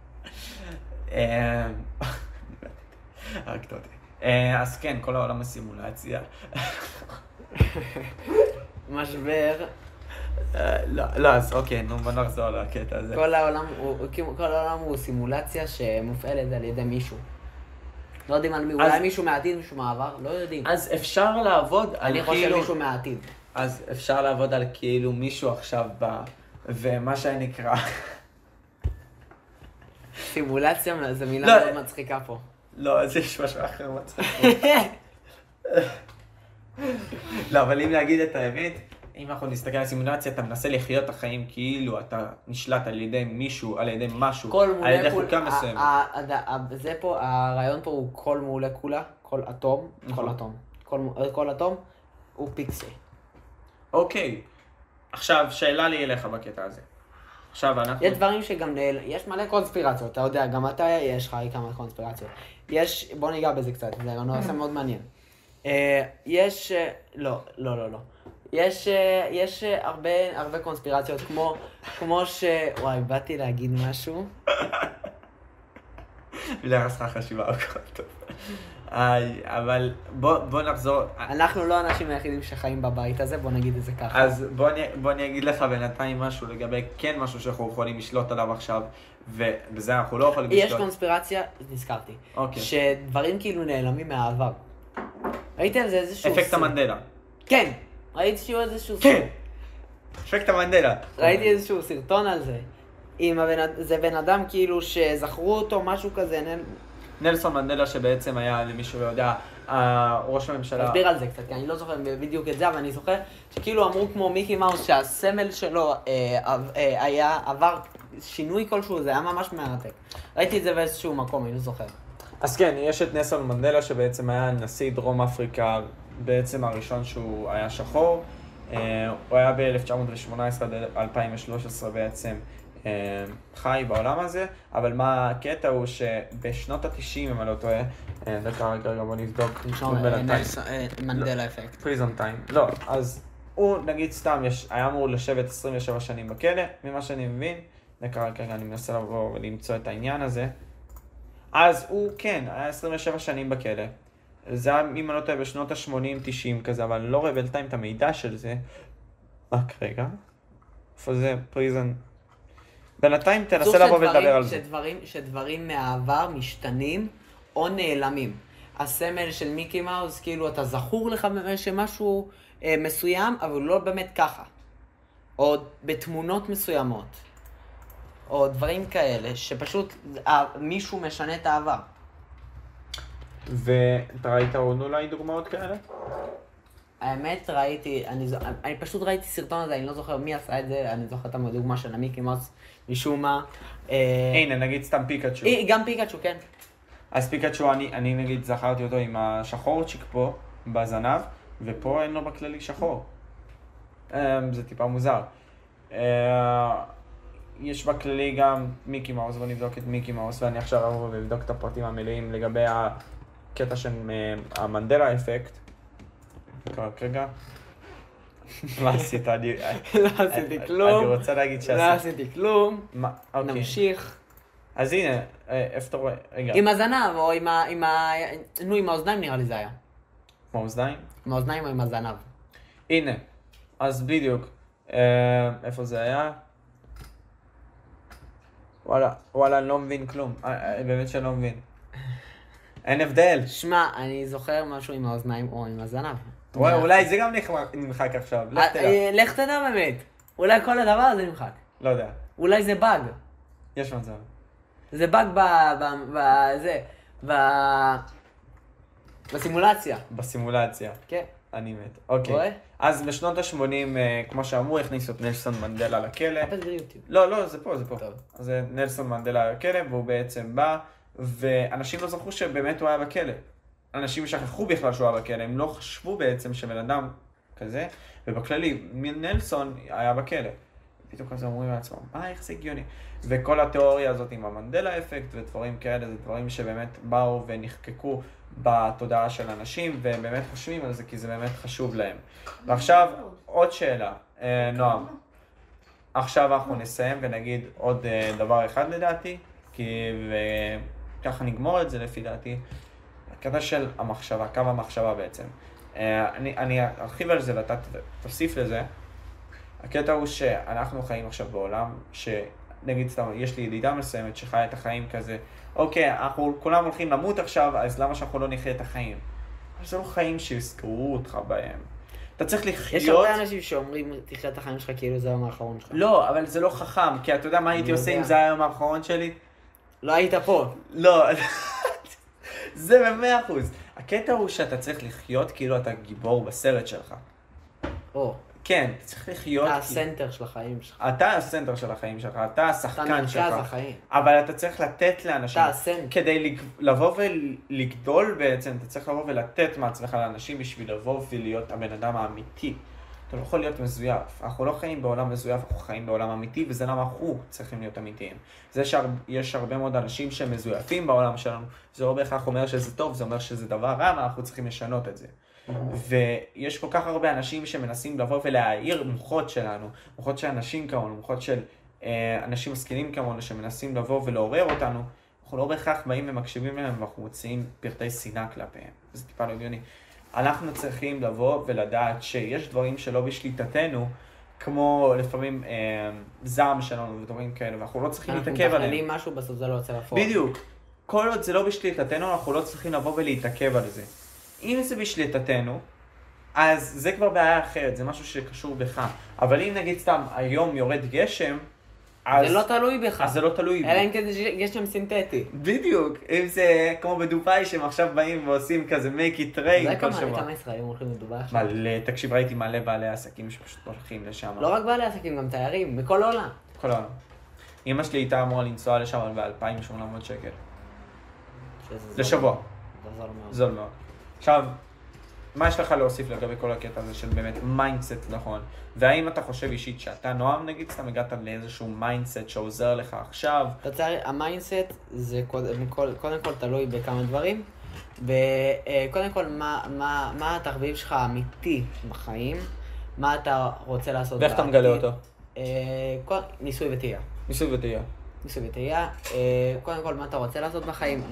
הרגת אותי. אז כן, כל העולם זה סימולציה. משבר. לא, אז אוקיי, נו, בוא נחזור לקטע הזה. כל העולם הוא סימולציה שמופעלת על ידי מישהו. לא יודעים על מי, אולי מישהו מהעתיד, מישהו מעבר, לא יודעים. אז אפשר לעבוד על כאילו... אני חושב מישהו מהעתיד. אז אפשר לעבוד על כאילו מישהו עכשיו בא, ומה שנקרא... סימולציה זה מילה מאוד מצחיקה פה. לא, זה יש משהו אחר מצחיק פה. לא, אבל אם להגיד את האמת, אם אנחנו נסתכל על סימולציה, אתה מנסה לחיות את החיים כאילו אתה נשלט על ידי מישהו, על ידי משהו, על ידי חוקה מסוימת. זה פה, הרעיון פה הוא כל מולקולה, כל אטום, כל אטום הוא פיקסל. אוקיי, עכשיו שאלה לי אליך בקטע הזה. עכשיו אנחנו... יש דברים שגם, יש מלא קונספירציות, אתה יודע, גם אתה יש לך כמה קונספירציות. יש, בוא ניגע בזה קצת, זה נושא מאוד מעניין. יש, לא. יש הרבה קונספירציות, כמו וואי, באתי להגיד משהו. בלי לך חשיבה הכל טוב. אבל בוא נחזור. אנחנו לא האנשים היחידים שחיים בבית הזה, בוא נגיד את זה ככה. אז בוא אני אגיד לך בינתיים משהו לגבי כן משהו שאנחנו יכולים לשלוט עליו עכשיו, ובזה אנחנו לא יכולים לשלוט. יש קונספירציה, נזכרתי, אוקיי. שדברים כאילו נעלמים מהעבר. ראיתי על זה איזשהו... אפקט המנדלה. כן, ראיתי שהוא איזשהו... כן, אפקט המנדלה. ראיתי איזשהו סרטון על זה. זה בן אדם כאילו שזכרו אותו, משהו כזה. נלסון מנדלה שבעצם היה, למי שלא יודע, ראש הממשלה... תסביר על זה קצת, כי אני לא זוכר בדיוק את זה, אבל אני זוכר שכאילו אמרו כמו מיקי מאוס שהסמל שלו עבר שינוי כלשהו, זה היה ממש מרתק. ראיתי את זה באיזשהו מקום, אני לא זוכר. אז כן, יש את נלסון מנדלה שבעצם היה נשיא דרום אפריקה, בעצם הראשון שהוא היה שחור. הוא היה ב-1918 עד 2013 בעצם חי בעולם הזה, אבל מה הקטע הוא שבשנות ה-90, אם אני לא טועה, דקה רגע בוא נבדוק. מנדלה אפקט. פריזון טיים. לא, אז הוא נגיד סתם היה אמור לשבת 27 שנים בכלא, ממה שאני מבין, דקה רגע אני מנסה לבוא ולמצוא את העניין הזה. אז הוא כן, היה 27 שנים בכלא. זה היה, אם אני לא טועה, בשנות ה-80-90 כזה, אבל אני לא רואה בינתיים את המידע של זה. רק רגע. איפה זה? פריזון. בינתיים תנסה לבוא ולדבר על זה. שדברים מהעבר משתנים או נעלמים. הסמל של מיקי מאוס, כאילו אתה זכור לך שמשהו מסוים, אבל לא באמת ככה. או בתמונות מסוימות. או דברים כאלה, שפשוט מישהו משנה את העבר. ואתה ראית עוד אולי דוגמאות כאלה? האמת ראיתי, אני פשוט ראיתי סרטון הזה, אני לא זוכר מי עשה את זה, אני זוכר את הדוגמה של מיקי מאוס משום מה. הנה, נגיד סתם פיקאצ'ו. גם פיקאצ'ו, כן. אז פיקאצ'ו, אני נגיד זכרתי אותו עם השחורצ'יק פה, בזנב, ופה אין לו בכללי שחור. זה טיפה מוזר. יש בכללי גם מיקי מאוס, בוא נבדוק את מיקי מאוס, ואני עכשיו אבוא ולבדוק את הפרטים המלאים לגבי הקטע של המנדלה אפקט. רגע. מה עשית? לא עשיתי כלום. אני רוצה להגיד שעשית. לא עשיתי כלום. נמשיך. אז הנה, איפה אתה רואה? רגע. עם הזנב, או עם האוזניים נראה לי זה היה. עם האוזניים? עם האוזניים או עם הזנב. הנה, אז בדיוק. איפה זה היה? וואלה, אני לא מבין כלום. באמת שאני לא מבין. אין הבדל. שמע, אני זוכר משהו עם האוזניים או עם הזנב. וואי, אולי זה גם נמחק עכשיו. לך תדע. לך תדע באמת. אולי כל הדבר הזה נמחק. לא יודע. אולי זה באג. יש מצב. זה באג בסימולציה. בסימולציה. כן. אני מת. אוקיי. אז בשנות ה-80, כמו שאמרו, הכניסו את נלסון מנדלה לכלא. לא, זה פה. אז נלסון מנדלה לכלא, והוא בעצם בא, ואנשים לא זכרו שבאמת הוא היה בכלא. אנשים שכחו בכלל שהוא היה בכלא, הם לא חשבו בעצם שבן אדם כזה, ובכללי, נלסון היה בכלא. פתאום כזה אומרים לעצמם, איך זה הגיוני? וכל התיאוריה הזאת עם המנדלה אפקט ודברים כאלה, זה דברים שבאמת באו ונחקקו בתודעה של אנשים, והם באמת חושבים על זה כי זה באמת חשוב להם. ועכשיו, עוד שאלה, נועם. עכשיו אנחנו נסיים ונגיד עוד דבר אחד לדעתי, וככה נגמור את זה לפי דעתי. הקטע של המחשבה, קו המחשבה בעצם. אני ארחיב על זה ואתה תוסיף לזה. הקטע הוא שאנחנו חיים עכשיו בעולם, שנגיד סתם, יש לי ידידה מסוימת שחיה את החיים כזה, אוקיי, אנחנו כולם הולכים למות עכשיו, אז למה שאנחנו לא נחיה את החיים? אבל זה לא חיים שיזכרו אותך בהם. אתה צריך לחיות... יש הרבה אנשים שאומרים, תחיה את החיים שלך כאילו זה היום האחרון שלך. לא, אבל זה לא חכם, כי אתה יודע מה הייתי עושה אם זה היום האחרון שלי? לא היית פה. לא, זה ב100%. הקטע הוא שאתה צריך לחיות כאילו אתה גיבור בסרט שלך. או, כן, אתה צריך לחיות... אתה הסנטר של החיים שלך. אתה הסנטר של החיים שלך, אתה השחקן שלך. אתה מרכז החיים. אבל אתה צריך לתת לאנשים. אתה הסנטר. כדי לבוא ולגדול בעצם, אתה צריך לבוא ולתת מעצמך לאנשים בשביל לבוא ולהיות הבן אדם האמיתי. אתה לא יכול להיות מזויף. אנחנו לא חיים בעולם מזויף, אנחנו חיים בעולם אמיתי, וזה למה אנחנו צריכים להיות אמיתיים. זה שיש הרבה מאוד אנשים שמזויפים בעולם שלנו, זה לא בהכרח אומר שזה טוב, זה אומר שזה דבר רע, ואנחנו צריכים לשנות את זה. ויש כל כך הרבה אנשים שמנסים לבוא ולהעיר מוחות שלנו, מוחות של אנשים כמונו, מוחות של אנשים משכילים כמונו, שמנסים לבוא ולעורר אותנו. אנחנו לא בהכרח באים ומקשיבים להם, ואנחנו מוציאים פרטי שנאה כלפיהם. זה טיפה לא הגיוני. אנחנו צריכים לבוא ולדעת שיש דברים שלא בשליטתנו, כמו לפעמים זעם שלנו ודברים כאלה, ואנחנו לא צריכים להתעכב עליהם. אנחנו מתכננים משהו, בסוף זה לא יוצא לפועל. בדיוק. כל עוד זה לא בשליטתנו, אנחנו לא צריכים לבוא ולהתעכב על זה. אם זה בשליטתנו, אז זה כבר בעיה אחרת, זה משהו שקשור בך. אבל אם נגיד סתם היום יורד גשם, אז... זה לא תלוי בך. אז זה לא תלוי בי. אלא אם כן גשם סינתטי. בדיוק. אם זה כמו בדובאי, שהם עכשיו באים ועושים כזה make it rain כל שבוע. כמה ישראלים הולכים לדובאי עכשיו? תקשיב, ראיתי מלא בעלי עסקים שפשוט הולכים לשם. לא רק בעלי עסקים, גם תיירים, מכל העולם. כל העולם. אמא שלי הייתה אמורה לנסוע לשם ב-2,800 שקל. לשבוע. זה זול מאוד. זול מאוד. עכשיו, מה יש לך להוסיף לגבי כל הקטע הזה של באמת מיינדסט נכון? והאם אתה חושב אישית שאתה נועם נגיד, סתם הגעת לאיזשהו מיינדסט שעוזר לך עכשיו? המיינדסט זה קודם כל תלוי בכמה דברים. וקודם כל, מה התחביב שלך האמיתי בחיים? מה אתה רוצה לעשות בעתיד? ואיך אתה מגלה אותו? ניסוי וטעייה. ניסוי וטעייה. ניסוי וטעייה. קודם כל, מה אתה רוצה לעשות בחיים?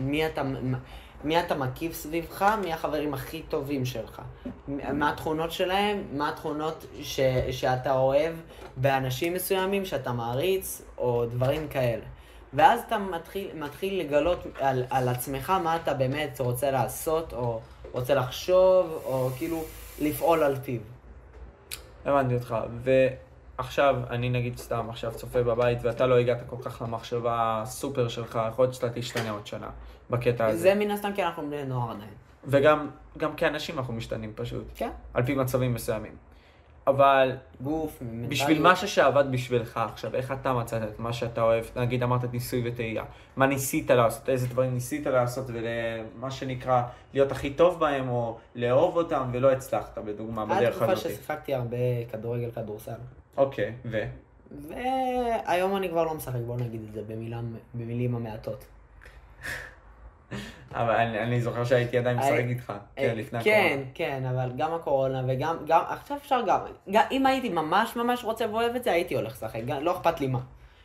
מי אתה מקיף סביבך? מי החברים הכי טובים שלך? מה התכונות שלהם? מה התכונות שאתה אוהב באנשים מסוימים, שאתה מעריץ, או דברים כאלה. ואז אתה מתחיל לגלות על עצמך מה אתה באמת רוצה לעשות, או רוצה לחשוב, או כאילו לפעול על טיב. הבנתי אותך, ועכשיו אני נגיד סתם עכשיו צופה בבית, ואתה לא הגעת כל כך למחשבה סופר שלך, יכול להיות שאתה תשתנה עוד שנה בקטע הזה. זה מן הסתם כי אנחנו בני נוער עדיין. וגם כאנשים אנחנו משתנים פשוט. כן. על פי מצבים מסוימים. אבל גוף, מנטליות. בשביל משהו שעבד בשבילך עכשיו, איך אתה מצאת את מה שאתה אוהב? נגיד אמרת ניסוי וטעייה. מה ניסית לעשות? איזה דברים ניסית לעשות? ולמה שנקרא להיות הכי טוב בהם, או לאהוב אותם, ולא הצלחת בדוגמה בדרך הזאת. היה תקופה ששיחקתי הרבה כדורגל, כדורסל. אוקיי, והיום אני כבר לא משחק, בוא נגיד את זה במילים המעטות. אבל אני זוכר שהייתי עדיין משחק איתך, לפני הקורונה. כן, אבל גם הקורונה וגם, עכשיו אפשר גם, אם הייתי ממש רוצה ואוהב את זה, הייתי הולך לשחק, לא אכפת לי מה.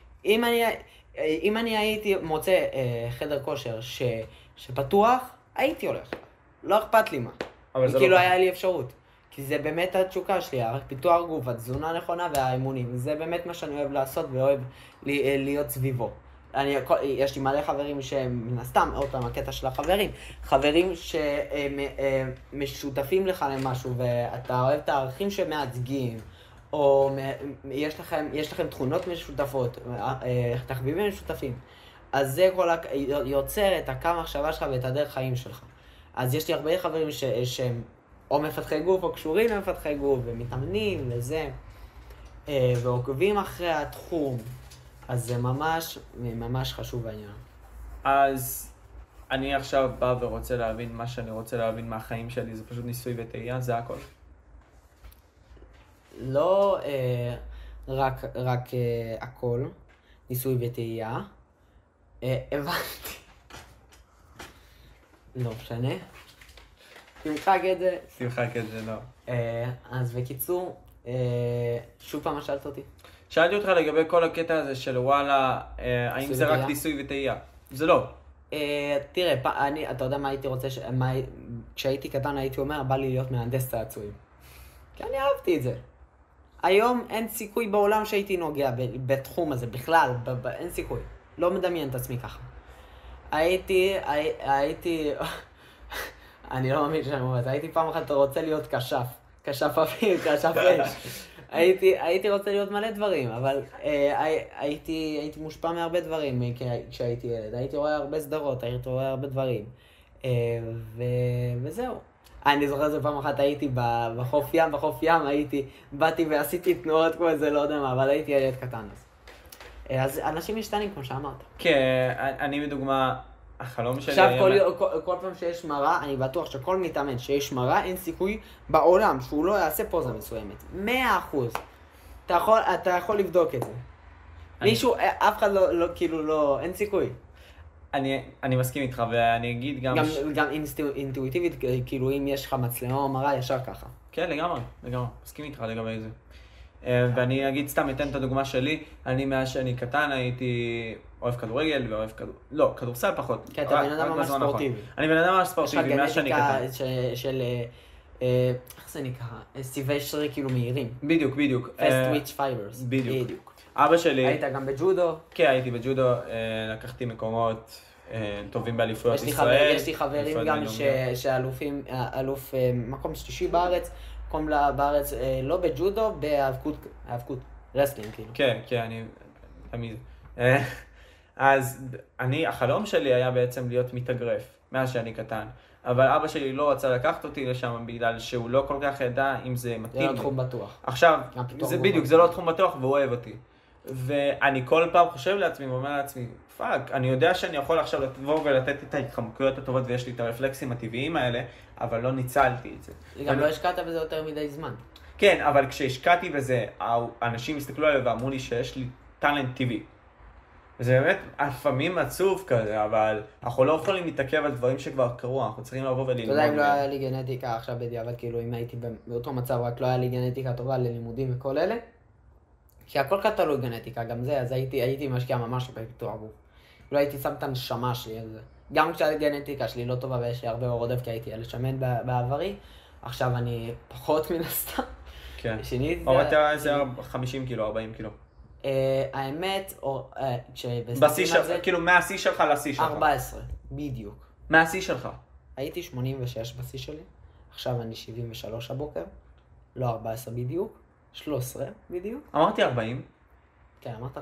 אם אני הייתי מוצא חדר כושר שפתוח, הייתי הולך. לא אכפת לי מה. כאילו היה לי אפשרות. כי זה באמת התשוקה שלי, פיתוח גוף, התזונה הנכונה והאימונים. זה באמת מה שאני אוהב לעשות ואוהב להיות סביבו. יש לי מלא חברים שמן הסתם, עוד פעם, הקטע של החברים, חברים שמשותפים לך למשהו ואתה אוהב את הערכים שמייצגים, או יש לכם תכונות משותפות, תחביבים משותפים. אז זה יוצר את הקו המחשבה שלך ואת הדרך חיים שלך. אז יש לי הרבה חברים שהם או מפתחי גוף או קשורים למפתחי גוף ומתאמנים לזה, ועוקבים אחרי התחום. אז זה ממש חשוב העניין. אז אני עכשיו בא ורוצה להבין מה שאני רוצה להבין מהחיים שלי, זה פשוט ניסוי וטעייה, זה הכל. לא רק הכל, ניסוי וטעייה. הבנתי. לא משנה. תמחק את זה. תמחק את זה, לא. אז בקיצור, שוב פעם מה שאלת אותי? שאלתי אותך לגבי כל הקטע הזה של וואלה, האם זה רק ניסוי וטעייה? זה לא. תראה, אתה יודע מה הייתי רוצה, כשהייתי קטן הייתי אומר, בא לי להיות מהנדס צעצועים. כי אני אהבתי את זה. היום אין סיכוי בעולם שהייתי נוגע בתחום הזה, בכלל, אין סיכוי. לא מדמיין את עצמי ככה. הייתי, אני לא מאמין שאני אומר, הייתי פעם אחת רוצה להיות כשף אוויר, כשף אש. הייתי רוצה להיות מלא דברים, אבל הייתי מושפע מהרבה דברים כשהייתי ילד. הייתי רואה הרבה סדרות, הייתי רואה הרבה דברים. וזהו. אני זוכר זה פעם אחת הייתי בחוף ים, באתי ועשיתי תנועות כמו איזה לא יודע מה, אבל הייתי ילד קטן אז. אז אנשים משתנים כמו שאמרת. כן, אני בדוגמה, החלום שלי עכשיו כל פעם שיש מראה, אני בטוח שכל מתאמן שיש מראה, אין סיכוי בעולם שהוא לא יעשה פוזה מסוימת. 100%. אתה יכול לבדוק את זה. מישהו, אף אחד לא, כאילו לא, אין סיכוי. אני מסכים איתך, ואני אגיד גם אינטואיטיבית, כאילו אם יש לך מצלמה או מראה, ישר ככה. כן, לגמרי, מסכים איתך לגבי זה. ואני אגיד סתם, אתן את הדוגמה שלי, אני מאז שאני קטן הייתי אוהב כדורגל ואוהב כדורסל פחות. כן, אתה בן אדם ממש ספורטיבי. אני בן אדם ממש ספורטיבי מאז שאני קטן. יש לך גנטיקה של, איך זה נקרא? סיבי שרי כאילו מהירים. בדיוק. Fast twitch fibers. בדיוק. אבא שלי... היית גם בג'ודו? כן, הייתי בג'ודו, לקחתי מקומות טובים באליפויות ישראל. יש לי חברים גם שאלופים, אלוף מקום שלישי בארץ, מקום בארץ לא בג'ודו, בהאבקות, רסלינג כאילו. כן, אני תמיד. אז החלום שלי היה בעצם להיות מתאגרף, מאז שאני קטן. אבל אבא שלי לא רצה לקחת אותי לשם בגלל שהוא לא כל כך ידע אם זה מתאים. זה לא תחום בטוח. עכשיו, זה בדיוק, זה לא תחום בטוח והוא אוהב אותי. ואני כל פעם חושב לעצמי ואומר לעצמי, פאק, אני יודע שאני יכול עכשיו לבוא ולתת את ההתחמקויות הטובות ויש לי את הרפלקסים הטבעיים האלה, אבל לא ניצלתי את זה. גם לא השקעת בזה יותר מדי זמן. כן, אבל כשהשקעתי בזה, האנשים הסתכלו עליי ואמרו לי שיש לי טלנט טבעי. וזה באמת לפעמים עצוב כזה, אבל אנחנו לא יכולים להתעכב על דברים שכבר קרו, אנחנו צריכים לבוא וללמוד. אתה יודע, אם לא היה לי גנטיקה עכשיו בדיעבד, כאילו אם הייתי באותו מצב, רק לא היה לי גנטיקה טובה ללימודים וכל אלה, כי הכל תלוי גנטיקה, גם זה, אז הייתי משקיע ממש בפיתוח גוף. לא הייתי שם את הנשמה שלי על זה. גם כשהגנטיקה שלי לא טובה ויש לי הרבה עודף, כי הייתי ילד שמן בעברי, עכשיו אני פחות מן הסתם. כן. שיניתי את זה. הורדת איזה 50 קילו, 40 קילו. האמת, בשיא שלך, כאילו מהשיא שלך לשיא שלך. 14, בדיוק. מהשיא שלך. הייתי 86 בשיא שלי, עכשיו אני 73 הבוקר, לא 14 בדיוק, 13 בדיוק. אמרתי 40. כן, אמרת 40-50.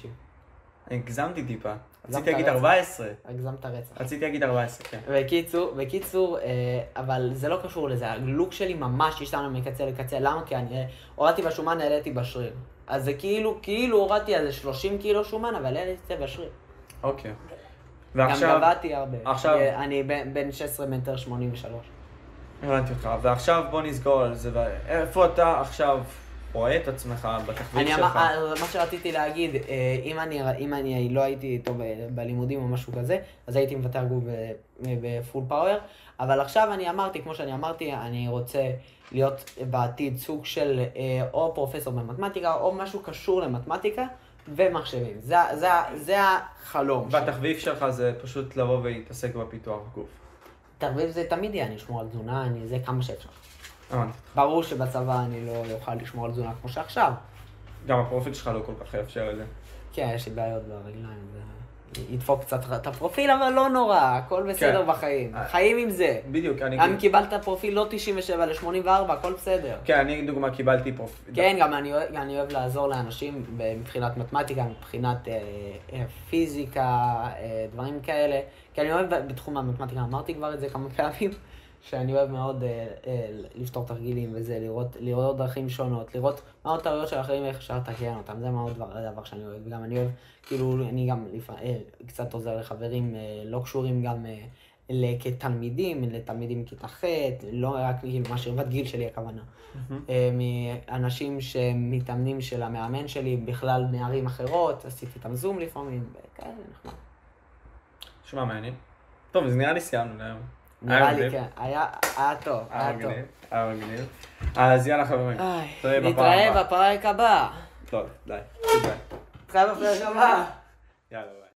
הגזמתי טיפה. רציתי להגיד 14. הגזמת רצח. רציתי להגיד 14, כן. בקיצור, אבל זה לא קשור לזה, הלוק שלי ממש השתנה מקצה לקצה, למה? כי אני הורדתי בשומן, העליתי בשריר. אז זה כאילו הורדתי על 30 קילו שומן, אבל העליתי את זה בשריר. אוקיי. גם גבעתי הרבה. עכשיו... אני בן 16 מטר 83. הבנתי אותך, ועכשיו בוא נסגור על זה. איפה אתה עכשיו רואה את עצמך בתחביב שלך? מה שרציתי להגיד, אם אני לא הייתי איתו בלימודים או משהו כזה, אז הייתי מוותר גוף בפול פאוור, אבל עכשיו כמו שאני אמרתי, אני רוצה להיות בעתיד סוג של או פרופסור במתמטיקה, או משהו קשור למתמטיקה ומחשבים. זה החלום. והתחביב שלך זה פשוט לבוא ולהתעסק בפיתוח גוף. תחביב זה תמיד יהיה, אני אשמור על תזונה, זה כמה שאפשר. הבנתי. ברור שבצבא אני לא אוכל לשמור על תזונה כמו שעכשיו. גם הפרופיל שלך לא כל כך יאפשר את זה. כן, יש לי בעיות ברגליים, זה ידפוק קצת את הפרופיל, אבל לא נורא, הכל בסדר בחיים. חיים עם זה. בדיוק, גם קיבלת פרופיל לא 97 ל-84, הכל בסדר. כן, אני דוגמה קיבלתי פרופיל. כן, גם אני אוהב לעזור לאנשים מבחינת מתמטיקה, מבחינת פיזיקה, דברים כאלה. כי אני אוהב בתחום המתמטיקה, אמרתי כבר את זה כמה פעמים. שאני אוהב מאוד לפתור תרגילים וזה, לראות דרכים שונות, לראות מה עוד טעויות של אחרים ואיך אפשר לתקן אותם, זה מאוד דבר שאני אוהב, וגם אני אוהב, כאילו, אני גם קצת עוזר לחברים לא קשורים גם לתלמידים כיתה ח', לא רק מה שרבת גיל שלי הכוונה, מאנשים שמתאמנים של המאמן שלי, בכלל נערים אחרות, עשיתי איתם זום לפעמים, וכאלה, נחמד. שמע, מעניין. טוב, אז נראה לי סיימנו להיום. נראה לי, כן, היה טוב, היה מגניב. אז יאללה חברים, נתראה בפרק הבא. טוב, די. נתראה בפרק הבא. יאללה.